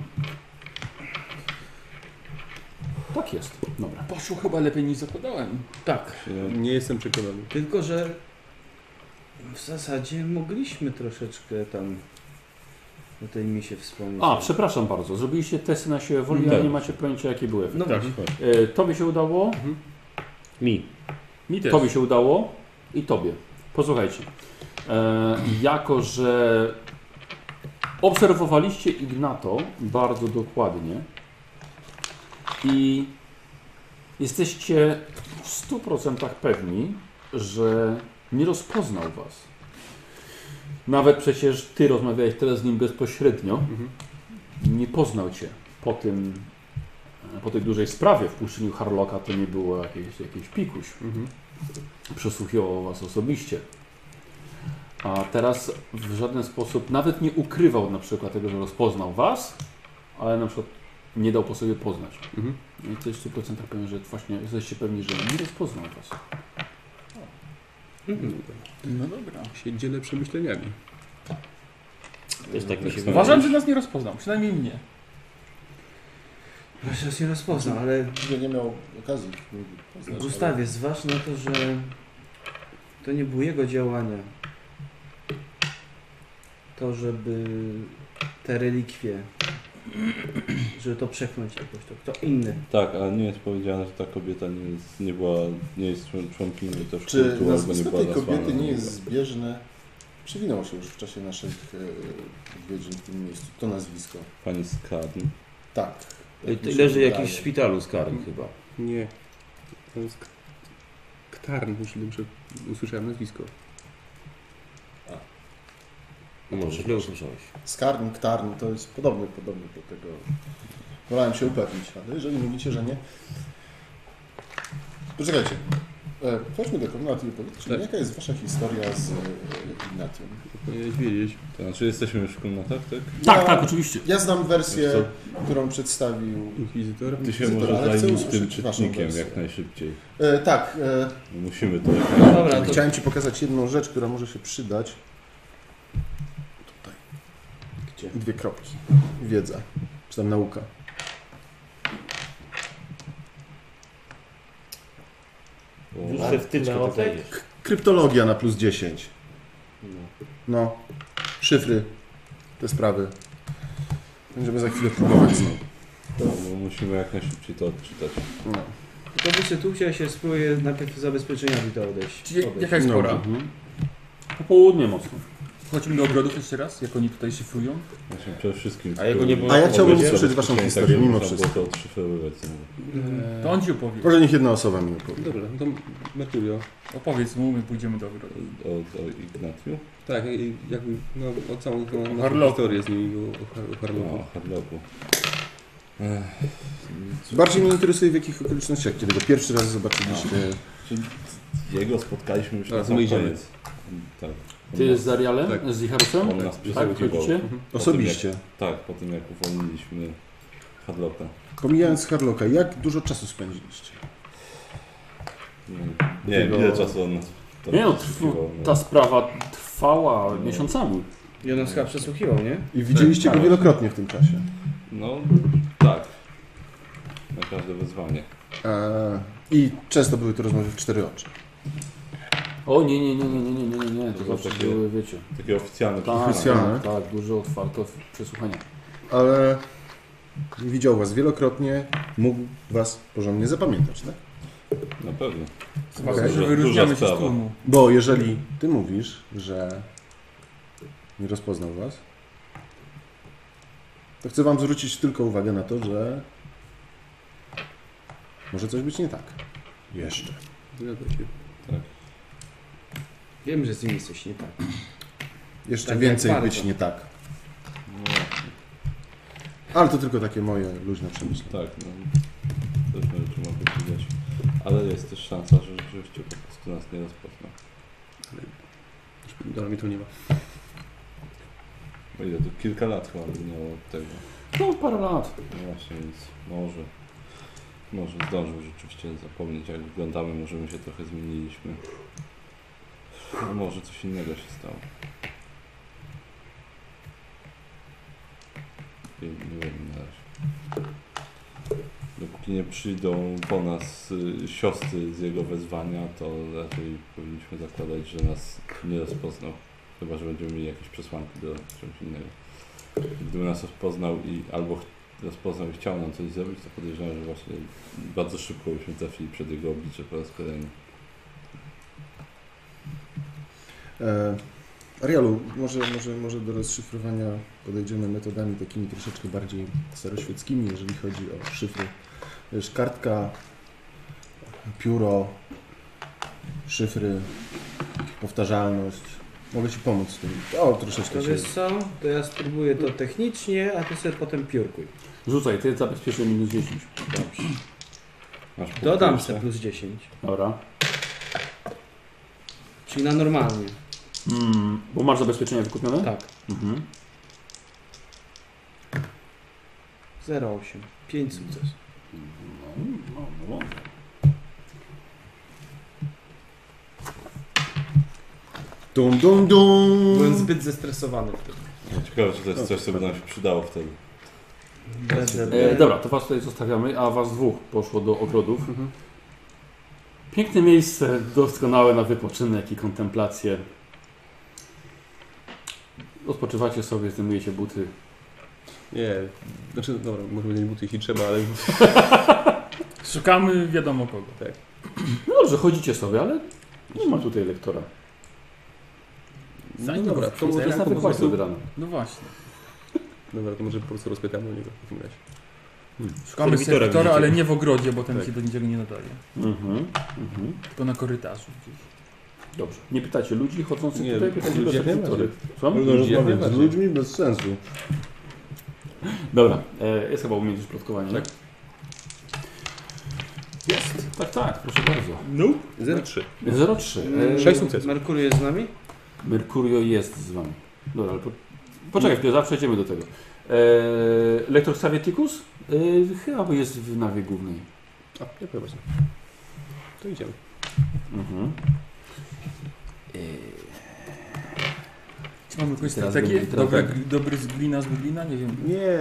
Tak jest. Dobra. Poszło chyba lepiej niż zakładałem. Tak, Nie jestem przekonany. tylko że w zasadzie mogliśmy troszeczkę tam o tej misie wspomnieć. A, przepraszam bardzo. Zrobiliście testy na siłę woli, a Tak. nie macie pojęcia jakie były efekty. No Tak. właśnie. Tobie się udało, Mi. Mi też. tobie się udało i tobie. Posłuchajcie. Jako, że obserwowaliście Ignato bardzo dokładnie i jesteście w 100% pewni, że nie rozpoznał was. Nawet przecież ty rozmawiałeś teraz z nim bezpośrednio. Nie poznał cię po tej dużej sprawie. W puszczeniu Harlocka to nie było jakiś pikuś. Przesłuchiwał was osobiście. A teraz w żaden sposób nawet nie ukrywał na przykład tego, że rozpoznał was, ale na przykład nie dał po sobie poznać. I jesteś w 100% pewni, że właśnie jesteście pewni, że nie rozpoznał was. No dobra. Się dzielę przemyśleniami. Też tak mi się Uważam, że nas nie rozpoznał. Przynajmniej mnie. Właśnie nas nie rozpoznał, ale Nie miał okazji. poznać, Gustawie, zważ na to, że to nie były jego działania. To, żeby te relikwie, żeby to przepchnąć jakoś, to kto inny. Tak, ale nie jest powiedziane, że ta kobieta nie jest członkinią też Czy kultu, albo nie nazwisko była tej nazwana. kobiety nie jest zbieżne? Przewinęło się już w czasie naszych odwiedzin w tym miejscu. To nazwisko. Pani Skarn. Tak. jak mi się Leży wydaje. jakiś w szpitalu z Karn chyba. Nie. To jest Ktarn, jeśli dobrze usłyszałem nazwisko. No może źle usłyszałeś. Skarn, Ktarn, to jest podobny do tego. Wolałem się upewnić, ale jeżeli mówicie, że nie... Poczekajcie. Chodźmy do komnaty i powiedzcie, Tak. jaka jest wasza historia z Ignatium? Powinieneś wiedzieć. To znaczy jesteśmy już w komnatach, tak? Tak, tak, oczywiście. Ja znam wersję, Wiesz którą przedstawił... Inkwizytor? Ty się Inkwizytor, może ale chcę zajmij tym usłyszeć waszą czytnikiem wersję. jak najszybciej. Tak, Musimy to jak najszybciej. Dobra, to chciałem Ci pokazać jedną rzecz, która może się przydać. Tutaj. Gdzie? 2 kropki. Wiedza. Czy tam nauka. Dłuższe wtyczka tutaj jest. Kryptologia na plus 10. No. Szyfry. Te sprawy. Będziemy za chwilę próbować znowu. No, musimy jak najszybciej to odczytać. No. to wiecie, tu chciałem się spróbuję najpierw zabezpieczeniami to odejść. Czyli odejść. jaka jest pora? Mhm. Popołudnie mocno. Wchodzimy do ogrodów jeszcze raz, jak oni tutaj szyfrują. Właśnie przede wszystkim. A jego nie było- A ja chciałbym Mogę usłyszeć waszą tak, historię, żeby mimo można wszystko. było to odszyfrowywać znowu. To on ci opowie. Może niech jedna osoba mi opowie. Dobra, to Mercurio. Opowiedz mu, my pójdziemy do ogrodu. O Ignatiu? Tak, jakby, no, o całą tą Harlocku. historię z nimi, o Harlocku. O Harlocku. Bardziej mnie interesuje w jakich okolicznościach, kiedy go pierwszy raz zobaczyliście. Jego spotkaliśmy już Teraz na my sam idziemy. koniec. Tak. Ty z Arialem? Tak. Z Icharusem? On nas Tak, przesłuchiwał. chodzicie? Osobiście. Tak, po tym jak uwolniliśmy Harlocka. Pomijając Harlocka, jak dużo czasu spędziliście? Nie wiem, Tego- ile czasu on nas tam Nie no, przesłuchiwał. ta sprawa trwała miesiącami. I on nas chyba przesłuchiwał, nie? I widzieliście Tak. go wielokrotnie w tym czasie. No, Tak. Na każde wezwanie. I często były to rozmowy w 4 oczy. O nie, to To zawsze takie- były, wiecie. Takie oficjalne Tak, Oficjalne. tak, dużo otwarte przesłuchania. Ale widział was wielokrotnie, mógł was porządnie zapamiętać, tak? Na pewno. Zobaczmy, że Duża wyróżniamy się z sprawa. tłumu. Bo jeżeli ty mówisz, że nie rozpoznał was, to chcę wam zwrócić tylko uwagę na to, że może coś być nie tak. Jeszcze. Zgadza się. Wiem, że z nimi coś nie tak. Jeszcze Tak więcej jak być bardzo. nie tak. No właśnie. Ale to tylko takie moje luźne przemyślenie. Tak, no. Różne rzeczy mogę powiedzieć. Ale jest też szansa, że rzeczywiście po prostu nas nie rozpozna. Dobra, mi tu nie ma. Bo ile to? Kilka lat chyba minęło od tego. No, parę lat. No właśnie, więc może zdążył rzeczywiście zapomnieć, jak wyglądamy, może my się trochę zmieniliśmy. A może coś innego się stało. Nie wiem na razie. Dopóki nie przyjdą po nas siostry z jego wezwania, to raczej powinniśmy zakładać, że nas nie rozpoznał. Chyba że będziemy mieli jakieś przesłanki do czegoś innego. Gdyby nas rozpoznał albo rozpoznał i chciał nam coś zrobić, to podejrzewam, że właśnie bardzo szybko byśmy trafili przed jego oblicze po raz kolejny. Arialu, może do rozszyfrowania podejdziemy metodami takimi troszeczkę bardziej staroświeckimi, jeżeli chodzi o szyfry. Wiesz, kartka, pióro, szyfry, powtarzalność. Mogę Ci pomóc z tym. O, troszeczkę To się... wiesz co? To ja spróbuję to technicznie, a ty sobie potem piórkuj. Rzucaj, ty zabezpieczył minus 10. Dobrze. Masz punkt Dodam jeszcze? sobie plus 10. Dobra. Czyli na normalnie. Bo masz zabezpieczenia wykupione? Tak. Mhm. 0,8. 5 sukces. No. Dum, dum, dum! Byłem zbyt zestresowany wtedy. Ciekawe, czy to jest coś, co by nam się przydało wtedy. Dobra, to was tutaj zostawiamy, a was dwóch poszło do ogrodów. Piękne miejsce, doskonałe na wypoczynek i kontemplację. Odpoczywacie sobie, zdejmujecie buty. Nie, znaczy, dobra, może będzie buty, jeśli trzeba, ale Szukamy wiadomo kogo. No dobrze, chodzicie sobie, ale nie ma tutaj lektora. no dobra, to może Jest po na wykładzie prostu, od rana. No właśnie. dobra, to może po prostu rozpytamy o niego w takim razie. Szukamy Serwitora serwitora, widzicie. ale nie w ogrodzie, bo ten Tak. się do niczego nie nadaje. Mhm. Tylko na korytarzu gdzieś. Dobrze. Nie pytacie ludzi chodzących Nie, tutaj, pytacie ludzi go jak serwitory. Słucham? Można Ludzi jak rozmawiać z najbardziej. ludźmi bez sensu. Dobra, jest chyba umiejętność plotkowania. Tak. Jest. Tak, proszę bardzo. No. 0,3. 0,3. 6 sukcesów. Merkury jest z nami? Merkurio jest z wami. Dobra, ale poczekaj chwilę, zaraz przejdziemy do tego. Lektor Xavieticus? Chyba jest w nawie głównej. A, jak najbardziej. To idziemy. Mhm. Czy mamy jakąś Teraz strategię? będzie- teraz Dobry z glina z buglina? Nie wiem. Nie.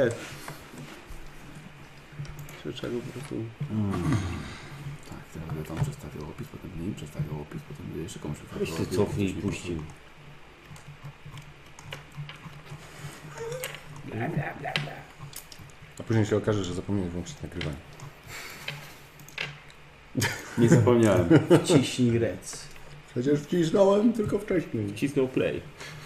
Trzeba go po prostu... Tak, teraz będę tam przedstawiał opis, potem mniej przedstawiał opis, potem będę jeszcze komuś Weź przedstawiał ty opis, cofnij i ktoś mi puścij. A później się okaże, że zapomniałem włączyć nagrywanie. Nie zapomniałem. Ciśnij rec. Przecież wcisnąłem tylko wcześniej. Wcisnął play.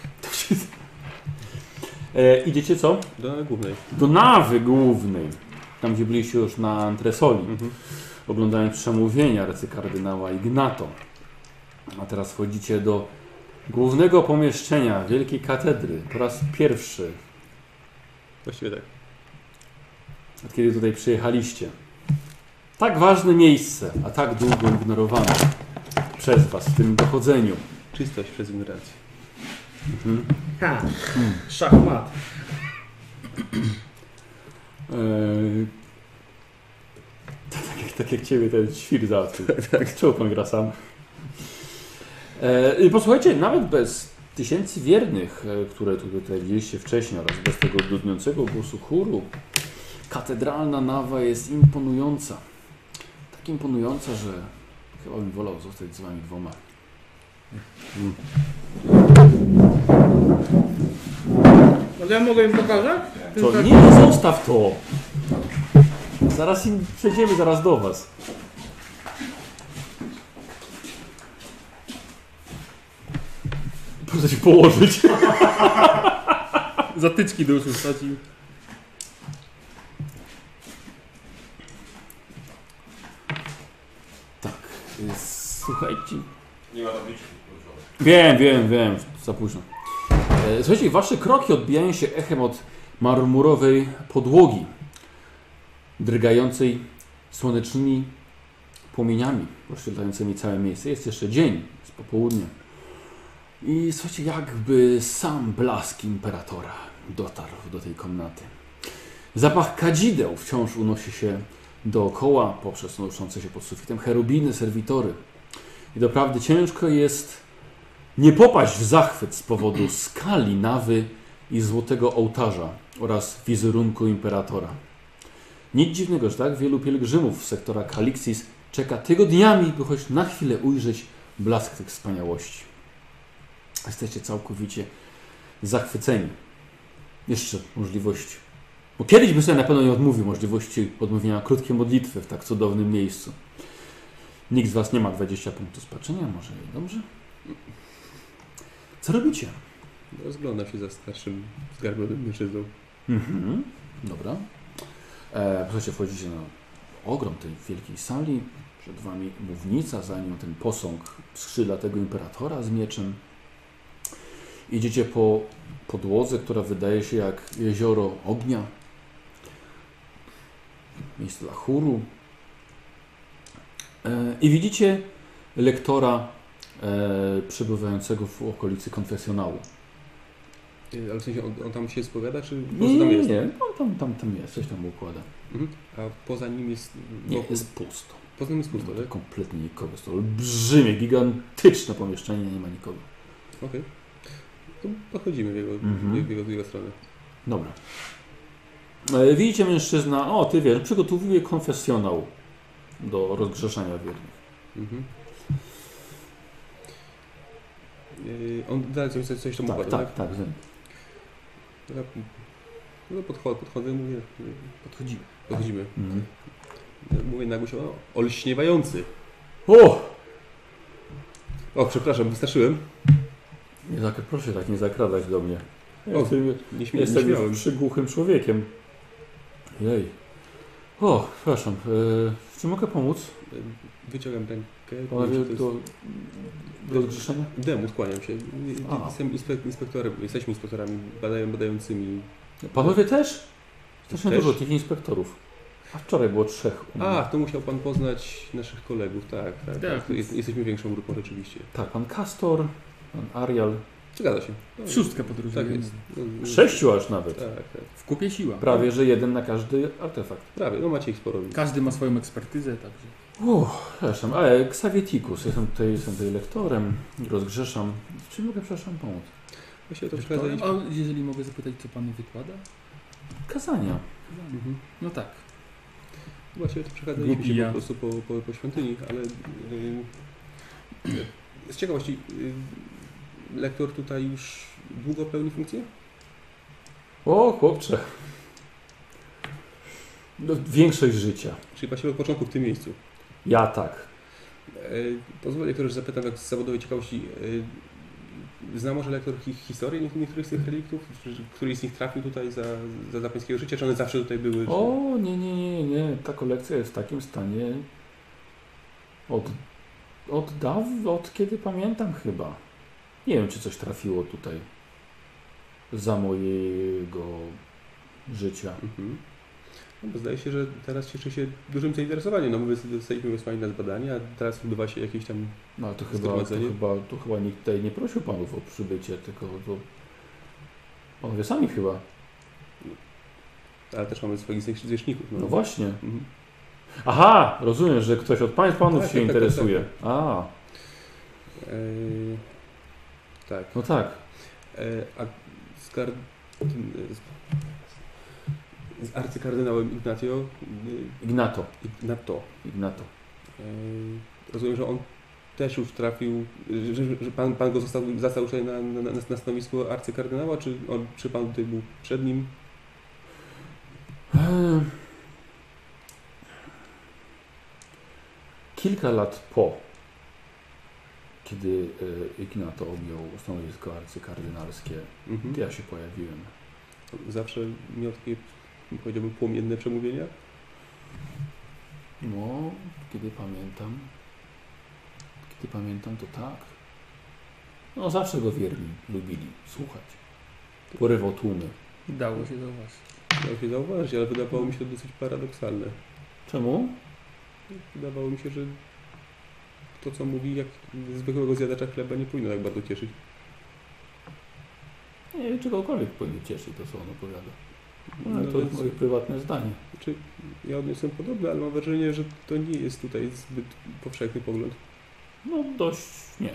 Idziecie co? Do głównej. Do nawy głównej. Tam, gdzie byliście już na antresoli. Mhm. Oglądając przemówienia arcykardynała Ignato. A teraz wchodzicie do głównego pomieszczenia Wielkiej Katedry. Po raz pierwszy, Właściwie tak. od kiedy tutaj przyjechaliście. Tak ważne miejsce, a tak długo ignorowane przez was w tym dochodzeniu. Czystość przez ignorancję. Mhm. Ha! Szachmat. Tak jak ciebie ten świr załatwił. Czemu pan gra sam? Posłuchajcie, nawet bez tysięcy wiernych, które tutaj widzieliście wcześniej, oraz bez tego dudniącego głosu chóru, Katedralna nawa jest imponująca. Tak imponująca, że chyba bym wolał zostać z wami dwoma. Ale ja mogę im pokazać? To nie, zostaw to! Zaraz im przejdziemy zaraz do was. Proszę się położyć. Zatyczki do uszu wsadził. Tak, słuchajcie. Nie ma tabliczki. Wiem, za późno. Słuchajcie, wasze kroki odbijają się echem od marmurowej podłogi, drgającej słonecznymi płomieniami oświetlającymi całe miejsce. Jest jeszcze dzień, jest popołudnie. I słuchajcie, jakby sam blask imperatora dotarł do tej komnaty. Zapach kadzideł wciąż unosi się dookoła poprzez unoszące się pod sufitem cherubiny, serwitory. I doprawdy ciężko jest nie popaść w zachwyt z powodu skali nawy i złotego ołtarza oraz wizerunku imperatora. Nic dziwnego, że tak wielu pielgrzymów z sektora Kalixis czeka tygodniami, by choć na chwilę ujrzeć blask tych wspaniałości. Jesteście całkowicie zachwyceni. Jeszcze możliwości. Bo kiedyś by sobie na pewno nie odmówił możliwości odmówienia krótkiej modlitwy w tak cudownym miejscu. Nikt z was nie ma 20 punktów spaczenia, może i dobrze? Co robicie? Rozglądam się za starszym, zgarbionym mężczyzną. Dobra. Słuchajcie, wchodzicie na ogrom tej wielkiej sali. Przed wami mównica, za nią ten posąg skrzydlatego imperatora z mieczem. Idziecie po podłodze, która wydaje się jak jezioro ognia. Miejsce dla chóru. I widzicie lektora przebywającego w okolicy konfesjonału. Ale w sensie on tam się spowiada, czy po prostu tam jest? Nie. No, tam jest, coś tam układa. A poza nim jest... Nie, jest pusto. Poza nim jest pusto, tak? Kompletnie nikogo. Jest to olbrzymie, gigantyczne pomieszczenie, nie ma nikogo. Okej. To podchodzimy w jego stronę. Dobra. Widzicie mężczyzna, o ty wiesz, przygotowuje konfesjonał do rozgrzeszania wiernych. On dalej coś tam układa, tak? Tak. No podchodzę, mówię... Podchodzimy. Mhm. Mówię na głosie, olśniewający. O, przepraszam, wystarczyłem. Proszę tak nie zakradać do mnie. Nie Jestem śmiałem. przygłuchym człowiekiem. Jej. Przepraszam. Czy mogę pomóc? Wyciągam rękę. Panowie, do rozgrzeszenia? Demu, skłaniam się. Jestem inspektorem, jesteśmy inspektorami badającymi. Panowie też? Strasznie Też? dużo tych inspektorów. A wczoraj było 3. To musiał pan poznać naszych kolegów, tak. Jesteśmy większą grupą rzeczywiście. Tak, pan Castor, pan Arial. Zgadza się. W szóstkę podróżuje. Tak jest. 6 aż nawet. Tak. W kupie siła. Prawie, że jeden na każdy artefakt. Prawie, no macie ich sporo. Każdy ma swoją ekspertyzę, także. Przepraszam, Xavietikus, jestem tutaj lektorem, rozgrzeszam. Czy mogę, przepraszam, pomóc? Właściwie to przeszkadzaliśmy. A jeżeli mogę zapytać, co pan wykłada? Kazania. No tak. Właściwie to przechadzaliśmy się Głupia. po prostu po świątyni, ale z ciekawości, lektor tutaj już długo pełni funkcję? O, chłopcze. No, większość życia. Czyli właściwie od początku w tym miejscu. Ja tak. Pozwolę lektorze, że zapytam tak z zawodowej ciekawości. Zna może lektor historię niektórych z tych reliktów? Któryś z nich trafił tutaj za pańskiego życia? Czy one zawsze tutaj były? Czy... O, nie. Ta kolekcja jest w takim stanie od kiedy pamiętam chyba. Nie wiem, czy coś trafiło tutaj za mojego życia. No, bo zdaje się, że teraz cieszy się dużym zainteresowaniem. No my zostaliśmy wysłani na zbadanie, a teraz odbywa się jakieś tam... No ale to chyba nikt tutaj nie prosił panów o przybycie, tylko to panowie sami chyba. Ale też mamy swoich zwierzchników. No właśnie. Aha, rozumiem, że ktoś od panów się interesuje. Tak. No tak. A z arcykardynałem Ignato. Ignato. Rozumiem, że on też już trafił, że pan go zastał już na stanowisku arcykardynała, czy pan tutaj był przed nim? Kilka lat po, kiedy Ignato objął stanowisko arcykardynalskie, to ja się pojawiłem. Zawsze miał takie, powiedziałbym, płomienne przemówienia? No, kiedy pamiętam, to tak. No, zawsze go wierni lubili słuchać. Porywał tłumy. Dało się zauważyć. Dało się zauważyć, ale wydawało mi się to dosyć paradoksalne. Czemu? Wydawało mi się, że to, co mówi, jak zwykłego zjadacza chleba, nie powinno tak bardzo cieszyć. Nie, czegokolwiek powinien cieszyć to, co on opowiada. No, No, to jest moje prywatne zdanie. Znaczy, ja odniosłem podobne, ale mam wrażenie, że to nie jest tutaj zbyt powszechny pogląd. No dość nie.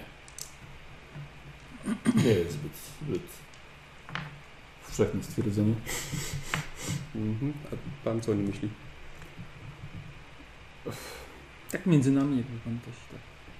Nie jest zbyt powszechne stwierdzenie. A pan co o nim myśli? Tak między nami, jakby pan też tak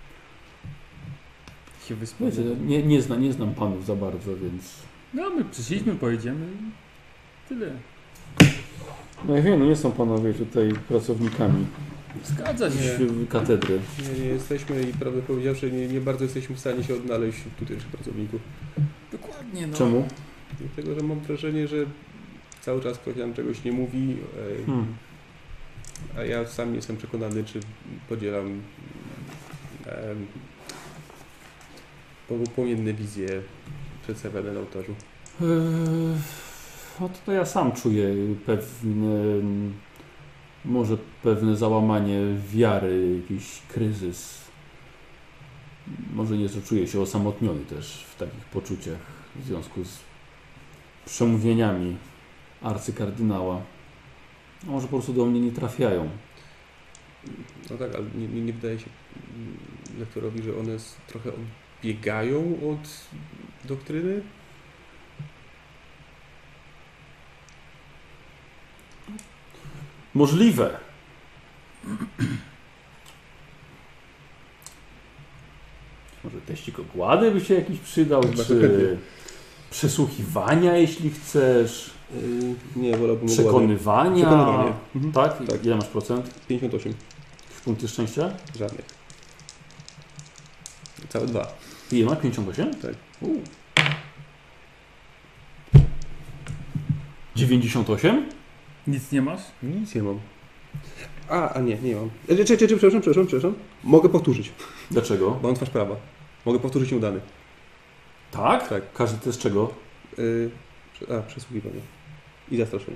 się Wiecie, wyspowiadał. nie znam panów za bardzo, więc... No my przyszliśmy, pojedziemy i tyle. No ja wiem, no nie są panowie tutaj pracownikami Zgadza się. katedry. Nie jesteśmy i prawdę powiedziawszy, nie bardzo jesteśmy w stanie się odnaleźć w tutejszych pracowników. Dokładnie, no. Czemu? Dlatego, że mam wrażenie, że cały czas ktoś nam czegoś nie mówi, a ja sam nie jestem przekonany, czy podzielam płomienne wizje przedstawiane na ołtarzu. No to ja sam czuję pewne załamanie wiary, jakiś kryzys. Może nieco czuję się osamotniony też w takich poczuciach w związku z przemówieniami arcykardynała. Może po prostu do mnie nie trafiają. No tak, ale nie wydaje się lektorowi, że one trochę odbiegają od doktryny? Możliwe. Może teścik ogłady by się jakiś przydał, czy przesłuchiwania, jeśli chcesz, Nie, wolałbym przekonywania. Przekonywanie. Tak? Tak. Ile masz procent? 58. Punkty szczęścia? Żadnych. Całe 2. Ile masz? 58? Tak. 98? Nic nie masz? Nic nie mam. A nie mam. Przepraszam. Mogę powtórzyć, Dlaczego? bo mam twarz prawa. Mogę powtórzyć nieudany. Tak? Tak. Każdy test czego? Przesłuchiwanie. I zastraszenie.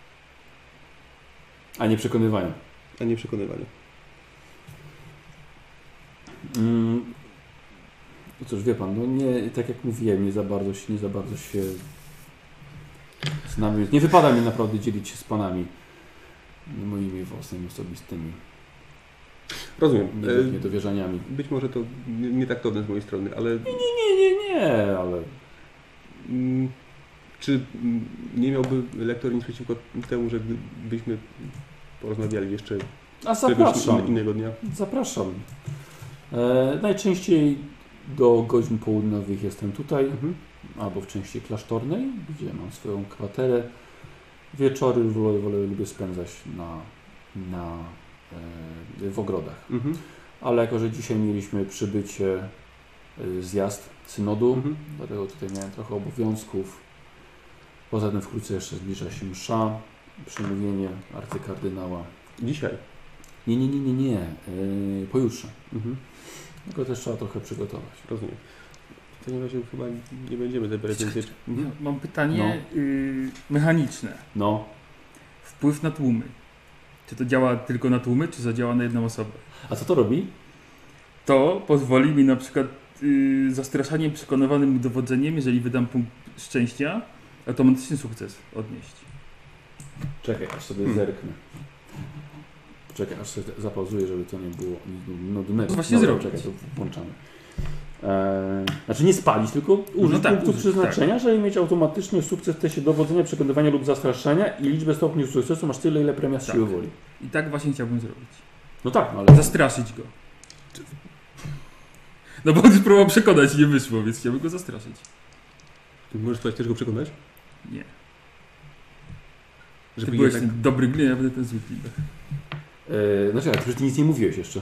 A nie przekonywania. A nie przekonywanie. No cóż, wie pan, no nie, tak jak mówiłem, nie za bardzo się znamy. Nie wypada mi naprawdę dzielić się z panami moimi własnymi, osobistymi Rozumiem. niedowierzaniami. Być może to nie taktowne z mojej strony, ale Nie, ale... Czy nie miałby lektor nic przeciwko temu, że byśmy porozmawiali jeszcze A któregoś zapraszam. innego dnia? Zapraszam. Najczęściej do godzin południowych jestem tutaj, albo w części klasztornej, gdzie mam swoją kwaterę. Wieczory lubię spędzać w ogrodach. Ale jako, że dzisiaj mieliśmy przybycie, zjazd synodu, dlatego tutaj miałem trochę obowiązków. Poza tym wkrótce jeszcze zbliża się msza, przemówienie arcykardynała. Dzisiaj? Nie. Pojutrze. Tylko też trzeba trochę przygotować. Rozumiem. W takim razie chyba nie będziemy zabierać więcej. Mam pytanie mechaniczne. No. Wpływ na tłumy. Czy to działa tylko na tłumy, czy zadziała na jedną osobę? A co to robi? To pozwoli mi na przykład zastraszaniem przekonywanym dowodzeniem, jeżeli wydam punkt szczęścia, automatyczny sukces odnieść. Czekaj, aż sobie zerknę. Czekaj, aż sobie zapauzuję, żeby to nie było nudnego. To właśnie zrobić. Czekaj, to włączamy. Znaczy nie spalić, tylko użyć No tak, punktu użyć, przeznaczenia, żeby mieć automatyczny sukces w teście dowodzenia, przekonywania lub zastraszania i liczbę stopni sukcesu masz tyle, ile premia z Tak. siły woli. I tak właśnie chciałbym zrobić. No tak, no ale... Zastraszyć go. No bo on już próbował przekonać i nie wyszło, więc chciałbym go zastraszyć. Ty możesz też go przekonać? Nie. Ty Żeby byłeś jednak... ten dobry glin, a ja będę ten zły glin. Znaczy, ale ty nic nie mówiłeś jeszcze.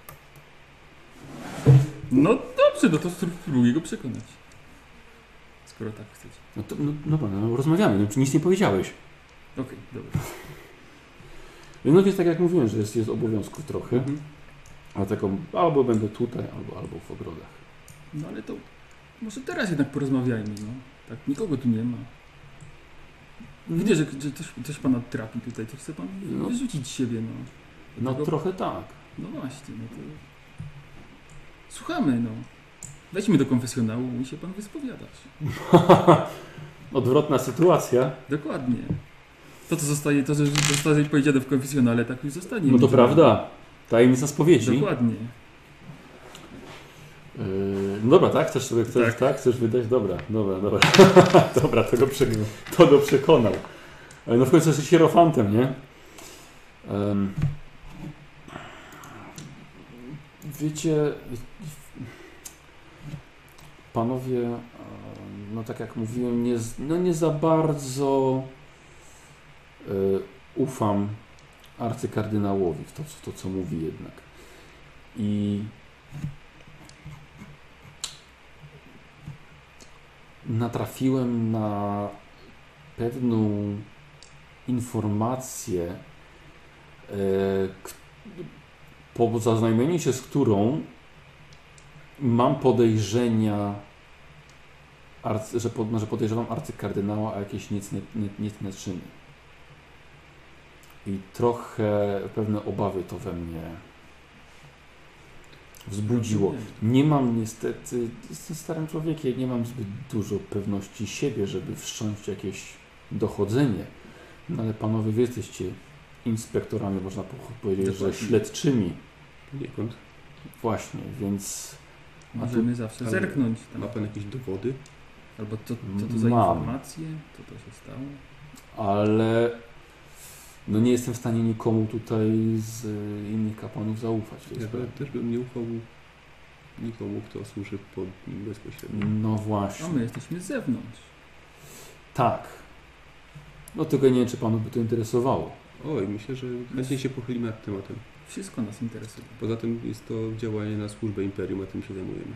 No dobrze, no to spróbuję go przekonać. Skoro tak chcecie. No to, no, rozmawiamy, no, nic nie powiedziałeś. Okej, dobra. No więc tak jak mówiłem, że jest obowiązków trochę. A taką, albo będę tutaj, albo w ogrodach. No ale to może teraz jednak porozmawiajmy, no. Tak, nikogo tu nie ma. Widzę, że coś pana trapi tutaj, to chce pan No. wyrzucić z siebie, no. No Dlatego- trochę tak. No właśnie, no to... Słuchamy, no. Wejdźmy do konfesjonału i się pan wyspowiadać. Odwrotna sytuacja. Dokładnie. To, co zostaje, to, że zostaje powiedziane w konfesjonale, tak już zostanie. No to prawda. Tajemnica spowiedzi. Dokładnie. No dobra, tak? Chcesz sobie tak. Chcesz wydać? Dobra. Dobra, to go przekonał. No w końcu jesteś hierofantem, nie? Wiecie, panowie, no tak jak mówiłem, nie za bardzo ufam arcykardynałowi w to, co mówi jednak. I natrafiłem na pewną informację, po zaznajomieniu się z którą mam podejrzenia, że podejrzewam arcykardynała o jakieś niecne czyny. I trochę pewne obawy to we mnie wzbudziło. Nie mam niestety, jestem starym człowiekiem, nie mam zbyt dużo pewności siebie, żeby wszcząć jakieś dochodzenie. No ale panowie, wy jesteście inspektorami, można powiedzieć, że śledczymi. Poniekąd. Właśnie, więc... Możemy zawsze ale zerknąć. Tam. Ma pan jakieś dowody? Albo co to za Mam. informacje? Co to się stało? Ale no nie jestem w stanie nikomu tutaj z innych kapłanów zaufać. Ja też bym nie ufał nikomu, kto służy pod nim bezpośrednio. No właśnie. A my jesteśmy z zewnątrz. Tak. No tylko nie wiem, czy panu by to interesowało. Oj, myślę, że chętnie się pochylimy nad tematem. Wszystko nas interesuje. Poza tym jest to działanie na służbę Imperium, a tym się zajmujemy.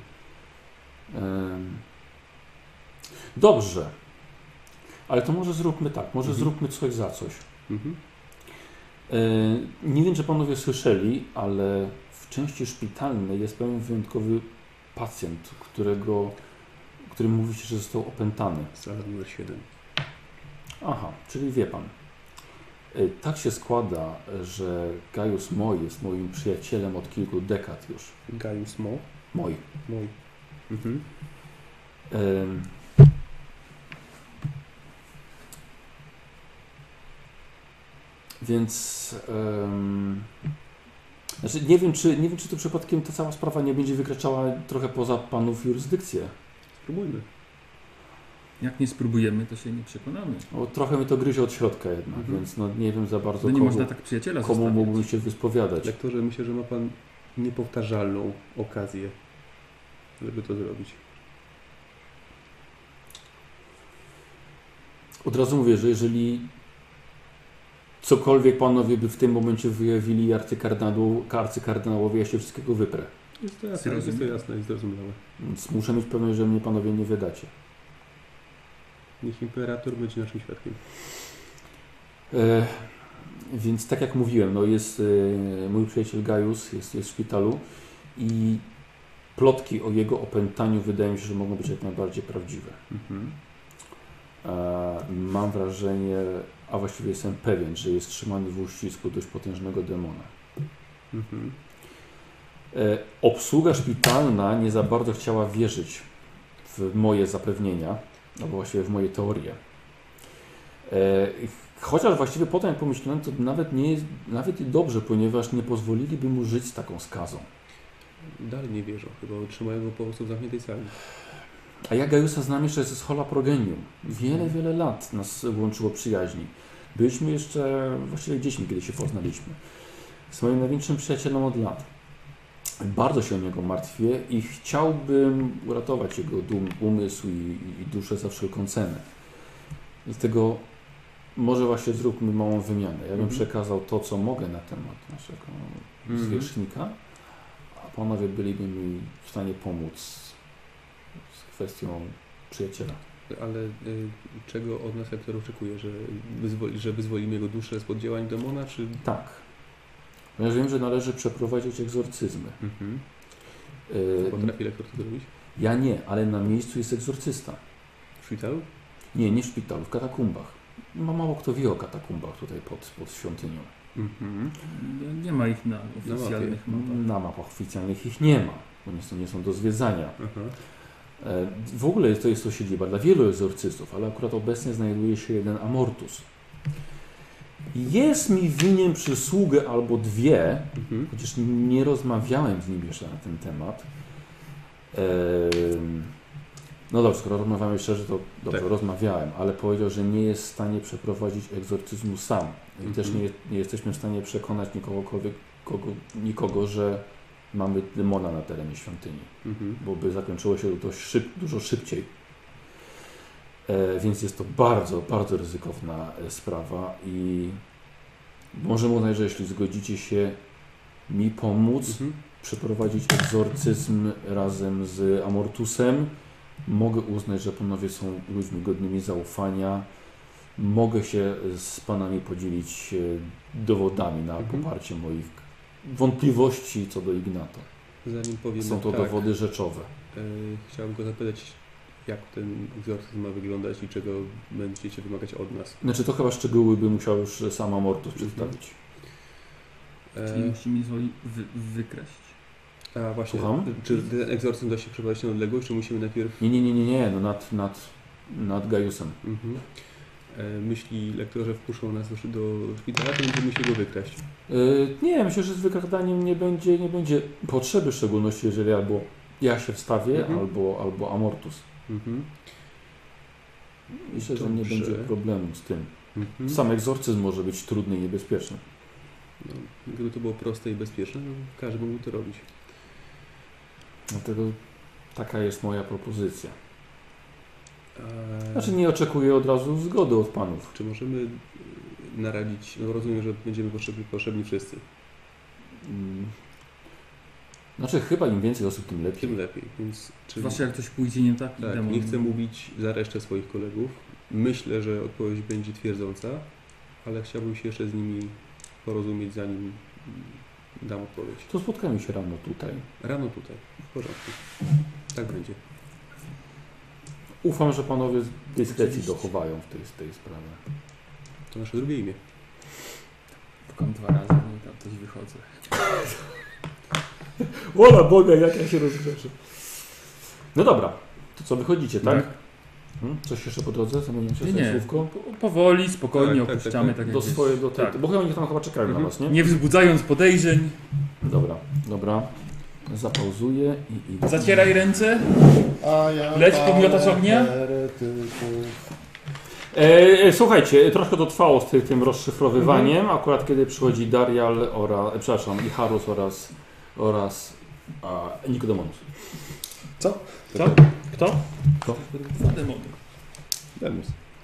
Dobrze. Ale to może zróbmy tak. Może zróbmy coś za coś. Mhm. Nie wiem, czy panowie słyszeli, ale w części szpitalnej jest pewien wyjątkowy pacjent, który mówi się, że został opętany. Sala numer 7. Aha, czyli wie pan. Tak się składa, że Gaius Moi jest moim przyjacielem od kilku dekad już. Gaius Mo? Moi. Moi. Mhm. Więc znaczy nie wiem, czy to przypadkiem ta cała sprawa nie będzie wykraczała trochę poza panów jurysdykcję. Spróbujmy. Jak nie spróbujemy, to się nie przekonamy. Bo trochę mi to gryzie od środka jednak, więc no nie wiem za bardzo No nie można tak przyjaciela komu zostawiać. mógłbym się wyspowiadać. Lektorze, myślę, że ma pan niepowtarzalną okazję, żeby to zrobić. Od razu mówię, że jeżeli cokolwiek panowie by w tym momencie wyjawili arcykardynałowi, ja się wszystkiego wyprę. Jest to jasne i zrozumiałe. Więc muszę mieć pewność, że mnie panowie nie wydacie. Niech imperator będzie naszym świadkiem. Więc tak jak mówiłem, no jest mój przyjaciel Gaius, jest w szpitalu i plotki o jego opętaniu wydaje mi się, że mogą być jak najbardziej prawdziwe. Mhm. Mam wrażenie, a właściwie jestem pewien, że jest trzymany w uścisku dość potężnego demona. Mhm. Obsługa szpitalna nie za bardzo chciała wierzyć w moje zapewnienia, albo właściwie w moje teorie. Chociaż właściwie potem jak pomyślałem, to nawet i dobrze, ponieważ nie pozwoliliby mu żyć z taką skazą. Dalej nie wierzą, chyba trzymają go po prostu w zamkniętej sali. A ja Gajusa znam jeszcze z Hola Progenium. Wiele lat nas łączyło przyjaźni. Byliśmy jeszcze właściwie dziećmi, kiedy się poznaliśmy. Z moim największym przyjacielem od lat. Bardzo się o niego martwię i chciałbym uratować jego umysł i duszę za wszelką cenę. Dlatego może właśnie zróbmy małą wymianę. Ja bym przekazał to, co mogę na temat naszego zwierzchnika, a panowie byliby mi w stanie pomóc z kwestią przyjaciela. Ale czego od nas aktor oczekuje? Że wyzwolimy jego duszę spod działań demona, czy... Tak. Ponieważ wiem, że należy przeprowadzić egzorcyzmy. Potrafi lektor to zrobić? Ja nie, ale na miejscu jest egzorcysta. W szpitalu? Nie w szpitalu, w katakumbach. Mało kto wie o katakumbach tutaj pod świątynią. Nie ma ich na oficjalnych mapach. Na mapach oficjalnych ich nie ma, bo nie są do zwiedzania. W ogóle to jest to siedziba dla wielu egzorcystów, ale akurat obecnie znajduje się jeden Amortus. Jest mi winien przysługę albo dwie, chociaż nie rozmawiałem z nim jeszcze na ten temat. No dobrze, skoro rozmawiamy szczerze, to dobrze, rozmawiałem, ale powiedział, że nie jest w stanie przeprowadzić egzorcyzmu sam. I też nie jesteśmy w stanie przekonać nikogo, że mamy demona na terenie świątyni, bo by zakończyło się dużo szybciej. Więc jest to bardzo, bardzo ryzykowna sprawa i możemy uznać, że jeśli zgodzicie się mi pomóc przeprowadzić egzorcyzm razem z Amortusem, mogę uznać, że panowie są ludźmi godnymi zaufania. Mogę się z panami podzielić dowodami na poparcie moich wątpliwości co do Ignata. Zanim powiemy Są to dowody rzeczowe. Chciałbym go zapytać, jak ten egzorcyzm ma wyglądać i czego będziecie wymagać od nas. Znaczy to chyba szczegóły by musiał już sam Amortus przedstawić. Czyli musimy wykraść. A właśnie, Słucham? czy ten egzorcyzm da się przeprowadzić na odległość, czy musimy najpierw... Nie, no nad Gajusem. Myśli lektor, że wpuszczą nas do szpitala, to będziemy musieli go wykraść. Nie, myślę, że z wykradaniem nie będzie potrzeby, w szczególności jeżeli albo ja się wstawię, albo Amortus. Myślę, że nie będzie problemu z tym. Sam egzorcyzm może być trudny i niebezpieczny. No, gdyby to było proste i bezpieczne, to każdy mógłby to robić. Dlatego taka jest moja propozycja. Znaczy nie oczekuję od razu zgody od panów. Czy możemy naradzić, no rozumiem, że będziemy potrzebni wszyscy. Znaczy chyba im więcej osób, tym lepiej. Tym lepiej, więc... Zwłaszcza jak coś pójdzie nie tak. Tak, nie chcę mówić za resztę swoich kolegów. Myślę, że odpowiedź będzie twierdząca, ale chciałbym się jeszcze z nimi porozumieć, zanim dam odpowiedź. To spotkamy się rano tutaj. Rano tutaj, w porządku. Tak będzie. Ufam, że panowie dyskrecji dochowają w tej sprawie. To nasze drugie imię. Tylko 2 razy, nie tam coś wychodzę. Wola Boga, jak ja się rozgrzeszę. No dobra, to co, wychodzicie, tak? Coś jeszcze po drodze? Zamieniam się Nie. słówko? Powoli, spokojnie Tak, opuszczamy. Tak, jak Bo oni tam chyba czekają na was, nie? Nie wzbudzając podejrzeń. Dobra. Zapauzuję i idę. Zacieraj ręce. Leć pomiotacz ognia. Słuchajcie, troszkę to trwało z tym rozszyfrowywaniem, akurat kiedy przychodzi Darial i Harus oraz Nikodemus. Co? Kto? Demony. Demus.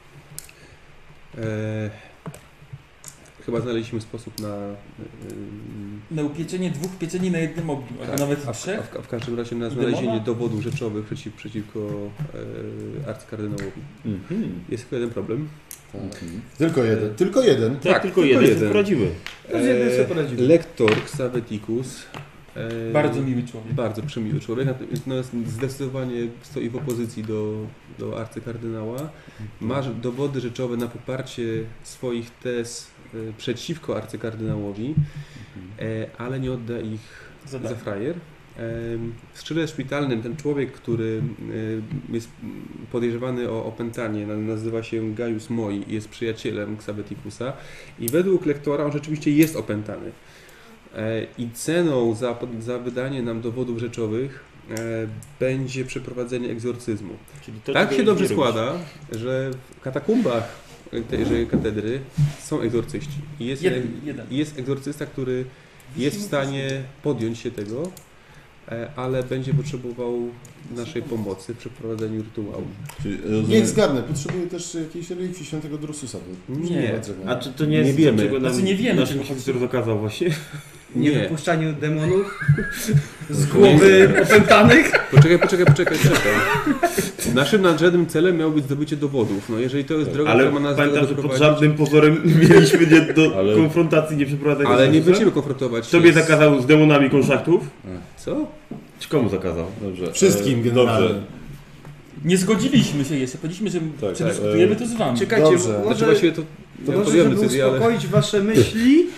Chyba znaleźliśmy sposób Na upieczenie 2 pieczeni na jednym ogniu, a nawet 3. w każdym razie na znalezienie dowodów rzeczowych przeciwko arcykardynałowi. Jest tylko jeden problem. Tylko jeden. Tak, tylko jeden. Poradzimy. Lektor Xaveticus. Bardzo miły człowiek. Bardzo przemiły człowiek, natomiast zdecydowanie stoi w opozycji do arcykardynała. Ma dowody rzeczowe na poparcie swoich tez przeciwko arcykardynałowi, ale nie odda ich za frajer. W skrzydle szpitalnym ten człowiek, który jest podejrzewany o opętanie, nazywa się Gaius Moi i jest przyjacielem Xaveticusa i według lektora on rzeczywiście jest opętany. I ceną za wydanie nam dowodów rzeczowych będzie przeprowadzenie egzorcyzmu. Czyli to, Tak czego się dobrze nie robisz. składa, że w katakumbach tejże katedry są egzorcyści. I jest egzorcysta, który jest w stanie podjąć się tego, ale będzie potrzebował naszej pomocy w przeprowadzeniu rytuału. Czyli Niech zgadnę, potrzebuję też jakiejś relikwii świętego Drususa. Nie. A czy to nie Nie jest wiemy. to, czego nam Znaczy nie wiemy, nasz czego inhibitor zakazał właśnie? Nie Nie. wypuszczaniu demonów z głowy opętanych. Poczekaj. Naszym nadrzędnym celem miało być zdobycie dowodów. No jeżeli to jest droga, Ale która ma nas do pamiętam, tego że pod doprowadzić, żadnym pozorem nie mieliśmy do Ale- konfrontacji, nie przeprowadzać. ale nie egzorcyzmu. będziemy konfrontować Tobie się zakazał z demonami kontaktów? Co? Czy komu zakazał? Dobrze. Wszystkim generalnie. Dobrze. Nie zgodziliśmy się jeszcze, powiedzieliśmy, że Tak, przedyskutujemy to z wami. Czekajcie, Dobrze. Znaczy może, właściwie to może podjąłem żeby decyzję, ale... uspokoić wasze myśli,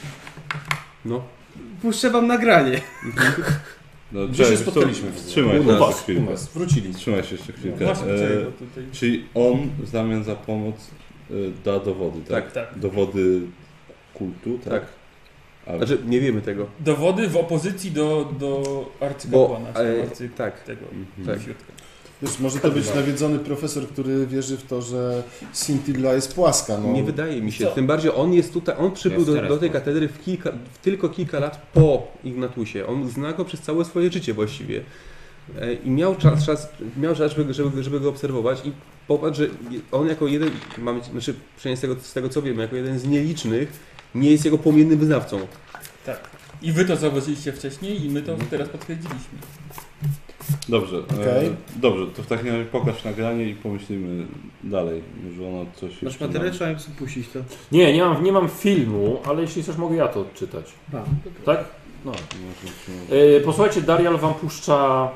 No. puszczę wam nagranie. No, Gdzie się cześć, spotkaliśmy? Wstrzymaj U się nas. jeszcze U chwilkę. nas, wrócili. Wstrzymaj się jeszcze chwilkę. Właśnie, czekaj, bo tutaj... Czyli on w zamian za pomoc da dowody, tak? Tak. Dowody kultu, tak? Tak. A, Znaczy nie wiemy tego. Dowody w opozycji do arcykapłana, czy tak. tego Tak. środka. Wiesz, może to być nawiedzony profesor, który wierzy w to, że Scintilla jest płaska. No. Nie wydaje mi się. Co? Tym bardziej on jest tutaj, on przybył Jest do teraz tej po. katedry tylko kilka lat po Ignatusie. On zna go przez całe swoje życie właściwie. I miał czas żeby go obserwować i popatrz, że on jako jeden, przynajmniej z tego co wiemy, jako jeden z nielicznych nie jest jego płomiennym wyznawcą. Tak. I wy to zauważyliście wcześniej i my to teraz potwierdziliśmy. Dobrze, Okej. dobrze, to w takim razie pokaż nagranie i pomyślimy dalej. Może ono coś Masz jeszcze materiał, nam- trzeba im puścić to. Nie mam filmu, ale jeśli chcesz, mogę ja to odczytać. Tak? No. Posłuchajcie, Darial wam puszcza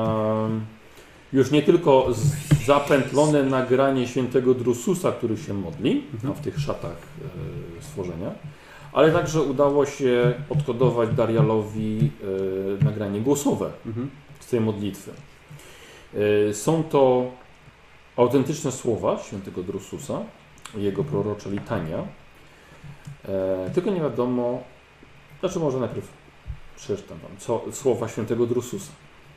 już nie tylko zapętlone nagranie świętego Drususa, który się modli w tych szatach stworzenia, ale także udało się odkodować Darialowi nagranie głosowe z tej modlitwy. Są to autentyczne słowa świętego Drususa, jego prorocze litania, tylko nie wiadomo, znaczy może najpierw przeczytam wam słowa świętego Drususa.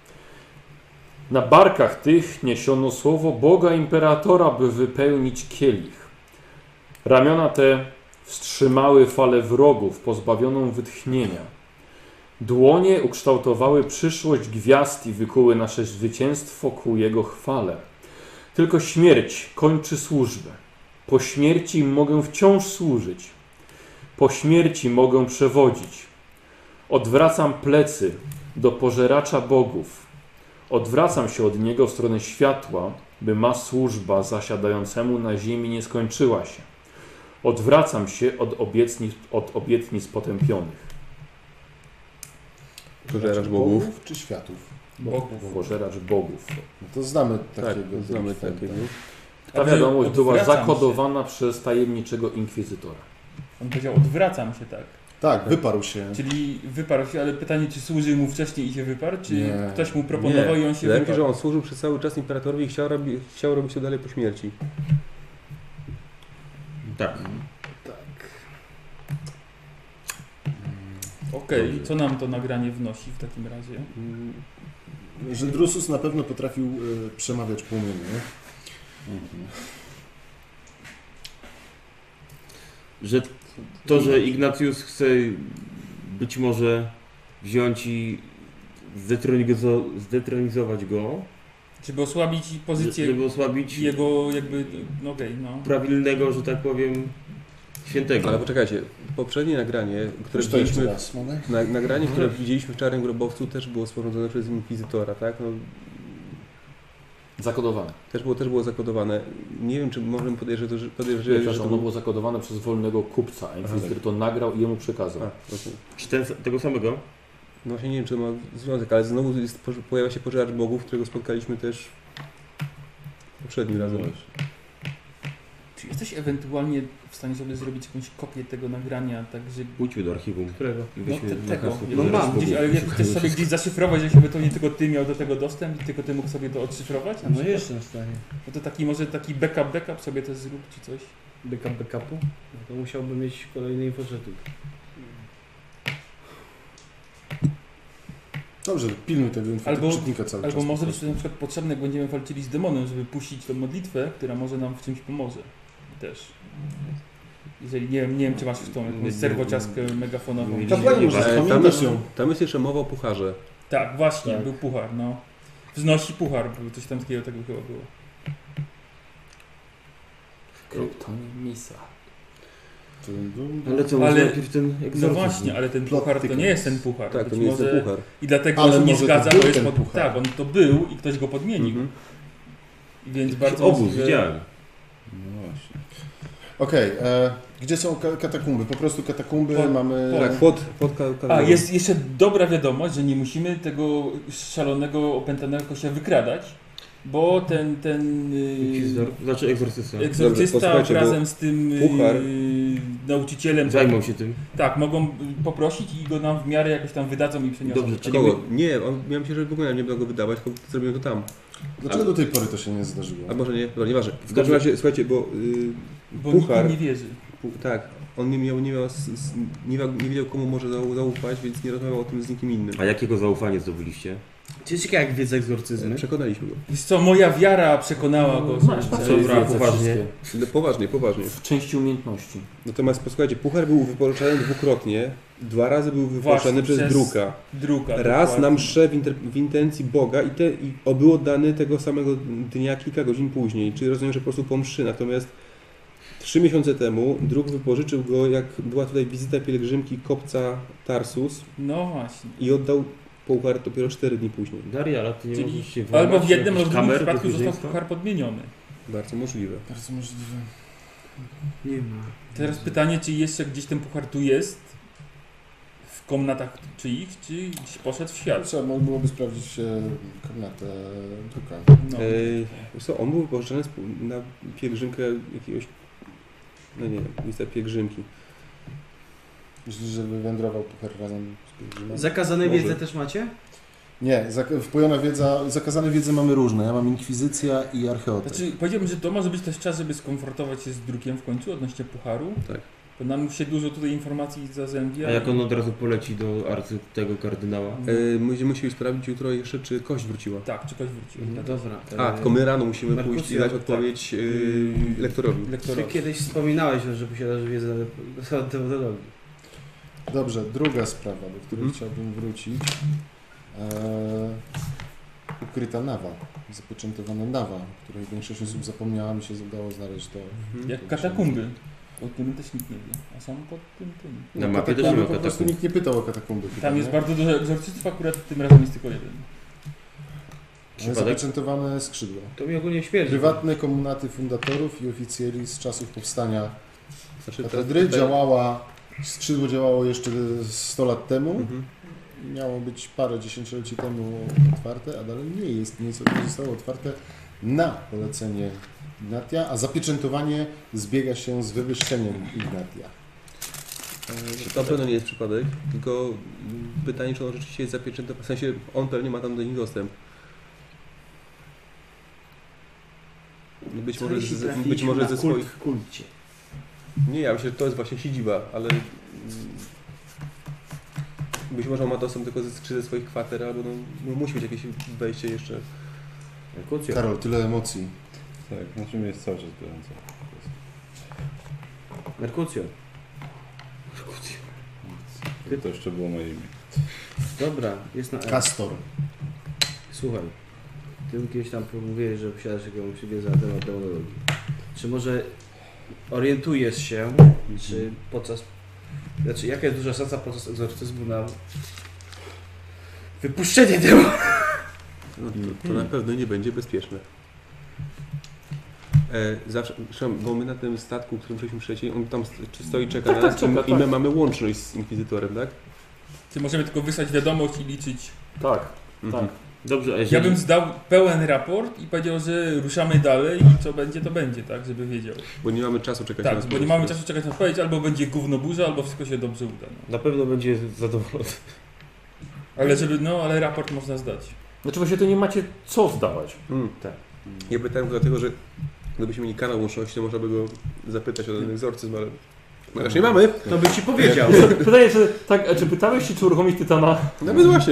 Na barkach tych niesiono słowo Boga Imperatora, by wypełnić kielich. Ramiona te wstrzymały falę wrogów, pozbawioną wytchnienia. Dłonie ukształtowały przyszłość gwiazd i wykuły nasze zwycięstwo ku Jego chwale. Tylko śmierć kończy służbę. Po śmierci mogę wciąż służyć. Po śmierci mogę przewodzić. Odwracam plecy do pożeracza bogów. Odwracam się od niego w stronę światła, by ma służba zasiadającemu na ziemi nie skończyła się. Odwracam się od obietnic potępionych. Pożeracz bogów. czy światów? Bogów. Pożeracz bogów. No to znamy Tak, takiego. znamy delikwentu. takiego. Ta Ale wiadomość była odwracam zakodowana przez tajemniczego inkwizytora. On powiedział, odwracam się tak. Tak, wyparł się. Czyli wyparł się, ale pytanie, czy służył mu wcześniej i się wyparł, czy Nie. ktoś mu proponował i on się Wydaje mi się, wyparł? że on służył przez cały czas imperatorowi i chciał robić to dalej po śmierci. Tak. Okej, co nam to nagranie wnosi w takim razie? Że Drusus na pewno potrafił przemawiać płomienie. Że to, że Ignatius chce być może wziąć i zdetronizować go, Żeby osłabić pozycję żeby osłabić jego jakby, no okej, no. prawilnego, że tak powiem, świętego. Ale poczekajcie, poprzednie nagranie, które Też to jeszcze widzieliśmy, raz, moment. nagranie, które widzieliśmy w Czarnym Grobowcu, też było sporządzone przez inkwizytora, tak? No, Zakodowane. też było zakodowane. Nie wiem, czy możemy podejrzeć, że Przepraszam, to ono było... było zakodowane przez wolnego kupca, a inkwizytor to nagrał i jemu przekazał. Czy tego samego? No właśnie nie wiem, czy to ma związek, ale znowu pojawia się pożeracz bogów, którego spotkaliśmy też poprzednim razem. Czy jesteś ewentualnie w stanie sobie zrobić jakąś kopię tego nagrania, tak że... Pójdźmy do archiwum. Którego? I No weźmy na tego, hasło. no mam gdzieś, ale jak chcesz sobie gdzieś zaszyfrować, żeby to nie tylko ty miał do tego dostęp i tylko ty mógł sobie to odszyfrować? na No przykład? jestem w stanie. No to taki może taki backup sobie też zrób czy coś. Backupu? No to musiałbym mieć kolejny infoszczytnik. Dobrze, pilnuj tego czytnika cały czas. Albo może być to na przykład potrzebne, jak będziemy walczyli z demonem, żeby puścić tą modlitwę, która może nam w czymś pomoże. Też. Jeżeli nie wiem, czy masz w tą jakąś serwociaskę megafonową. Pamiętasz ją. Tam jest jeszcze mowa o pucharze. Tak, właśnie, Tak. był puchar, no. Wznosi puchar, był coś tam takiego chyba było. Kryptonie Misa. Ale co, Ale- może najpierw ten No egzorcyzm? właśnie, ale ten Plot puchar to thickens. nie jest ten puchar. Tak, to Być nie jest może... ten puchar. I dlatego Ale on się nie może to zgadza, był bo jest ten puchar. Tak, on to był i ktoś go podmienił. Mhm. Więc bardzo Obóz, możliwe- widziałem. No właśnie. Okej, gdzie są katakumby? Po prostu katakumby Po- mamy... po- Tak, pod A, jest jeszcze dobra wiadomość, że nie musimy tego szalonego, opętanego kościa wykradać, bo ten Inkwizytor, znaczy egzorcysta. egzorcysta posłuchajcie, bo razem z tym puchar- nauczycielem Zajmą się tym. tak, mogą poprosić i go nam w miarę jakoś tam wydadzą i przeniosą. Dobrze, czyli Kogo? Nie, miałem się, że w ogóle nie będą go wydawać, tylko zrobimy to tam. Dlaczego do tej pory to się nie zdarzyło? A może nie? Dobra, nieważne. W każdym razie, słuchajcie, bo Bo puchar- nikt im nie wierzy. tak, on nie wiedział komu może zaufać, więc nie rozmawiał o tym z nikim innym. A jakiego zaufanie zdobyliście? Ciekawe jak wiedzę egzorcyzmy. Przekonaliśmy go. Wiesz co, moja wiara przekonała go, że... Dobra, poważnie. No, poważnie. W części umiejętności. Natomiast posłuchajcie, puchar był wypożyczany dwukrotnie. 2 razy był wypożyczany Właśnie, przez przez druka. Druga. Raz dokładnie. na mszę w intencji Boga i był oddany tego samego dnia kilka godzin później. Czyli rozumiem, że po prostu po mszy. Natomiast 3 miesiące temu druk wypożyczył go, jak była tutaj wizyta pielgrzymki kopca Tarsus No właśnie. i oddał puchar dopiero 4 dni później. Daria, ale ty nie Czyli możesz się albo włamać w jednym, do albo w jakichś drugim kamer przypadku został bezpieczeństwa? puchar podmieniony. Bardzo możliwe. Bardzo możliwe. Nie ma. Teraz pytanie, czy jeszcze gdzieś ten puchar tu jest? W komnatach czyich, czy gdzieś poszedł w świat? Trzeba byłoby sprawdzić komnatę druka. No. Wiesz co, on był wypożyczony na pielgrzymkę jakiegoś, no nie wiem, lista pielgrzymki. Myślisz, że wywędrował puchar razem z pielgrzymem? Zakazane Może. wiedzę też macie? Nie, wpojona wiedza, zakazane wiedzy mamy różne. Ja mam inkwizycja i archeotek. Znaczy, powiedziałbym, że to może być też czas, żeby skonfrontować się z drukiem w końcu odnośnie pucharu. Tak. Bo nam się dużo tutaj informacji zazębia. A jak on od razu poleci do tego kardynała? Będziemy musieli sprawdzić jutro jeszcze, czy kość wróciła. Tak, czy ktoś wrócił. No dobra. A, tylko my rano musimy Merkucja, pójść i dać tak. odpowiedź lektorowi. Ty Lektorowi. kiedyś wspominałeś, że posiadasz wiedzę na teologii. Dobrze, druga sprawa, do której Mhm. chciałbym wrócić. Ukryta nawa, zapieczętowana nawa, której większość osób zapomniała, mi się udało znaleźć to. Jak katakumby. O tym też nikt nie wie. A są pod tym. Na mapie też nie Katakumby ma po prostu katakumb. nikt nie pytał o katakumby. chyba, Tam jest nie? bardzo dużo egzorcystw, akurat tym razem jest tylko jeden. Ale Przypadek? zapieczętowane skrzydła. To mi ogólnie śmierdzi. Prywatne komnaty fundatorów i oficjeli z czasów powstania Znaczy, katedry skrzydło działało jeszcze 100 lat temu. Mhm. Miało być parę dziesięcioleci temu otwarte, a dalej nie jest. Nie zostało otwarte na polecenie Ignatia, a zapieczętowanie zbiega się z wywyższeniem Ignatia. To na pewno nie jest przypadek, tylko pytanie, czy on rzeczywiście jest zapieczętowany. W sensie, on pewnie ma tam do nich dostęp. No być może ze swoich... w kulcie. Nie, ja myślę, że to jest właśnie siedziba, ale być może on ma dostęp tylko ze swoich kwater, albo no musi mieć jakieś wejście jeszcze. Merkucja. Karol, tyle emocji. Tak, znaczy mnie jest cały czas gorąco. Merkucja. To jeszcze było moje imię. Dobra, jest na... Castor. Słuchaj, ty kiedyś tam mówiłeś, że posiadasz jakąś wiedzę na temat teologii. Czy może orientujesz się, czy podczas... Znaczy, jaka jest duża szansa podczas egzorcyzmu na wypuszczenie demona? No, to na pewno nie będzie bezpieczne. Zawsze, bo my na tym statku, którym żeśmy przylecieli, on tam stoi i czeka na nas i my mamy łączność z Inkwizytorem, tak? Czy możemy tylko wysłać wiadomość i liczyć? Tak, Mhm. Dobrze, a jeżeli... Ja bym zdał pełen raport i powiedział, że ruszamy dalej i co będzie, to będzie, tak, żeby wiedział. Bo nie mamy czasu czekać na Tak, nas. bo nie mamy czasu czekać na odpowiedź, albo będzie gówno burza, albo wszystko się dobrze uda. No. Na pewno będzie zadowolony. Ale raport można zdać. Znaczy właśnie to nie macie co zdawać. Tak. Ja pytałem go dlatego, że gdybyśmy mieli kanał łączności, to można by go zapytać o ten egzorcyzm, ale No nie mamy. To by ci powiedział. Pytanie, czy pytałeś się, czy uruchomić Tytana? Nawet właśnie.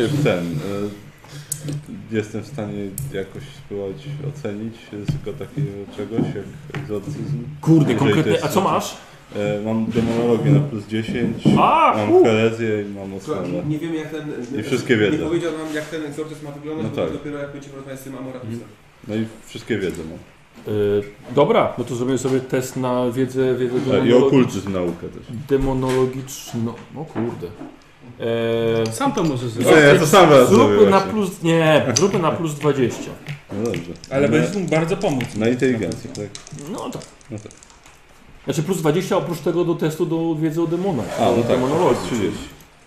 Jestem w stanie jakoś spróbować ocenić ryzyko takiego czegoś jak egzorcyzm. Kurde, Jeżeli konkretnie. to jest A co masz? Mam demonologię na plus 10, mam herezję i mam osłonę. Nie wiemy jak ten... I wszystkie wiedzą. Nie powiedział nam jak ten egzorcyzm ma wyglądać, No bo tak. dopiero jak będziemy rozmawiać z tym Amoratusem. No i wszystkie wiedzą. Dobra, no to zrobimy sobie test na wiedzę I okultyzm naukę też. demonologiczną. No kurde. Sam to możesz zrobić. Ja to sam raz Zróbmy zrobię na właśnie. plus. Nie, zróbmy na plus 20. No dobrze. Ale będziesz mógł bardzo pomóc. Na inteligencję, tak? No tak. No tak. Znaczy plus 20 oprócz tego do testu do wiedzy o demonach. A, no tak, Demonologii. 30.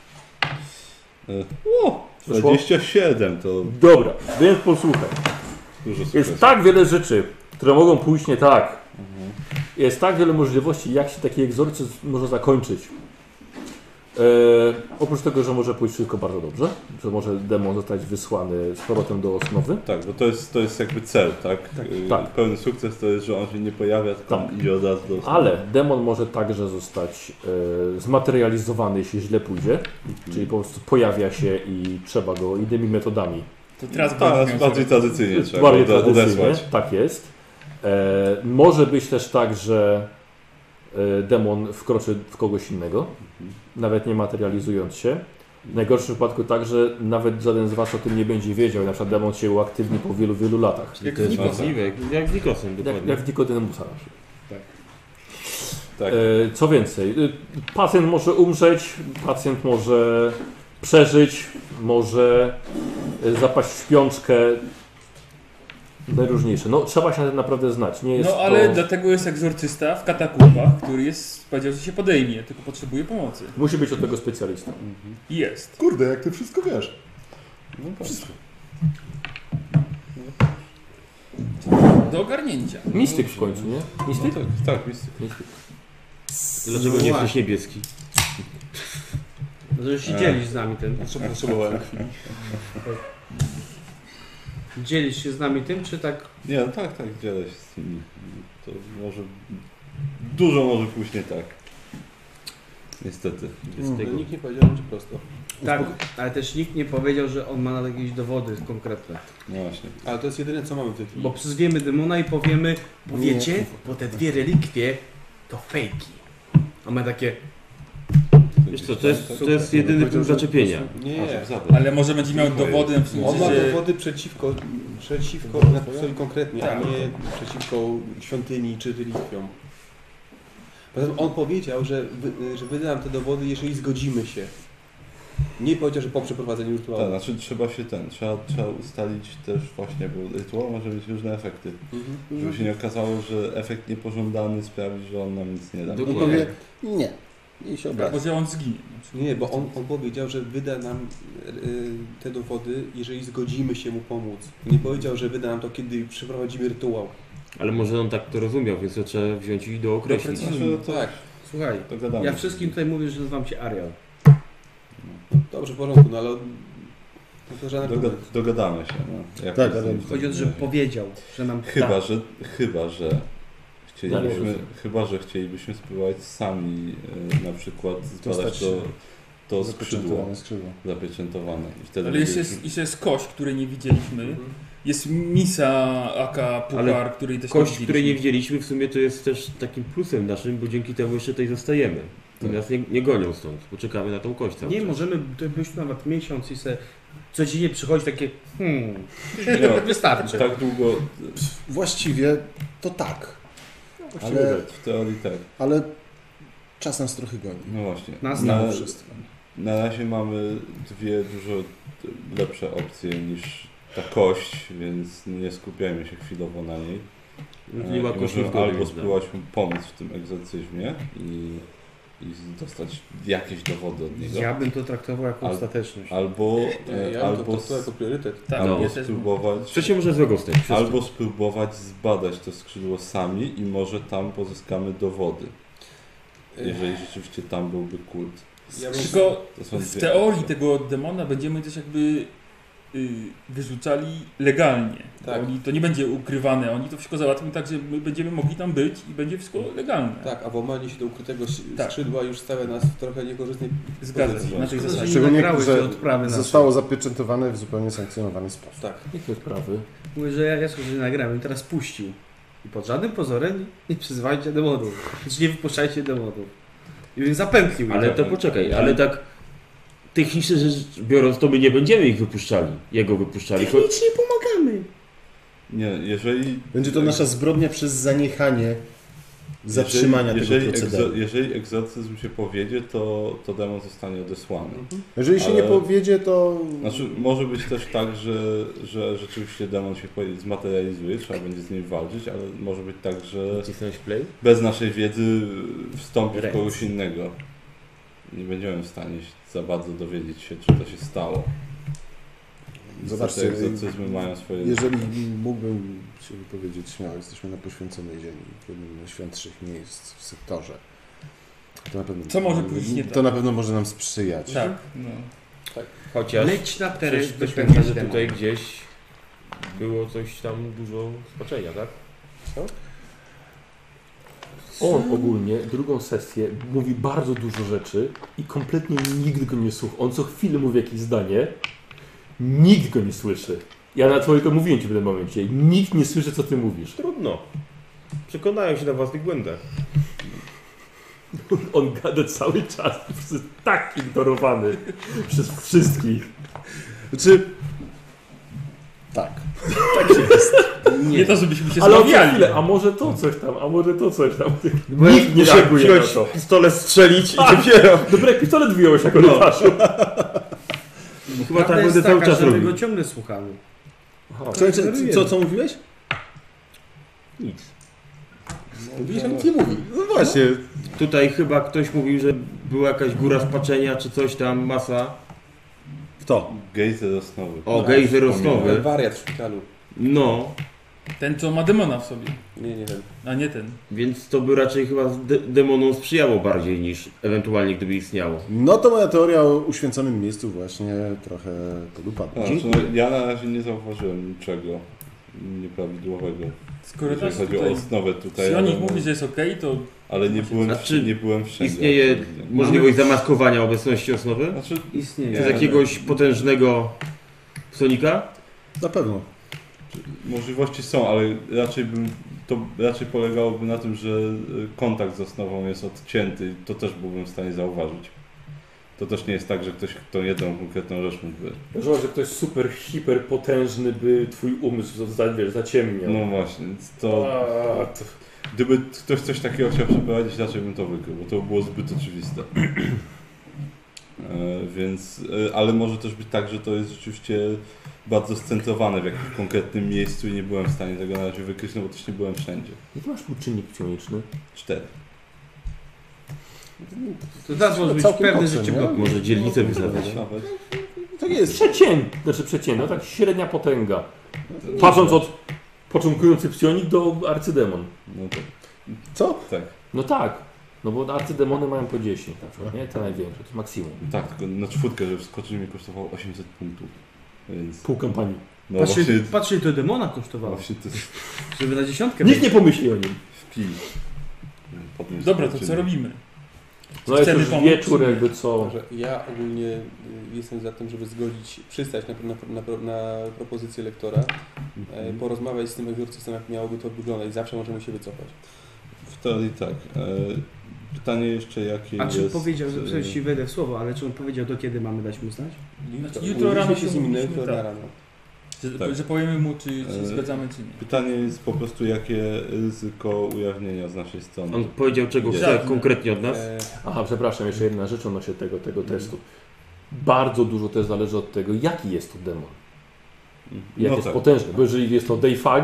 Wyszło? 27 to Dobra, więc posłuchaj. dużo Jest sukcesu. tak wiele rzeczy, które mogą pójść nie tak. Jest tak wiele możliwości, jak się taki egzorcyzm może zakończyć. Oprócz tego, że może pójść wszystko bardzo dobrze, że może demon zostać wysłany z powrotem do osnowy. Tak, bo to jest jakby cel, tak? tak. Pełny sukces to jest, że on się nie pojawia, tylko Tak. idzie od razu do osnowy. Ale demon może także zostać zmaterializowany, jeśli źle pójdzie. Czyli po prostu pojawia się i trzeba go innymi metodami. To teraz Tak, bardziej tradycyjnie trzeba Bardziej go tradycyjnie, odesłać. tak jest. Może być też tak, że demon wkroczy w kogoś innego, nawet nie materializując się. W najgorszym wypadku tak, że nawet żaden z Was o tym nie będzie wiedział i na przykład demon się uaktywni po wielu, wielu latach. Czyli to jest możliwe, jak z Nikosem dokładnie. Jak w Nikodemusa na przykład. Tak. Co więcej, pacjent może umrzeć, pacjent może przeżyć, może zapaść w śpiączkę. Najróżniejsze. No trzeba się naprawdę znać. Nie jest No ale to... dlatego jest egzorcysta w katakumbach, który jest, powiedział, że się podejmie, tylko potrzebuje pomocy. Musi być od tego specjalista. I jest. Kurde, jak ty wszystko wiesz. No tak. Do ogarnięcia. Mistyk w końcu, nie? Mistyk? Tak, mistyk. Dlaczego nie jesteś niebieski? Że się dzielisz z nami tym. Potrzebowałem chwili. Dzielisz się z nami tym, czy tak? Nie, no tak, dzielę się z tymi. To może... Dużo może pójść nie tak. Niestety. Nikt nie powiedział, że prosto. Tak, ale też nikt nie powiedział, że on ma jakieś dowody konkretne. No właśnie. Ale to jest jedyne co mamy w tej chwili. Bo przyzwiemy demona i powiemy, bo wiecie, bo te dwie relikwie to fejki. A my takie, Wiesz co, to jest jedyny punkt zaczepienia. Nie. Ale może będzie miał dowody w On sensie, ma że... dowody przeciwko sobie konkretnie, a nie przeciwko świątyni czy relikwiom. Poza tym on powiedział, że wyda nam te dowody, jeżeli zgodzimy się. Nie powiedział, że po przeprowadzeniu rytuału. Tak, znaczy trzeba ustalić też właśnie, bo rytuał może mieć różne efekty. Żeby się nie okazało, że efekt niepożądany sprawi, że on nam nic nie da. On powie, nie. I się Albo obrazi. że on zginie. Nie, bo on powiedział, że wyda nam te dowody, jeżeli zgodzimy się mu pomóc. Nie powiedział, że wyda nam to, kiedy przeprowadzimy rytuał. Ale może on tak to rozumiał, więc to trzeba wziąć i dookreślić. Znaczy, to Tak, słuchaj, dogadamy ja się. wszystkim tutaj mówię, że nazywam cię Arial. dobrze, w porządku, no ale to żaden problem. Dogadamy się. No. Jak Tak, to ale jest- Chodzi o to, że powiedział, że nam Chyba, da. że chcielibyśmy spróbować sami na przykład zbadać to skrzydło skrzydło. zapieczętowane. I wtedy Ale jeszcze jest kość, której nie widzieliśmy. Jest misa, aka puchar, Ale której też Kość, nie której nie widzieliśmy. widzieliśmy, w sumie to jest też takim plusem naszym, bo dzięki temu jeszcze tutaj zostajemy. I nas nie gonią stąd, bo czekamy na tą kość cały Nie, czas. możemy być tu nawet miesiąc i se codziennie przychodzi takie No, wystarczy. tak długo Właściwie to tak, ale w teorii tak. ale czas nas trochę goni. No właśnie. Nas Mimo wszystko. Na razie mamy dwie dużo lepsze opcje niż ta kość, więc nie skupiajmy się chwilowo na niej. Nie ma I kości możemy w głowie, albo więc spróbować mu pomóc w tym egzorcyzmie i dostać jakieś dowody od niego. Ja bym to traktował jako Al- ostateczność. Albo, Ja bym to jako priorytet. Tak, albo ja też spróbować. Co się może złego stać? Wszystko. Albo spróbować zbadać to skrzydło sami i może tam pozyskamy dowody. Jeżeli rzeczywiście tam byłby kult. Ja bym... Tylko To są w dwie teorii opcje. tego demona będziemy też jakby wyrzucali legalnie. Tak. To nie będzie ukrywane, oni to wszystko załatwią tak, że my będziemy mogli tam być i będzie wszystko legalne. Tak, a włamanie się do ukrytego Tak. skrzydła już stawia nas w trochę niekorzystnej Zgadza pozycji. się, na tej zasadzie. Szczególnie, nagrały że te odprawy nasze. zostało zapieczętowane w zupełnie sankcjonowany sposób. Tak. Jakie sprawy? Mówię, że ja słyszę, że nagrałem i teraz puścił. I pod żadnym pozorem nie przyzywajcie demonów. Znaczy nie wypuszczajcie demonów. I więc zapętlił. Ale to poczekaj, ale tak technicznie rzecz biorąc, to my nie będziemy ich wypuszczali. Jego wypuszczali. Technicznie pomagamy. Nie, jeżeli... Będzie to nasza zbrodnia przez zaniechanie zatrzymania tego procederu. Jeżeli egzorcyzm się powiedzie, to demon zostanie odesłany. Jeżeli się Ale- nie powiedzie, to... Znaczy, może być też tak, że rzeczywiście demon się zmaterializuje, trzeba będzie z nim walczyć, ale może być tak, że Cisnąć play? bez naszej wiedzy wstąpi w Ręce. kogoś innego. Nie będziemy w stanie za bardzo dowiedzieć się, czy to się stało. Zobaczcie, Te egzorcyzmy mają swoje... Jeżeli mógłbym się wypowiedzieć śmiało, jesteśmy na poświęconej ziemi, w jednym z najświętszych miejsc w sektorze. To na pewno, Co może pójść nie to tak? na pewno może nam sprzyjać. Tak, no. Chociaż Leć na tery, coś wypędza, że tutaj gdzieś było coś tam dużo spaczenia, tak? On ogólnie drugą sesję mówi bardzo dużo rzeczy i kompletnie nikt go nie słucha. On co chwilę mówi jakieś zdanie, nikt go nie słyszy. Ja na to mówiłem ci w tym momencie. Nikt nie słyszy, co ty mówisz. Trudno. Przekonają się na własnych błędach. On gada cały czas i po prostu jest tak ignorowany przez wszystkich. Znaczy... Tak. Nie to, żebyśmy się Ale on za zbawiali. chwilę, a może to coś tam, a może to coś tam. Bo Nikt nie reaguje na to. pistolet strzelić i dopiero. Dobra, jak pistolet wyjąłeś na korytarzu. Chyba tak Prawda jest będę cały taka, czas że my robił. go ciągle słuchamy. Co mówiłeś? Nic. Widzisz, on nic nie mówi. No właśnie. Tutaj chyba ktoś mówił, że była jakaś góra spaczenia, czy coś tam, masa. Kto? Gejzer osnowy. O, gejzer osnowy. Wariat w szpitalu. No, Ten, co ma demona w sobie, Nie ten. a nie ten. więc to by raczej chyba demonom sprzyjało bardziej niż ewentualnie gdyby istniało. No to moja teoria o uświęconym miejscu właśnie trochę podupadła. Znaczy, no, ja na razie nie zauważyłem niczego nieprawidłowego. Skoro tak Jeżeli chodzi o tutaj osnowę tutaj, Sionik ale, mówi, że jest okej, to ale nie byłem, Znaczy, nie byłem wszędzie. Istnieje absolutnie. możliwość zamaskowania obecności osnowy? Znaczy, Istnieje. Przez jakiegoś potężnego psonika? Na pewno. możliwości są, ale to raczej polegałoby na tym, że kontakt z osnową jest odcięty. To też byłbym w stanie zauważyć. To też nie jest tak, że ktoś, kto jedną konkretną rzecz mógłby. Może, że ktoś super, hiper potężny by twój umysł zaciemniał. No właśnie, więc to... Gdyby ktoś coś takiego chciał przeprowadzić, raczej bym to wykrył, bo to było zbyt oczywiste. Więc, ale może też być tak, że to jest rzeczywiście bardzo scentrowane w jakimś konkretnym miejscu i nie byłem w stanie tego na razie wykryć, no bo też nie byłem wszędzie. Jaki masz współczynnik psioniczny? 4. To teraz może być Całkiem pewny, dobrze, że cię nie? blokują. Może dzielnicę wyznaczać. Nawet. Tak jest. Przeciętnie, no tak średnia potęga. Patrząc od początkujący psionik do arcydemon. No tak. Co? Tak, No tak, no bo arcydemony mają po 10 na przykład, nie? Te największe, to jest maksimum. tak, tylko na czwórkę, żeby wskoczyć mi kosztowało 800 punktów. Więc Pół kampanii. no właśnie, Patrzcie, to demona kosztowało. właśnie to jest Żeby na 10 Nikt nie pomyśli o nim. wpij. Potem dobra, to zobaczymy. co robimy? No jest Chcemy już pomóc? wieczór jakby co. Także ja ogólnie jestem za tym, żeby przystać na propozycję lektora, porozmawiać z tym egzorcystą, jak miałoby to wyglądać. Zawsze możemy się wycofać. W teorii tak. Pytanie jeszcze jakie A czy jest... powiedział, że przecież ci wejdę w słowo, ale czy on powiedział, do kiedy mamy dać mu znać? Jutro rano się z nim mówiliśmy, jutro tak. rano. Tak. Że powiemy mu, czy się zgadzamy, czy nie. Pytanie jest po prostu, jakie ryzyko ujawnienia z naszej strony. On powiedział, czego chce Żadne. konkretnie od nas. Aha, przepraszam, jeszcze jedna rzecz odnośnie tego testu. Bardzo dużo też zależy od tego, jaki jest to demon. Jak No jest tak. potężny, bo jeżeli jest to Dayfag,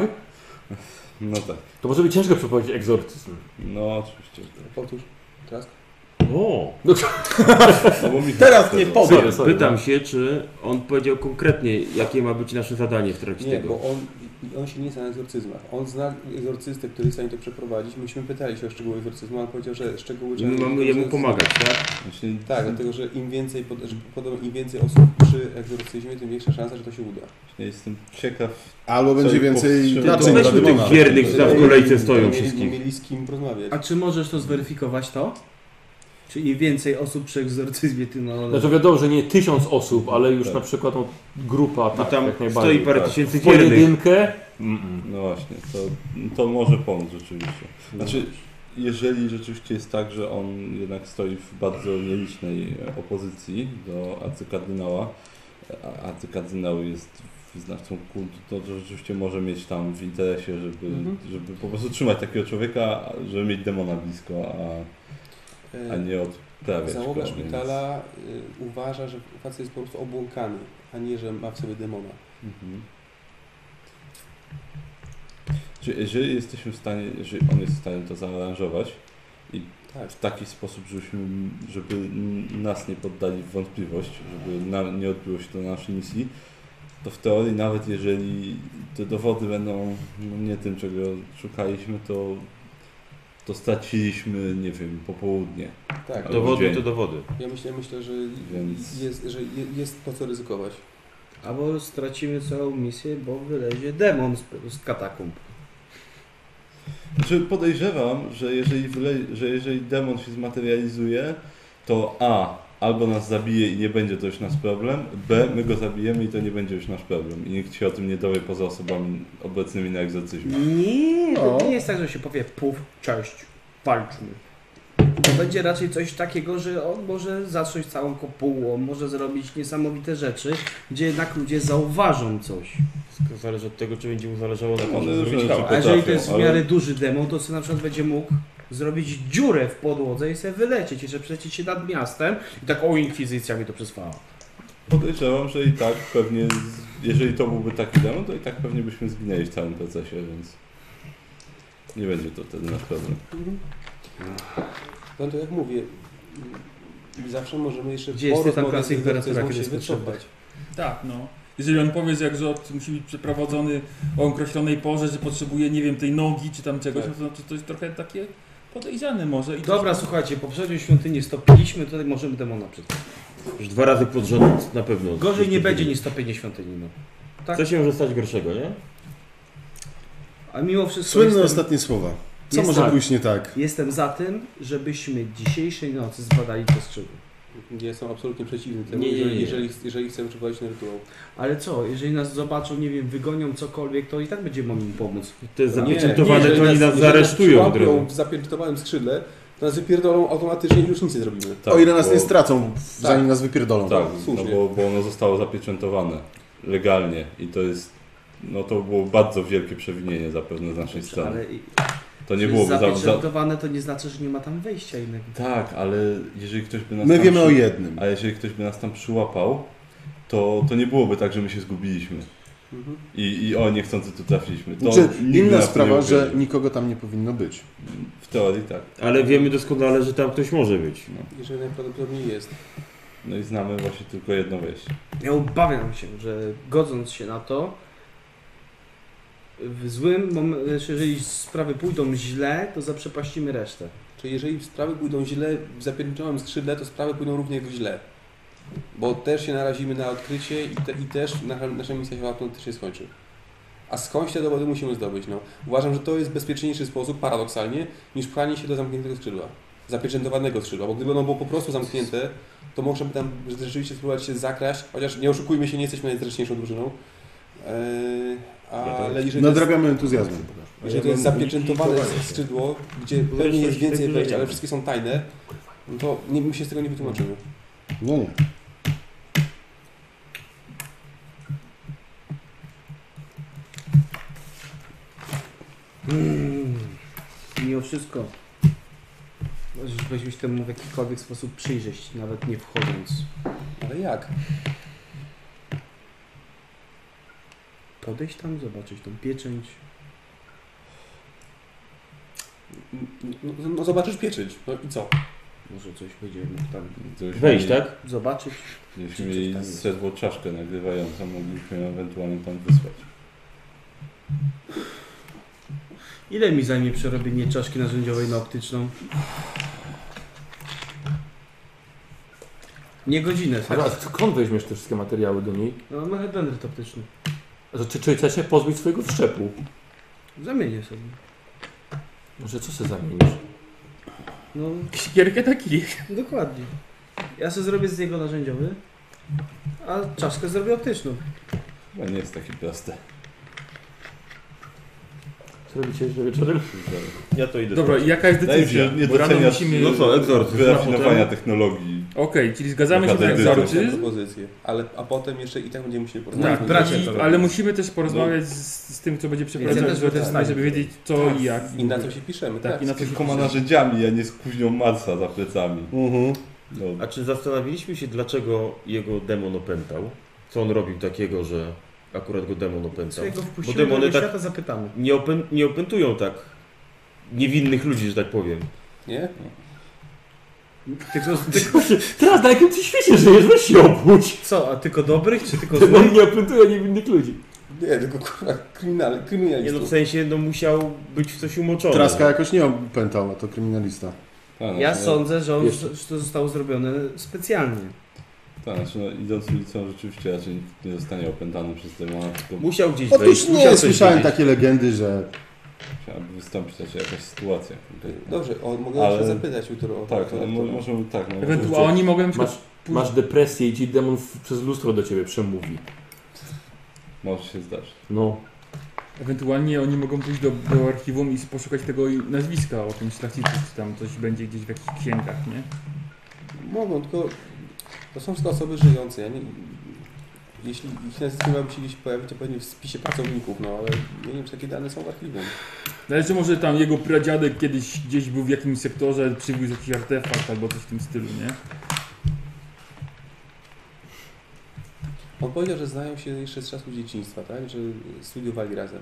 No tak. to może być ciężko przeprowadzić egzorcyzm. No oczywiście. Powtórz. Trask? O! No bo mi Teraz nie powiem. Pytam się, czy on powiedział konkretnie, jakie ma być nasze zadanie w trakcie Nie, tego. bo on się nie zna na egzorcyzmach. On zna egzorcystę, który jest w stanie to przeprowadzić. Myśmy pytali się o szczegóły egzorcyzmu, ale powiedział, że szczegóły... My mamy jemu pomagać, tak? Właśnie, Tak, dlatego, że im więcej, im więcej osób przy egzorcyzmie, tym większa szansa, że to się uda. właśnie jestem ciekaw. Albo będzie Co ich więcej powstrzymuje? naczyń dla Weźmy tych demona. wiernych, co w kolejce stoją Nie wszystkich. mieli z kim porozmawiać. A czy możesz to zweryfikować to? Czy im więcej osób przy egzorcyzmie, tym Znaczy wiadomo, że nie 1000 osób, ale już Tak. na przykład grupa, Bo tak, tam jak stoi najbardziej. parę tak. tysięcy W wiernych. pojedynkę? No właśnie, to może pomóc rzeczywiście. Znaczy, jeżeli rzeczywiście jest tak, że on jednak stoi w bardzo nielicznej opozycji do arcykardynała, a arcykardynał jest wyznawcą kultu, to rzeczywiście może mieć tam w interesie, żeby po prostu trzymać takiego człowieka, żeby mieć demona blisko, a nie odprawiać Załoga go, szpitala uważa, że facet jest po prostu obłąkany, a nie, że ma w sobie demona. Mhm. Czyli jeżeli jesteśmy w stanie, jeżeli on jest w stanie to zaaranżować i Tak. w taki sposób, żeby nas nie poddali w wątpliwość, żeby nie odbyło się to na naszej misji, to w teorii nawet jeżeli te dowody będą nie tym, czego szukaliśmy, to straciliśmy, nie wiem, popołudnie. Tak. Ale Dowody dzień. to dowody. Ja myślę, że Więc- jest po co ryzykować. Albo stracimy całą misję, bo wylezie demon z katakumb. Znaczy podejrzewam, że jeżeli demon się zmaterializuje, to albo nas zabije i nie będzie to już nasz problem, my go zabijemy i to nie będzie już nasz problem. I nikt się o tym nie dowie poza osobami obecnymi na egzorcyzmie. Nie, to O. nie jest tak, że się powie puf, cześć, walczmy. To będzie raczej coś takiego, że on może zacząć całą kopułą, może zrobić niesamowite rzeczy, gdzie jednak ludzie zauważą coś. Wszystko zależy od tego, czy będzie mu zależało na tym, One żeby różne zrobić rzeczy hałas. A jeżeli to potrafią, jest w ale- miarę duży demon, to sobie na przykład będzie mógł zrobić dziurę w podłodze i sobie wylecieć, jeszcze przecieć się nad miastem i tak inkwizycja mi to przyswała. Podejrzewam, że i tak pewnie, jeżeli to byłby taki demon, to i tak pewnie byśmy zginęli w całym procesie, więc nie będzie to wtedy nasz problem. No to jak mówię, zawsze możemy jeszcze Gdzie jest po tam rozmowie klasa z imperatora, egzorcyzmą kiedy się jest potrzebna? wycofać. Tak, no. Jeżeli on powie, że egzot musi być przeprowadzony o określonej porze, że potrzebuje, nie wiem, tej nogi czy tam czegoś, Tak. no to znaczy to jest trochę takie podejrzane może. I Dobra, słuchajcie, poprzednią świątynię stopiliśmy, tutaj możemy demona przyznać. Już 2 razy pod rząd na pewno. Gorzej nie będzie niż stopienie świątyni, no. Tak? Co się może stać gorszego, nie? A mimo wszystko Słynne ostatnie słowa. Co Jest może tak. pójść nie tak? jestem za tym, żebyśmy dzisiejszej nocy zbadali te skrzydła. Ja jestem absolutnie przeciwny temu, Nie. jeżeli chcemy przeprowadzić ten rytuał. Ale co, jeżeli nas zobaczą, nie wiem, wygonią cokolwiek, to i tak będziemy mogli im pomóc. To jest Nie, zapieczętowane, jeżeli to oni nas jeżeli zaaresztują od przyłapią razu. w zapieczętowanym skrzydle, to nas wypierdolą automatycznie i już nic nie zrobimy. Tak, O ile nas bo- nie stracą, zanim nas wypierdolą. Tak, słusznie. bo ono zostało zapieczętowane legalnie i to jest, to było bardzo wielkie przewinienie zapewne z naszej strony. Ale To nie jest byłoby zapieczętowane, to nie znaczy, że nie ma tam wejścia innego. Tak, ale jeżeli ktoś by nas My tam wiemy o jednym. A jeżeli ktoś by nas tam przyłapał, to nie byłoby tak, że my się zgubiliśmy. Mhm. I niechcący tu trafiliśmy. To Znaczy, nigdy inna nas nie sprawa, że uwierzył. nikogo tam nie powinno być. W teorii tak. Ale wiemy doskonale, że tam ktoś może być. Jeżeli najprawdopodobniej jest. No i znamy właśnie tylko jedno wejście. Ja obawiam się, że godząc się na to, w złym momencie, jeżeli sprawy pójdą źle, to zaprzepaścimy resztę. Czyli jeżeli sprawy pójdą źle w zapieczętowanym skrzydle, to sprawy pójdą również źle. Bo też się narazimy na odkrycie i też nasza misja się automatycznie skończy. A skądś te dowody musimy zdobyć. No. Uważam, że to jest bezpieczniejszy sposób, paradoksalnie, niż pchanie się do zamkniętego skrzydła. Zapieczętowanego skrzydła. Bo gdyby ono było po prostu zamknięte, to możemy tam rzeczywiście spróbować się zakraść, chociaż nie oszukujmy się, nie jesteśmy najzręczniejszą drużyną. Ale jeżeli to jest, Nadrabiamy entuzjazmem. jeżeli to jest zapieczętowane skrzydło, gdzie pewnie jest więcej wejść, ale wszystkie są tajne, no to my się z tego nie wytłumaczymy. No nie. Mimo wszystko, żebyśmy się temu w jakikolwiek sposób przyjrzeć, nawet nie wchodząc. Ale jak? Podejść tam, zobaczyć tą pieczęć. No zobaczysz pieczęć. No i co? Może coś będzie mógł tam Gdybyśmy wejść, mieli- tak? Zobaczyć. Gdybyśmy Czy coś mieli tam jest? serwo czaszkę nagrywającą, moglibyśmy ją ewentualnie tam wysłać. Ile mi zajmie przerobienie czaszki narzędziowej na optyczną? Nie godzinę. A skąd weźmiesz te wszystkie materiały do niej? No mam headbandit optyczny. Czy chcesz się pozbyć swojego wszczepu? Zamienię sobie. Może co sobie zamienisz? No Sikierkę na kij. dokładnie. Ja sobie zrobię z niego narzędziowy, a czaszkę zrobię optyczną. Chyba nie jest takie proste. Co robicie jeszcze wieczorem? Ja to idę Dobra, spać. jaka jest Wydaje mi się, decyzja? że nie Bo rano doceniasz musimy... No co, egzorcyzm. wyrafinowania technologii. Okej, czyli zgadzamy się na Naprawdę Taką egzorcyzm. propozycję. A potem jeszcze i tak będziemy musieli Tak, porozmawiać. bracie i, to robią. ale musimy też porozmawiać z tym, co będzie przeprowadzał Ja też będę egzorcyzm, stanie. żeby wiedzieć co i jak. I na co się piszemy, Tak, i na co się Kilkoma pisze. narzędziami, a nie z kuźnią Marsa za plecami. No, A czy zastanowiliśmy się, dlaczego jego demon opętał? Co on robił takiego, że akurat go demon opętał? Co jego Bo wpuścimy demony do tego tak świata, zapytamy. nie opętują tak niewinnych ludzi, że tak powiem. Nie? Teraz na jakim ty świecie żyjesz? Weź się obudź! Co, a tylko dobrych, czy tylko On złych? nie opętuje niewinnych ludzi. Nie, tylko kurwa Nie no, w kryminalistów. sensie no musiał być w coś umoczony. Traska jakoś nie opętał, a to kryminalista. tak, Ja znaczy, sądzę, że Jeszcze. to zostało zrobione specjalnie. Tak, znaczy idąc ulicą rzeczywiście raczej nikt nie zostanie opętany przez demona, tylko Musiał gdzieś Otóż wejść, musiał nie, coś słyszałem wiedzieć. takie legendy, że musiałaby wystąpić raczej jakaś sytuacja. Dobrze, mogę Ale- jeszcze zapytać jutro o Tak, to. no, możemy tak. No, Ewentualnie oni mogą na przykład Masz depresję i ci demon przez lustro do ciebie przemówi. Może się zdarzyć. No. Ewentualnie oni mogą pójść do archiwum i poszukać tego nazwiska o tym szlachcicu, czy tam coś będzie gdzieś w jakichś księgach, nie? Mogą, tylko to są wszystko osoby żyjące. Ja nie, jeśli ich nazwisko miałoby się gdzieś pojawić, to pewnie w spisie pracowników, no ale ja nie wiem, czy takie dane są w archiwum. Ale czy może tam jego pradziadek kiedyś gdzieś był w jakimś sektorze, przywiózł jakiś artefakt albo coś w tym stylu, nie? On powiedział, że znają się jeszcze z czasów dzieciństwa, tak? Że studiowali razem.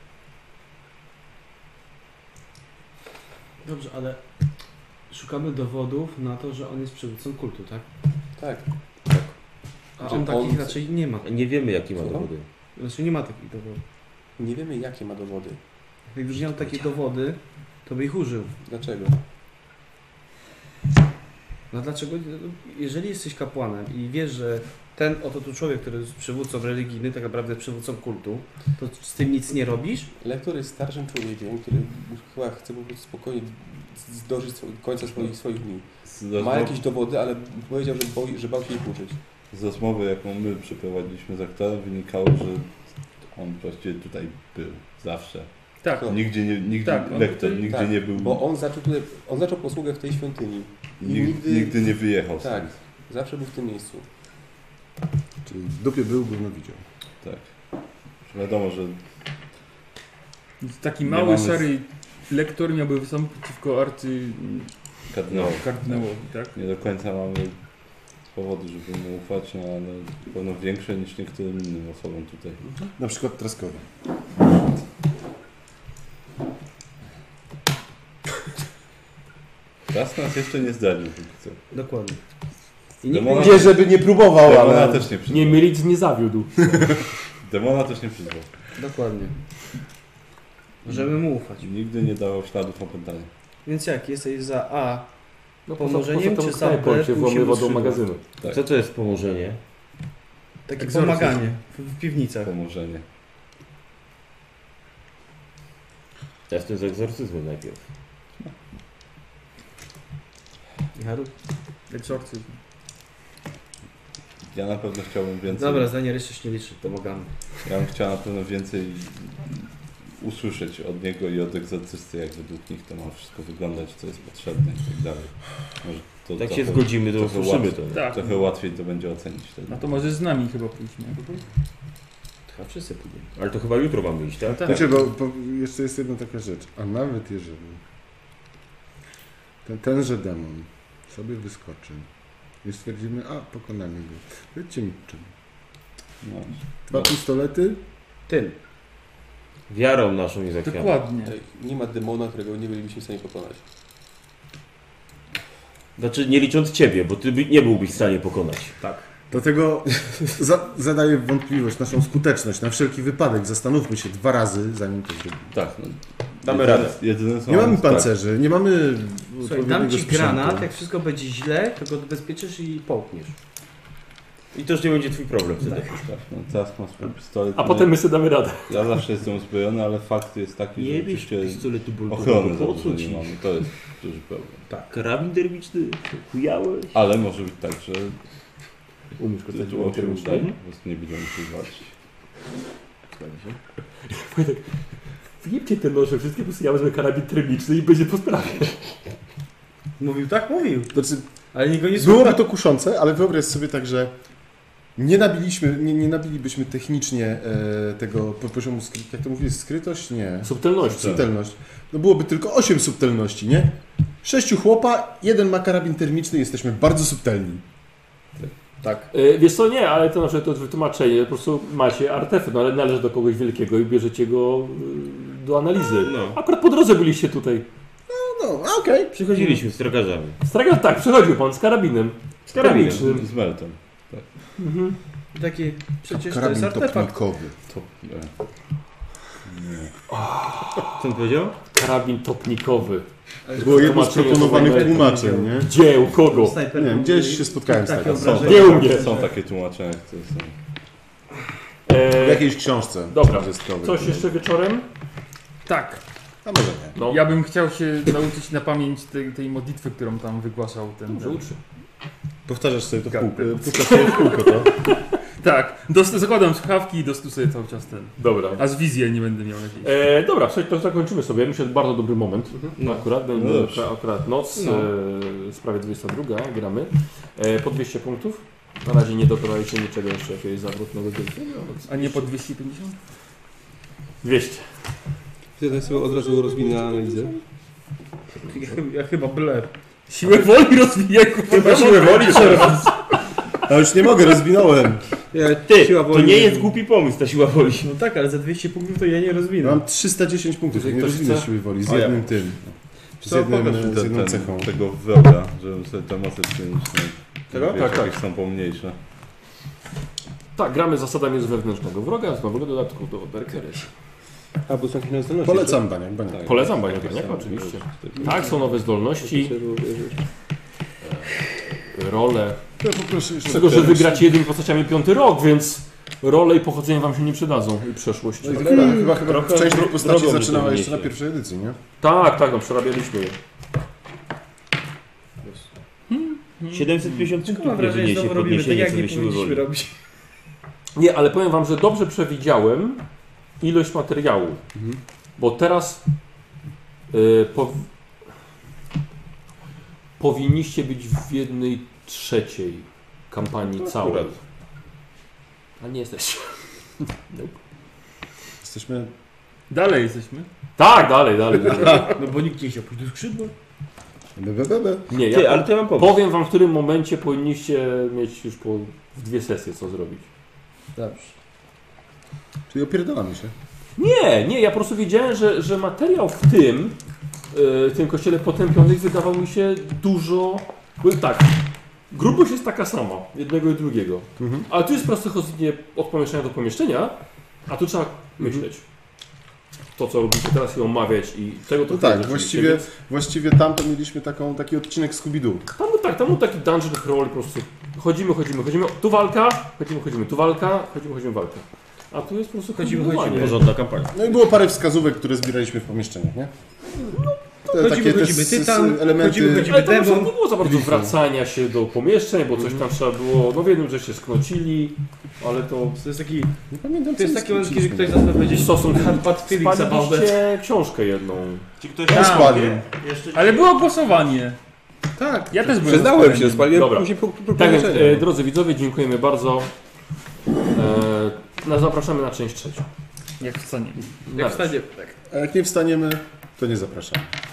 Dobrze, ale szukamy dowodów na to, że on jest przywódcą kultu, tak? Tak. A Że on takich on- raczej nie ma. Nie wiemy jaki ma Co? dowody. Znaczy nie ma takich dowodów. Nie wiemy, jakie ma dowody. Jakby już miał takie dowody, to by ich użył. Dlaczego? No dlaczego? Jeżeli jesteś kapłanem i wiesz, że ten oto tu człowiek, który jest przywódcą religijnym, tak naprawdę przywódcą kultu, to z tym nic nie robisz? Lektor jest starszym człowiekiem, który chyba chce po prostu spokojnie dożyć końca swoich dni. Ma jakieś dowody, ale powiedział, że bał się ich użyć. Z rozmowy, jaką my przeprowadziliśmy z aktorem, wynikało, że on właściwie tutaj był zawsze. Tak. No. Nigdzie Tak, on lektor tutaj- nigdzie tak, nie był. Bo on zaczął posługę w tej świątyni. I Nigdy nie wyjechał Tak, stąd. zawsze był w tym miejscu. czyli w dupie był, gówno widział. Tak. Wiadomo, że Taki Nie mały, mamy- szary lektor miałby wystąpić przeciwko kardynał kardynałowi, tak? nie do końca mamy powody, żeby mu ufać, no ale pewno większe niż niektórym innym osobom tutaj. Na przykład Traskowi. Raz nas jeszcze nie zdradził póki co. Dokładnie. I Demona, Nie, żeby nie próbował, demona ale... też nie przyznał. Nie mylić nie zawiódł. Demona też nie przyznał. Dokładnie. Możemy mu ufać. Nigdy nie dawał śladów opętania. Więc jak, jesteś za A, No Pomorzeniem czy sam knajpą B się pół się włamywał do wytrzymał? magazynu. Tak. Co to jest pomorzenie? takie Egzorcyzm. pomaganie w piwnicach. Pomorzenie. Ja jestem z egzorcyzmem najpierw. Michał? Egzorcyzm. Ja na pewno chciałbym więcej. Dobra, zdanie reszty się nie liczy, pomagamy. Ja bym chciał na pewno więcej usłyszeć od niego i od egzorcysty, jak według nich to ma wszystko wyglądać, co jest potrzebne i tak dalej. Może to Tak trochę- się zgodzimy, to trochę usłyszymy łatwiej. to. Tak. Trochę łatwiej to będzie ocenić wtedy. No to może z nami chyba pójść, nie? Chyba wszyscy pójdziemy. Ale to chyba jutro mamy iść, tak? Tak. Znaczy, bo jeszcze jest jedna taka rzecz. A nawet jeżeli tenże demon sobie wyskoczy i stwierdzimy, a pokonamy go. Powiedzcie mi czym. No. 2 pistolety? Tym. Wiarą naszą i zachwianą. Dokładnie. Tutaj nie ma demona, którego nie bylibyśmy w stanie pokonać. Znaczy nie licząc ciebie, bo ty nie byłbyś w stanie pokonać. Tak. Dlatego zadaję w wątpliwość naszą skuteczność. Na wszelki wypadek zastanówmy się 2 razy, zanim to zrobimy. Tak, no. Damy radę. Jedyne są, Nie mamy tak. pancerzy, nie mamy Słuchaj, dam ci sprzętu. granat, jak wszystko będzie źle, to go odbezpieczysz i połkniesz. I to już nie będzie twój problem wtedy. Tak, no, teraz mam swój pistolet. A potem my sobie damy radę. Ja zawsze jestem uzbrojony, ale fakt jest taki, że Nie bierz oczywiście pistoletu ochrony boltowego, za po dużo co ci? nie mamy. To jest duży problem. Tak. Karabin termiczny, chujałeś. Ale może być tak, że Umiesz go sytuacja się uda, po prostu nie będziemy się walczyć. Wjebcie te noże, wszystkie po prostu ja wezmę karabin termiczny i będzie po sprawie. Mówił tak? Mówił. Znaczy, Ale nikt go nie słucha. byłoby to kuszące, ale wyobraź sobie tak, że nie nabilibyśmy technicznie tego poziomu, jak to mówisz, skrytość? Nie. Subtelność. Subtelność. No byłoby tylko 8 subtelności, nie? 6 chłopa, 1 ma karabin termiczny, jesteśmy bardzo subtelni. Tak. Wiesz co, nie, ale to na przykład to wytłumaczenie, po prostu macie artefakt, no ale należy do kogoś wielkiego i bierzecie go do analizy. No. Akurat po drodze byliście tutaj. No, okej. Przychodziliśmy z tragarzami. Stragan, tak, przychodził pan z karabinem. Z karabinem. Termicznym. Z meltem. Mhm. Takie, przecież to jest Karabin artefakt. topnikowy. To, Co on powiedział? Karabin topnikowy. Było jedno z Tłumaczenie proponowanych słowem tłumaczeń, nie? Gdzie, u kogo? Snajper Nie wiem, mówi- gdzieś się spotkałem z takie takim. obrażenia. Nie u mnie. są takie tłumaczenia, które są. W jakiejś książce. Dobra. 40. Coś jeszcze wieczorem? Tak. A może nie. No. Ja bym chciał się nauczyć na pamięć tej modlitwy, którą tam wygłaszał ten. Dobrze, uczy. Powtarzasz sobie to w kółko, powtarzasz sobie w kółko, to? Tak, zakładam słuchawki i dostu sobie cały czas ten. Dobra. Aż wizję nie będę miał jakiejś. Dobra, słuchaj, to zakończymy sobie. Myślę, że bardzo dobry moment. No. Akurat, No będzie dobrze. akurat noc, No. sprawie 22, gramy. Po 200 punktów. Na razie nie dokonaliście niczego jeszcze, jakiegoś zawrotnego wielkiego. A nie po 250? 200. Wtedy sobie od razu rozwinę analizę. Ja chyba byle. Siłę woli rozwijaj, Chyba siłę woli trzeba. A już nie mogę, rozwinąłem. Ty, Siła to woli nie nie- jest głupi pomysł, ta siła woli. No tak, ale za 200 punktów to ja nie rozwinę. Mam 310 punktów, Jeżeli nie ktoś rozwinę chce- siły woli, z O ja. jednym tym. Z Co, pokaż mi jedną cechą. tego wroga, żebym sobie te moce sceniczne. Tego? Wiesz, Tak, tak. jakieś są pomniejsze. Tak, gramy zasadami z wewnętrznego wroga, z nowego dodatku do Berkeres. A, bo są jakieś nowe zdolności. Polecam Baniak. Tak. Polecam Baniak, Jakieś Baniak, są- oczywiście. takie- Tak, są nowe zdolności, role. Ja poproszę jeszcze Z tego, że wygracie jedynymi postaciami 5. rok, więc role i pochodzenie wam się nie przydadzą i przeszłość. No i chyba Trochę część tych postaci drogą zaczynała mi to jeszcze na wniesie. pierwszej edycji, nie? Tak, no przerabialiśmy je. 750 Mam punktów nie wrażenie, że wyniesie znowu robimy tak, podniesienie jak sobie nie siły powinniśmy woli. robić. Nie, ale powiem wam, że dobrze przewidziałem ilość materiału, bo teraz powinniście być w 1/3 kampanii całej. akurat. A nie jesteście. Jesteśmy... Dalej jesteśmy. Tak, dalej. No bo nikt nie chciał pójść do skrzydła. Nie, Ty, ja ale to ja mam pomysł. powiem wam, w którym momencie powinniście mieć już w 2 sesje co zrobić. Dobrze. Czyli opierdolamy się. Nie, ja po prostu wiedziałem, że materiał w tym kościele potępionych wydawał mi się dużo... Bo tak, grubość jest taka sama, jednego i drugiego. Ale tu jest proste chodzenie od pomieszczenia do pomieszczenia, a tu trzeba myśleć. To, co robicie teraz i omawiać i tego to No tak, rzeczywiście, więc właściwie tam to mieliśmy taki odcinek Scooby-Doo. Tam był taki dungeon crawl, po prostu chodzimy, tu walka, chodzimy, tu walka, chodzimy, walka. A tu jest po prostu Chodzimy. Porządna kampania. No i było parę wskazówek, które zbieraliśmy w pomieszczeniach, nie? Te Chodzimy, tytan, chodzimy. Ale tam demon. nie było za bardzo Rifu. wracania się do pomieszczeń, bo coś tam trzeba było, no w jednym, że się sknocili, ale to... To jest taki, Nie pamiętam, to jest co taki moment, kiedy skończyliśmy. ktoś z nas będzie Stosunki. Hardpad Felix about that. Spaliliście książkę jedną. Czy ktoś Ja spalił. Ale było głosowanie. Tak. Ja też byłem. Przyznałem się, spaliłem Dobra. później po Tak więc, pomieszczeniu. drodzy widzowie, dziękujemy bardzo. Zapraszamy na część 3. Jak wstanie. Jak wstanie, tak. A jak nie wstaniemy, to nie zapraszamy.